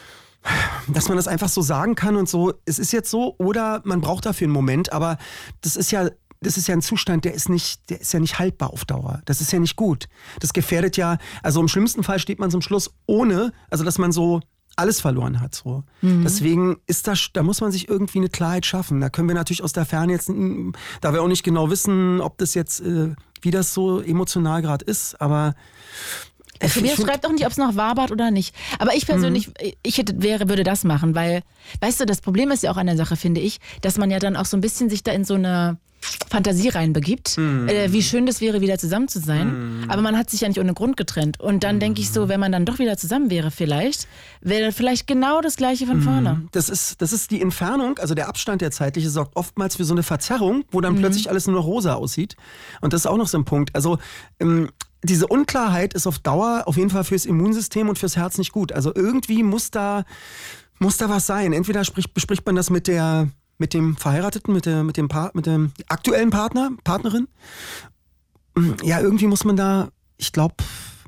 dass man das einfach so sagen kann und so, es ist jetzt so, oder man braucht dafür einen Moment, aber das ist ja, das ist ja ein Zustand, der ist nicht, der ist ja nicht haltbar auf Dauer. Das ist ja nicht gut. Das gefährdet ja, also im schlimmsten Fall steht man zum Schluss ohne, also dass man so alles verloren hat. So. Mhm. Deswegen ist das, da muss man sich irgendwie eine Klarheit schaffen. Da können wir natürlich aus der Ferne jetzt, da wir auch nicht genau wissen, ob das jetzt, äh, wie das so emotional gerade ist, aber Also mir schreibt auch nicht, ob es noch wabert oder nicht. Aber ich persönlich, mhm. ich hätte, wäre, würde das machen, weil, weißt du, das Problem ist ja auch an der Sache, finde ich, dass man ja dann auch so ein bisschen sich da in so eine Fantasie reinbegibt, mhm. äh, wie schön das wäre, wieder zusammen zu sein. Mhm. Aber man hat sich ja nicht ohne Grund getrennt. Und dann mhm. denke ich so, wenn man dann doch wieder zusammen wäre vielleicht, wäre vielleicht genau das Gleiche von vorne. Das ist, das ist die Entfernung, also der Abstand, der zeitliche, sorgt oftmals für so eine Verzerrung, wo dann mhm. plötzlich alles nur noch rosa aussieht. Und das ist auch noch so ein Punkt. Also ähm, diese Unklarheit ist auf Dauer auf jeden Fall fürs Immunsystem und fürs Herz nicht gut. Also irgendwie muss da, muss da was sein. Entweder spricht, bespricht man das mit der mit dem Verheirateten, mit, der, mit, dem pa- mit dem aktuellen Partner, Partnerin. Ja, irgendwie muss man da, ich glaube,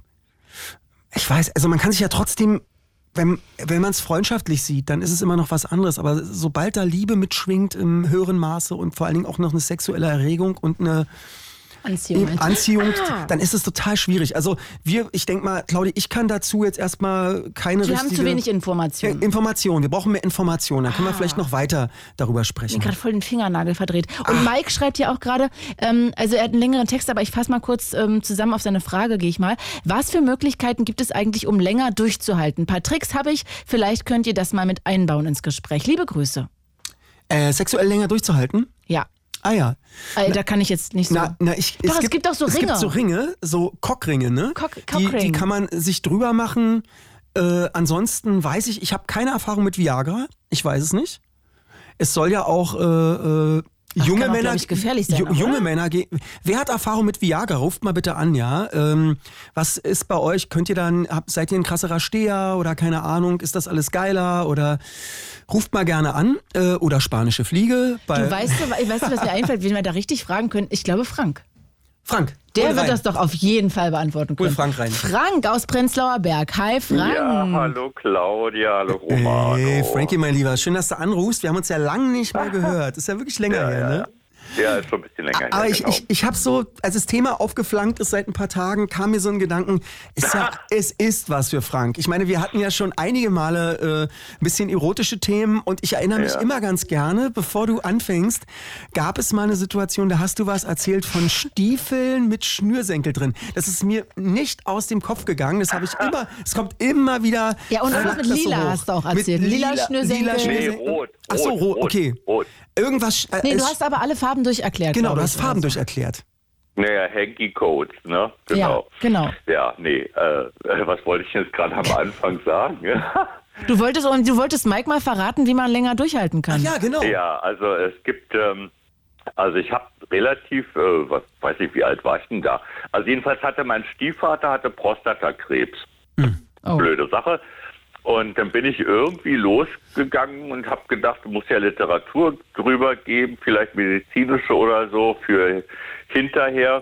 ich weiß, also man kann sich ja trotzdem, wenn, wenn man es freundschaftlich sieht, dann ist es immer noch was anderes. Aber sobald da Liebe mitschwingt im höheren Maße und vor allen Dingen auch noch eine sexuelle Erregung und eine Anziehung, Anziehung ah. dann ist es total schwierig. Also wir, ich denke mal, Claudia, ich kann dazu jetzt erstmal keine Wir richtige... haben zu wenig Informationen. Ja, Informationen, wir brauchen mehr Informationen. Dann können ah. wir vielleicht noch weiter darüber sprechen. Ich habe gerade voll den Fingernagel verdreht. Und Ach. Mike schreibt ja auch gerade, ähm, also er hat einen längeren Text, aber ich fasse mal kurz ähm, zusammen auf seine Frage, gehe ich mal. Was für Möglichkeiten gibt es eigentlich, um länger durchzuhalten? Ein paar Tricks habe ich, vielleicht könnt ihr das mal mit einbauen ins Gespräch. Liebe Grüße. Äh, sexuell länger durchzuhalten? Ja. Ah ja. Äh, da kann ich jetzt nicht so... Na, na, ich, Doch, es, es gibt, gibt auch so Ringe. Es gibt so Ringe, so Cockringe, ne? Cock, die, die kann man sich drüber machen. Äh, ansonsten weiß ich, ich habe keine Erfahrung mit Viagra. Ich weiß es nicht. Es soll ja auch... Äh, äh, Ach, junge kann auch, Männer, ich, gefährlich sein, ju- junge Männer, ge- wer hat Erfahrung mit Viagra? Ruft mal bitte an, ja. Ähm, was ist bei euch? Könnt ihr dann, habt, seid ihr ein krasserer Steher oder keine Ahnung? Ist das alles geiler? Oder ruft mal gerne an äh, oder spanische Fliege. Bei du weißt, weißt du, was mir einfällt, wen wir da richtig fragen können? Ich glaube Frank. Frank. Der hol wird rein. das doch auf jeden Fall beantworten können. Hol Frank rein. Frank aus Prenzlauer Berg. Hi Frank. Ja, hallo Claudia, hallo Romano. Hey Frankie, mein Lieber, schön, dass du anrufst. Wir haben uns ja lange nicht mehr gehört. Ist ja wirklich länger Ja, her, ja. ne? Ja, ist schon ein bisschen länger Aber her, ich, genau. ich, ich habe so, als das Thema aufgeflankt ist seit ein paar Tagen, kam mir so ein Gedanken, ist ja, es ist was für Frank. Ich meine, wir hatten ja schon einige Male äh, ein bisschen erotische Themen und ich erinnere mich Ja. immer ganz gerne, bevor du anfängst, gab es mal eine Situation, da hast du was erzählt von Stiefeln mit Schnürsenkel drin. Das ist mir nicht aus dem Kopf gegangen. Das habe ich immer, es kommt immer wieder. Ja, und was flackt mit das Lila hoch. hast du auch Mit erzählt. Lila Schnürsenkel. Lila Nee, Schnürsenkel. rot. Ach so, rot, rot, okay. Rot. Irgendwas. Äh, Nee, du es- hast aber alle Farben durcherklärt. Genau, du glaub hast ich, Farben oder so. durcherklärt. Naja, Hanky Codes, ne? Ja, genau. Ja, nee, äh, was wollte ich jetzt gerade am Anfang sagen? Du wolltest, und du wolltest Mike mal verraten, wie man länger durchhalten kann. Ja, genau. Ja, also es gibt, ähm, also ich habe relativ, äh, was weiß ich, wie alt war ich denn da? Also jedenfalls hatte mein Stiefvater hatte Prostatakrebs. Oh. Blöde Sache. Und dann bin ich irgendwie losgegangen und habe gedacht, es muss ja Literatur drüber geben, vielleicht medizinische oder so, für hinterher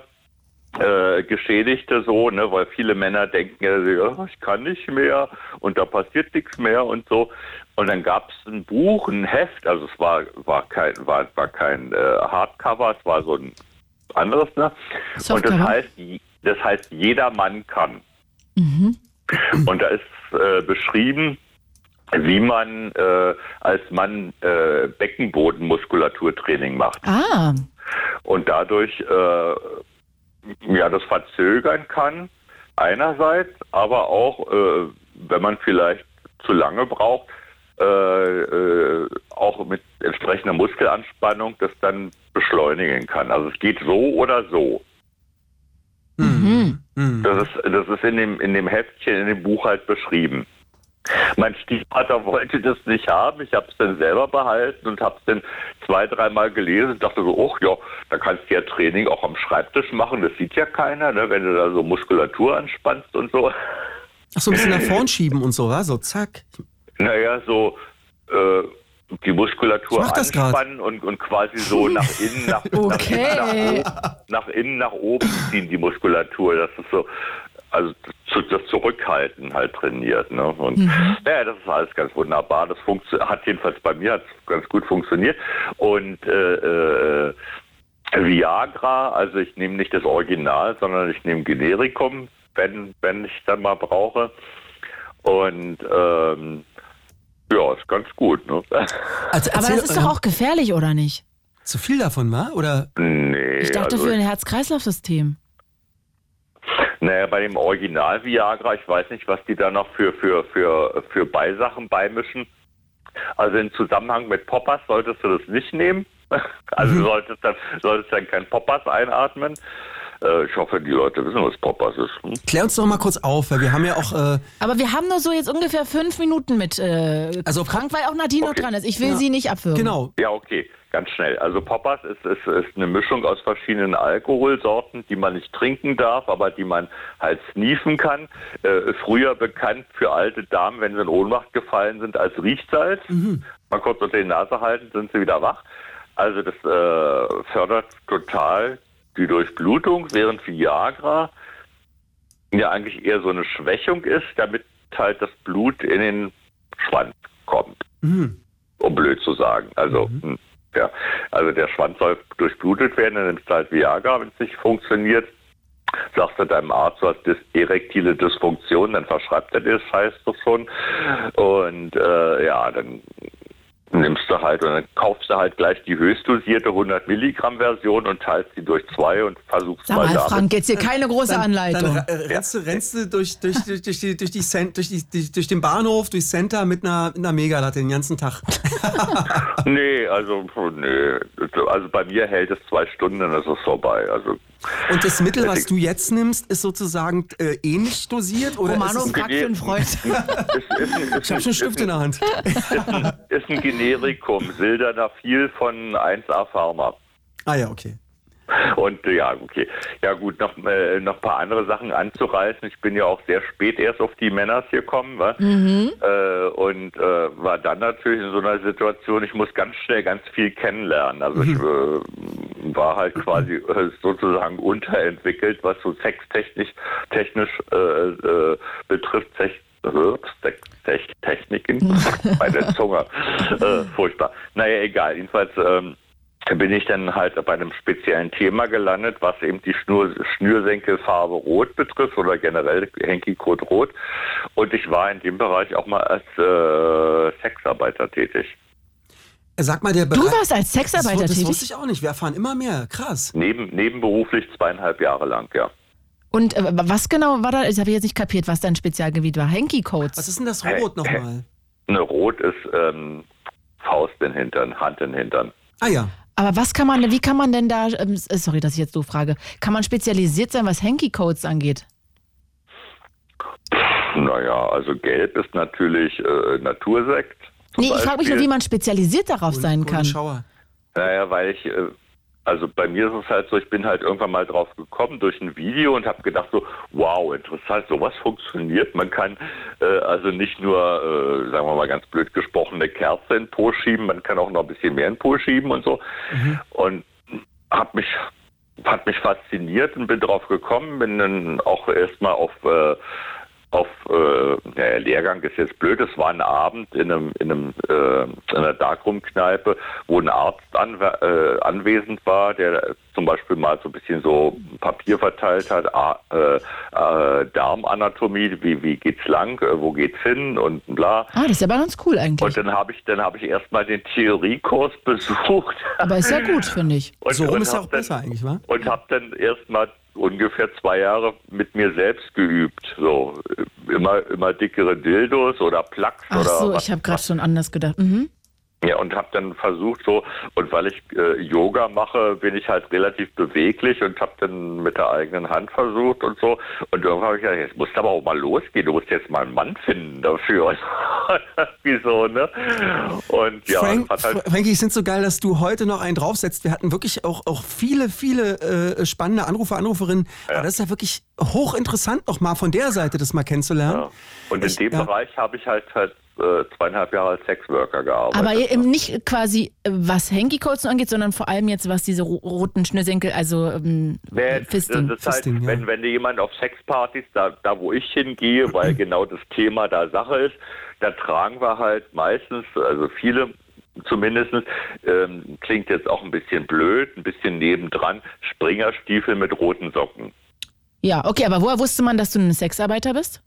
äh, Geschädigte so, ne, weil viele Männer denken, ja, ja, ich kann nicht mehr und da passiert nichts mehr und so. Und dann gab es ein Buch, ein Heft, also es war, war kein, war, war kein äh, Hardcover, es war so ein anderes, ne? Und das heißt, das heißt, jeder Mann kann. Mhm. Und da ist äh, beschrieben, wie man äh, als Mann äh, Beckenbodenmuskulaturtraining macht. Ah. und dadurch äh, ja das verzögern kann einerseits, aber auch äh, wenn man vielleicht zu lange braucht, äh, äh, auch mit entsprechender Muskelanspannung das dann beschleunigen kann. Also es geht so oder so. Mhm. Das ist, das ist in dem, in dem Heftchen, in dem Buch halt beschrieben. Mein Stiefvater wollte das nicht haben. Ich habe es dann selber behalten und habe es dann zwei, dreimal gelesen und dachte so, ach ja, da kannst du ja Training auch am Schreibtisch machen. Das sieht ja keiner, ne, wenn du da so Muskulatur anspannst und so. Ach, so ein bisschen nach vorn schieben und so, wa? So zack. Naja, so äh, die Muskulatur Ich mach das anspannen und, und quasi so nach innen, nach, Okay. nach, nach, nach innen, nach oben ziehen die Muskulatur. Das ist so, also das Zurückhalten halt trainiert. Ne? Und Mhm. ja, das ist alles ganz wunderbar. Das funktio- hat jedenfalls bei mir hat's ganz gut funktioniert. Und äh, äh, Viagra, also ich nehme nicht das Original, sondern ich nehme Generikum, wenn, wenn ich dann mal brauche. Und ähm, ja, ist ganz gut. Ne? Also Aber erzähl, das ist doch auch gefährlich, oder nicht? zu viel davon, wa? Oder? Nee, Ich dachte also für ein Herz-Kreislauf-System. Naja, bei dem Original Viagra, ich weiß nicht, was die da noch für, für, für, für Beisachen beimischen. Also im Zusammenhang mit Poppers solltest du das nicht nehmen. Also Mhm. du solltest dann, solltest dann kein Poppers einatmen. Äh, ich hoffe, die Leute wissen, was Poppers ist. Hm? Klär uns doch mal kurz auf, weil wir haben ja auch... Äh, Aber wir haben nur so jetzt ungefähr fünf Minuten mit äh, Also Frank, weil auch Nadine noch Okay. dran ist. Ich will Ja. sie nicht abwürgen. genau. Ja, okay, ganz schnell. Also Poppers ist, ist, ist eine Mischung aus verschiedenen Alkoholsorten, die man nicht trinken darf, aber die man halt sniefen kann. Äh, früher bekannt für alte Damen, wenn sie in Ohnmacht gefallen sind, als Riechsalz. Mal kurz unter die Nase halten, sind sie wieder wach. Also das äh, fördert total die Durchblutung, während Viagra ja eigentlich eher so eine Schwächung ist, damit halt das Blut in den Schwanz kommt. Mhm. Um blöd zu sagen. Also, hm, ja, also der Schwanz soll durchblutet werden, dann nimmst du halt Viagra, wenn es nicht funktioniert. Sagst du deinem Arzt, du hast dis- erektile Dysfunktion, dann verschreibt er dir das Scheiß doch schon. Und äh, ja, dann nimmst du halt und dann kaufst du halt gleich die höchstdosierte hundert Milligramm Version und teilst die durch zwei und versuchst Sag mal mal, damit. Frank, jetzt hier keine große Dann, Anleitung. dann äh, rennst, du, rennst du durch, durch, durch, durch, die, durch, die Cent, durch, die, die, durch den Bahnhof, durchs Center mit einer, mit einer Megalatte den ganzen Tag. Nee, also nee. Also bei mir hält es zwei Stunden, dann ist es vorbei. Also Und das Mittel, was du jetzt nimmst, ist sozusagen äh, ähnlich dosiert? Oder Romano ist es, fragt für einen Freund. ist, ist, ist, ich habe schon einen Stift in der Hand. ist, ein, ist ein Generikum, Sildenafil von eins A Pharma. Ah ja, okay. Und äh, ja, okay. Ja gut, noch, äh, noch ein paar andere Sachen anzureißen. Ich bin ja auch sehr spät erst auf die Männers gekommen, wa? Mhm. Äh, und äh, war dann natürlich in so einer Situation, ich muss ganz schnell ganz viel kennenlernen. Also ich äh, war halt quasi äh, sozusagen unterentwickelt, was so sextechnisch technisch äh, äh, betrifft. Sex Sex Techniken, meine Zunge, äh, furchtbar. Naja, egal. Jedenfalls ähm, bin ich dann halt bei einem speziellen Thema gelandet, was eben die Schnur, Schnürsenkelfarbe Rot betrifft oder generell Hanky-Code Rot. Und ich war in dem Bereich auch mal als äh, Sexarbeiter tätig. Sag mal, der Du Bereich- warst als Sexarbeiter das, das tätig? wusste ich auch nicht. Wir erfahren immer mehr. Krass. Neben, nebenberuflich zweieinhalb Jahre lang, ja. Und äh, was genau war da? Ich habe jetzt nicht kapiert, was dein Spezialgebiet war. Hanky-Codes. Was ist denn das Rot nochmal? Eine Rot ist ähm, Faust in den Hintern, Hand in den Hintern. Ah ja. Aber was kann man, wie kann man denn da, ähm, sorry, dass ich jetzt so frage, kann man spezialisiert sein, was Hanky-Codes angeht? Naja, also gelb ist natürlich äh, Natursekt. zum Nee, ich frage mich nur, Beispiel. wie man spezialisiert darauf sein Ohne kann. Schauer. Naja, weil ich, äh, also bei mir ist es halt so, ich bin halt irgendwann mal drauf gekommen durch ein Video und habe gedacht so, wow, interessant, sowas funktioniert. Man kann äh, also nicht nur, äh, sagen wir mal ganz blöd gesprochen, eine Kerze in den Po schieben, man kann auch noch ein bisschen mehr in den Po schieben und so. Mhm. Und hat mich, hat mich fasziniert und bin drauf gekommen, bin dann auch erstmal auf... Äh, auf, äh, naja, Lehrgang ist jetzt blöd, es war ein Abend in einem, in einem, äh, in einer Darkroom-Kneipe, wo ein Arzt an, äh, anwesend war, der zum Beispiel mal so ein bisschen so Papier verteilt hat, äh, äh, Darmanatomie, wie, wie geht's lang, äh, wo geht's hin und bla. Ah, das ist aber ganz cool eigentlich. Und dann habe ich, dann habe ich erstmal den Theoriekurs besucht. Aber ist ja gut, finde ich. Und, so rum ist ja auch besser eigentlich, wa? Und habe dann erstmal ungefähr zwei Jahre mit mir selbst geübt. So immer, immer dickere Dildos oder Plugs. Ach oder so, was, ich habe gerade schon anders gedacht. Mhm. Ja, und habe dann versucht so, und weil ich äh, Yoga mache, bin ich halt relativ beweglich und habe dann mit der eigenen Hand versucht und so. Und irgendwann habe ich gedacht, jetzt musst du aber auch mal losgehen, du musst jetzt mal einen Mann finden dafür. Wieso, ne? Und ja, Frank, hat halt Frankie, ich finde so geil, dass du heute noch einen draufsetzt. Wir hatten wirklich auch, auch viele, viele äh, spannende Anrufer, Anruferinnen. Ja. Aber das ist ja wirklich hochinteressant, noch mal von der Seite das mal kennenzulernen. Ja. Und in ich, dem ja. Bereich habe ich halt halt äh, zweieinhalb Jahre als Sexworker gearbeitet. Aber eben nicht quasi, was Hanky-Codes angeht, sondern vor allem jetzt, was diese ro- roten Schnürsenkel, also ähm, nee, Fisting. Das ist halt, Fisting, ja. wenn, wenn jemand auf Sexpartys, da, da wo ich hingehe, weil genau das Thema da Sache ist, da tragen wir halt meistens, also viele zumindest, ähm, klingt jetzt auch ein bisschen blöd, ein bisschen nebendran, Springerstiefel mit roten Socken. Ja, okay, aber woher wusste man, dass du ein Sexarbeiter bist?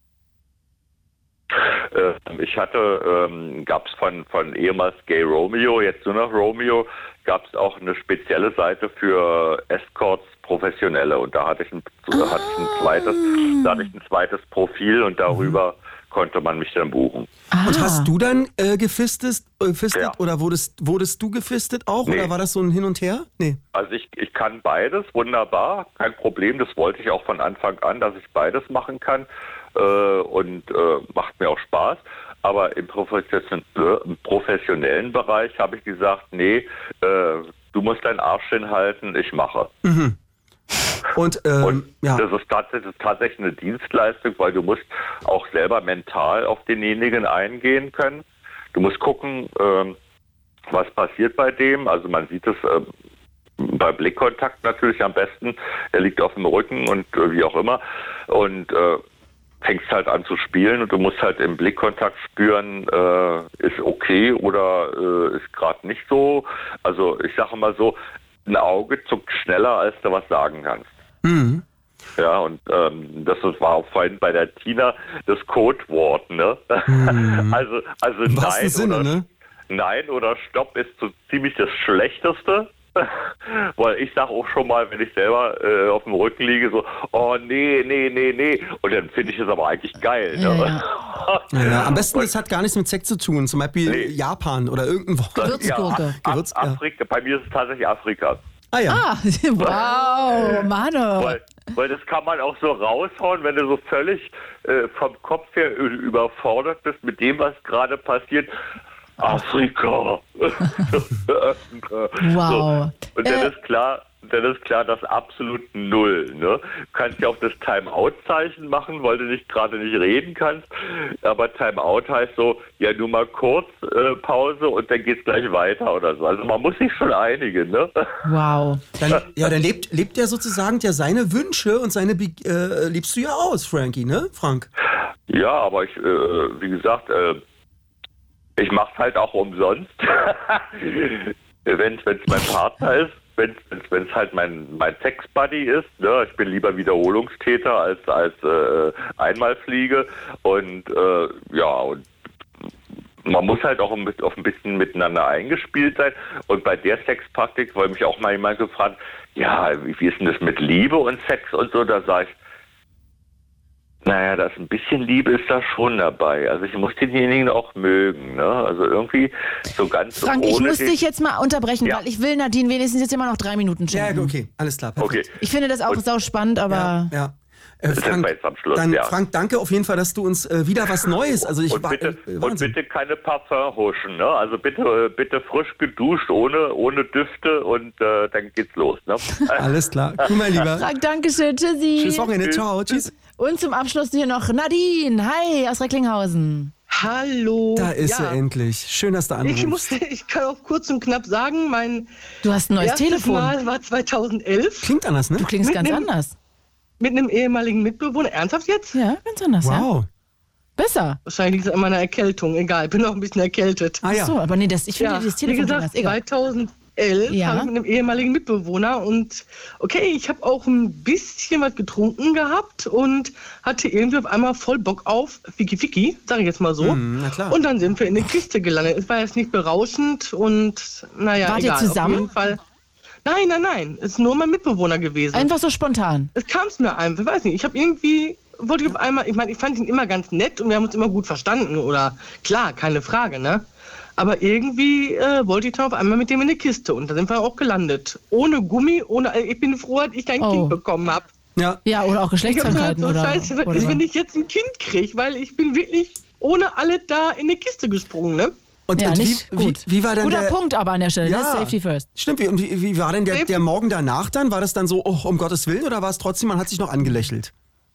Ich hatte, ähm, gab es von, von ehemals Gay Romeo, jetzt nur noch Romeo, gab es auch eine spezielle Seite für Escorts Professionelle und da hatte ich ein, ah. hatte ich ein zweites, da hatte ich ein zweites Profil und darüber mhm. konnte man mich dann buchen. Ah. Und hast du dann äh, gefistet, äh, gefistet ja. oder wurdest, wurdest du gefistet auch nee. oder war das so ein Hin und Her? Nee. Also ich, ich kann beides, wunderbar, kein Problem, das wollte ich auch von Anfang an, dass ich beides machen kann. Und äh, macht mir auch Spaß. Aber im, Profession- äh, im professionellen Bereich habe ich gesagt, nee, äh, du musst deinen Arsch hinhalten, ich mache. Mhm. Und, ähm, Und ja. das ist tatsächlich, das ist tatsächlich eine Dienstleistung, weil du musst auch selber mental auf denjenigen eingehen können. Du musst gucken, äh, was passiert bei dem. Also man sieht es äh, bei Blickkontakt natürlich am besten. Er liegt auf dem Rücken und äh, wie auch immer. Und äh, fängst halt an zu spielen und du musst halt im Blickkontakt spüren, äh, ist okay oder äh, ist gerade nicht so. Also ich sage mal so, ein Auge zuckt schneller, als du was sagen kannst. Mhm. Ja, und ähm, das war auch vorhin bei der Tina das Codewort, ne? Mhm. also also Im nein, wahrsten Sinne, oder, ne? nein oder Stopp ist so ziemlich das Schlechteste. Weil ich sage auch schon mal, wenn ich selber äh, auf dem Rücken liege, so, oh nee, nee, nee, nee. Und dann finde ich es aber eigentlich geil. Ja, ne? ja. Ja, ja. Am besten, das hat gar nichts mit Sex zu tun. Zum Beispiel Nee. Japan oder irgendwo. Gewürzgurke. Ja, Gewürz- Af- ja. Afrika, bei mir ist es tatsächlich Afrika. Ah ja. Ah, wow, Mano. Weil, weil das kann man auch so raushauen, wenn du so völlig äh, vom Kopf her ü- überfordert bist mit dem, was gerade passiert. Afrika. Wow. So. Und dann Äh, ist klar, dann ist klar, das absolut null. Ne? Du kannst ja auch das Time-Out-Zeichen machen, weil du nicht gerade nicht reden kannst. Aber Time-Out heißt so, ja nur mal kurz äh, Pause und dann geht's gleich weiter oder so. Also man muss sich schon einigen. Ne? Wow. Dann, ja, dann lebt, lebt er sozusagen ja seine Wünsche und seine Be- äh, lebst du ja aus, Frankie, ne, Frank? Ja, aber ich, äh, wie gesagt, äh, ich mach's halt auch umsonst. Wenn es mein Partner ist, wenn es halt mein, mein Sex-Buddy ist. Ne? Ich bin lieber Wiederholungstäter als, als äh, Einmalfliege. Und äh, ja, und man muss halt auch ein, auf ein bisschen miteinander eingespielt sein. Und bei der Sexpraktik, weil mich auch mal jemand gefragt, ja, wie, wie ist denn das mit Liebe und Sex und so, da sage ich, naja, das ein bisschen Liebe ist da schon dabei. Also ich muss denjenigen auch mögen. Ne? Also irgendwie so ganz Frank, so ich ohne muss den- dich jetzt mal unterbrechen, Ja. weil ich will Nadine wenigstens jetzt immer noch drei Minuten Ja, schenken. okay, alles klar, perfekt. Okay, Ich finde das auch Und- sau spannend, aber Ja, ja. Äh, Das sind Frank, wir jetzt am Schluss, dann, ja. Frank, danke auf jeden Fall, dass du uns äh, wieder was Neues, also ich und war, bitte, äh, und Wahnsinn. bitte keine Parfumhuschen, ne? Also bitte, äh, bitte frisch geduscht, ohne, ohne Düfte und äh, dann geht's los, ne? Alles klar, cool, mein Lieber. Frank, danke schön, tschüssi. Tschüss Wochenende, ciao, tschüss. Und zum Abschluss hier noch Nadine, hi, aus Recklinghausen. Hallo. Da ist ja. sie endlich. Schön, dass du anrufst. Ich musste, ich kann auch kurz und knapp sagen, mein Du hast ein neues erstes Telefon. Mal war zweitausendelf Klingt anders, ne? Du klingst Mit ganz nem- anders. mit einem ehemaligen Mitbewohner. Ernsthaft jetzt? Ja, ganz anders, ja. Wow. Besser. Wahrscheinlich ist es an meiner Erkältung. Egal, ich bin auch ein bisschen erkältet. Ah, ja. Ach so, aber nee, das, ich finde Ja, das wie Telefon gesagt, egal. zweitausendelf Ja. habe ich mit einem ehemaligen Mitbewohner und okay, ich habe auch ein bisschen was getrunken gehabt und hatte irgendwie auf einmal voll Bock auf Fiki Fiki, sage ich jetzt mal so. Hm, na klar. Und dann sind wir in eine Kiste gelandet. Es war jetzt nicht berauschend und naja, Wart ihr egal. zusammen? Auf jeden Fall. Nein, nein, nein. Es ist nur mein Mitbewohner gewesen. Einfach so spontan. Es kam es mir einfach, ich weiß nicht. Ich habe irgendwie, wollte ich auf einmal, ich meine, ich fand ihn immer ganz nett und wir haben uns immer gut verstanden. Oder klar, keine Frage, ne? Aber irgendwie äh, wollte ich dann auf einmal mit dem in eine Kiste und da sind wir auch gelandet. Ohne Gummi, ohne. Ich bin froh, dass ich kein Oh. Kind bekommen habe. Ja. Ja, oder auch Ich habe Geschlechtskrankheiten so oder, scheiße, oder wenn ich jetzt ein Kind kriege, weil ich bin wirklich ohne alle da in eine Kiste gesprungen, ne? Und, ja, und nicht wie, gut. Wie, wie war denn Guter der, Punkt aber an der Stelle, Ja. ne? Safety first. Stimmt, wie, und wie, wie war denn der, der Morgen danach dann? War das dann so, oh, um Gottes Willen, oder war es trotzdem, man hat sich noch angelächelt?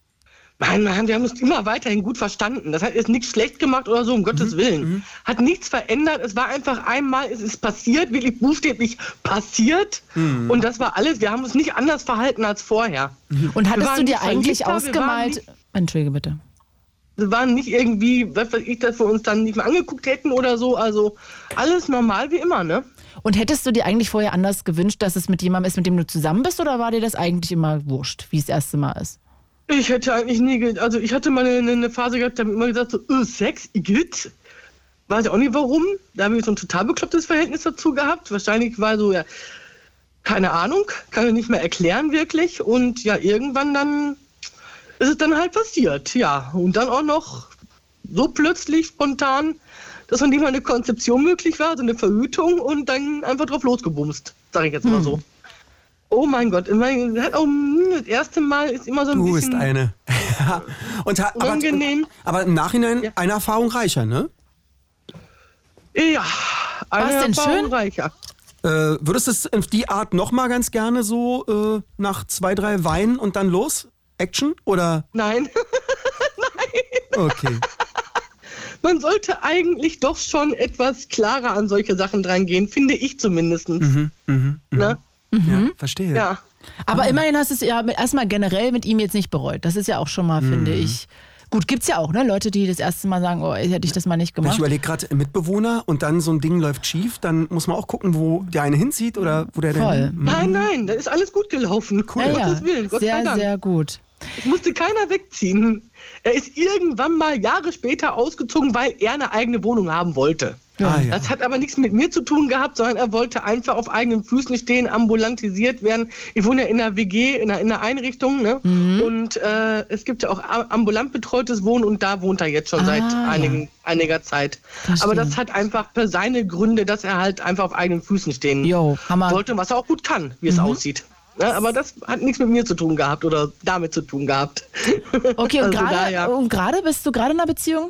Nein, nein, wir haben uns immer weiterhin gut verstanden. Das hat jetzt nichts schlecht gemacht oder so, um Gottes Willen. Hat nichts verändert. Es war einfach einmal, es ist passiert, wirklich buchstäblich passiert. Und das war alles. Wir haben uns nicht anders verhalten als vorher. Und Wir hattest waren du dir nicht eigentlich verliebt, wir waren ausgemalt... nicht- Entschuldige bitte. Wir waren nicht irgendwie, was weiß ich, dass wir uns dann nicht mehr angeguckt hätten oder so. Also alles normal wie immer, ne? Und hättest du dir eigentlich vorher anders gewünscht, dass es mit jemandem ist, mit dem du zusammen bist, oder war dir das eigentlich immer wurscht, wie es das erste Mal ist? Ich hätte eigentlich nie, ge also ich hatte mal eine, eine Phase gehabt, da habe ich immer gesagt, so, äh, Sex, Igitt. Weiß ich auch nicht warum. Da habe ich so ein total beklopptes Verhältnis dazu gehabt. Wahrscheinlich war so, ja, keine Ahnung, kann ich nicht mehr erklären wirklich. Und ja, irgendwann dann ist es dann halt passiert, ja. Und dann auch noch so plötzlich, spontan, dass noch nicht mal eine Konzeption möglich war, so eine Verhütung und dann einfach drauf losgebumst, sage ich jetzt mal so. Oh mein Gott, ich meine, das erste Mal ist immer so ein Du bisschen bist eine. und, ha- aber, unangenehm. aber im Nachhinein Ja. eine Erfahrung reicher, ne? Ja, eine War's denn Erfahrung schön? reicher. Äh, würdest du es auf die Art nochmal ganz gerne so äh, nach zwei, drei Weinen und dann los? Action? Oder? Nein, Okay. man sollte eigentlich doch schon etwas klarer an solche Sachen drangehen, finde ich zumindest. Mhm, mhm, mhm. Ne? Ja, verstehe. Ja. Aber immerhin hast du es ja mit, erstmal generell mit ihm jetzt nicht bereut. Das ist ja auch schon mal, finde ich. Gut, gibt's ja auch, ne? Leute, die das erste Mal sagen, oh, hätte ich das mal nicht Ich gemacht. überlege gerade, Mitbewohner und dann so ein Ding läuft schief, dann muss man auch gucken, wo der eine hinzieht oder wo der Voll. denn. Nein, nein, da ist alles gut gelaufen. Ja, Um ja. Gottes Willen, Gott sei Sehr, Dank. sehr gut. Es musste keiner wegziehen. Er ist irgendwann mal Jahre später ausgezogen, weil er eine eigene Wohnung haben wollte. Ah, ja. Das hat aber nichts mit mir zu tun gehabt, sondern er wollte einfach auf eigenen Füßen stehen, ambulantisiert werden. Ich wohne ja in einer W G, in einer, in einer Einrichtung, ne? Und äh, es gibt ja auch a- ambulant betreutes Wohnen und da wohnt er jetzt schon Ah, seit ja. einigen, einiger Zeit. Verstehe. Aber das hat einfach für seine Gründe, dass er halt einfach auf eigenen Füßen stehen Jo, Hammer. wollte, was er auch gut kann, wie es aussieht. Ja, aber das hat nichts mit mir zu tun gehabt oder damit zu tun gehabt. Okay, und Also gerade daher- und gerade bist du gerade in einer Beziehung?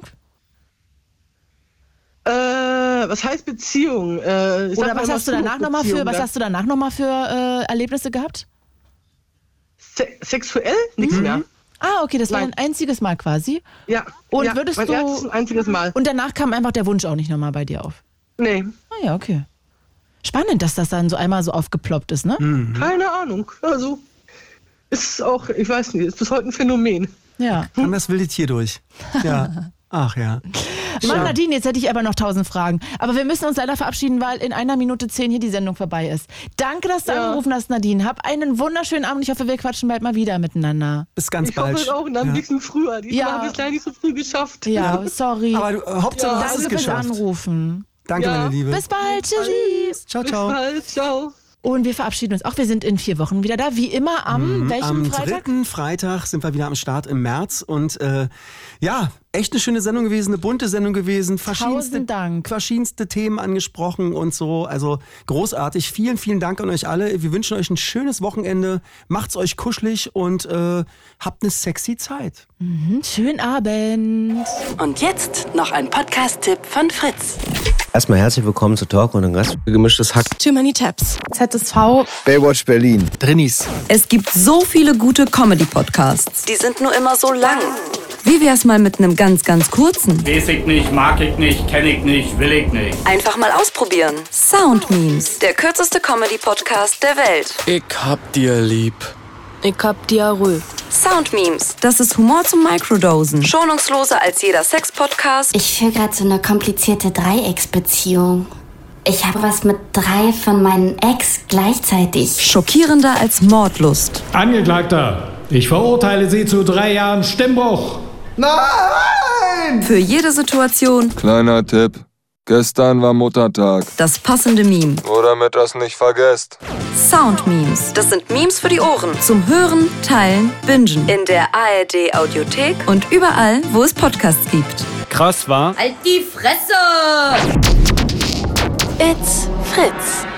Äh, was heißt Beziehung? Äh, ich sag Oder mal was immer hast du danach nochmal für, Beziehung, was ne? hast du danach noch mal für äh, Erlebnisse gehabt? Se sexuell? Nichts mehr. Ah, okay, das war Nein. ein einziges Mal quasi. Ja. Und ja, würdest mein du- erstes und einziges Mal. Und danach kam einfach der Wunsch auch nicht nochmal bei dir auf. Nee, Ah ja, okay. Spannend, dass das dann so einmal so aufgeploppt ist, ne? keine Ahnung. Also, ist auch, ich weiß nicht, ist bis heute ein Phänomen. Ja. Kann das wilde Tier durch. Ja. Ach ja. Mann, Nadine, jetzt hätte ich aber noch tausend Fragen. Aber wir müssen uns leider verabschieden, weil in einer Minute zehn hier die Sendung vorbei ist. Danke, dass du Ja. angerufen hast, Nadine. Hab einen wunderschönen Abend. Ich hoffe, wir quatschen bald mal wieder miteinander. Bis ganz Ich bald. hoffe auch, und dann ein ja. bisschen früher. Diesmal Ja. habe ich es leider nicht so früh geschafft. Ja, sorry. Aber du, äh, Hauptsache, Ja, du hast es Danke fürs geschafft. Anrufen. Danke, Ja. meine Liebe. Bis bald. Tschüssi. Ciao, Bis ciao. bald, ciao. Und wir verabschieden uns auch. Wir sind in vier Wochen wieder da. Wie immer am welchem Am Freitag? dritten Freitag sind wir wieder am Start im März und äh, ja, echt eine schöne Sendung gewesen, eine bunte Sendung gewesen, verschiedenste, Tausend Dank. verschiedenste Themen angesprochen und so, also großartig. Vielen, vielen Dank an euch alle. Wir wünschen euch ein schönes Wochenende, macht's euch kuschelig und äh, habt eine sexy Zeit. Schönen Abend. Und jetzt noch ein Podcast-Tipp von Fritz. Erstmal herzlich willkommen zu Talk und ein Gast. Gemischtes Hack. Too Many Tabs. Z S V. Baywatch Berlin. Drinnies. Es gibt so viele gute Comedy-Podcasts. Die sind nur immer so lang. Wie wär's mal mit einem ganz, ganz kurzen? Weiß ich nicht, mag ich nicht, kenn ich nicht, will ich nicht. Einfach mal ausprobieren. Sound Memes. Der kürzeste Comedy-Podcast der Welt. Ich hab dir lieb. Ich hab Diarrhoe. Soundmemes. Das ist Humor zum Microdosen. Schonungsloser als jeder Sex-Podcast. Ich führe gerade so eine komplizierte Dreiecksbeziehung. Ich habe was mit drei von meinen Ex gleichzeitig. Schockierender als Mordlust. Angeklagter, ich verurteile Sie zu drei Jahren Stimmbruch. Nein! Für jede Situation Kleiner Tipp. Gestern war Muttertag. das passende Meme. Nur damit das nicht vergesst. Soundmemes. Das sind Memes für die Ohren. Zum Hören, Teilen, Bingen. In der A R D-Audiothek und überall, wo es Podcasts gibt. Krass, war? Halt die Fresse! It's Fritz.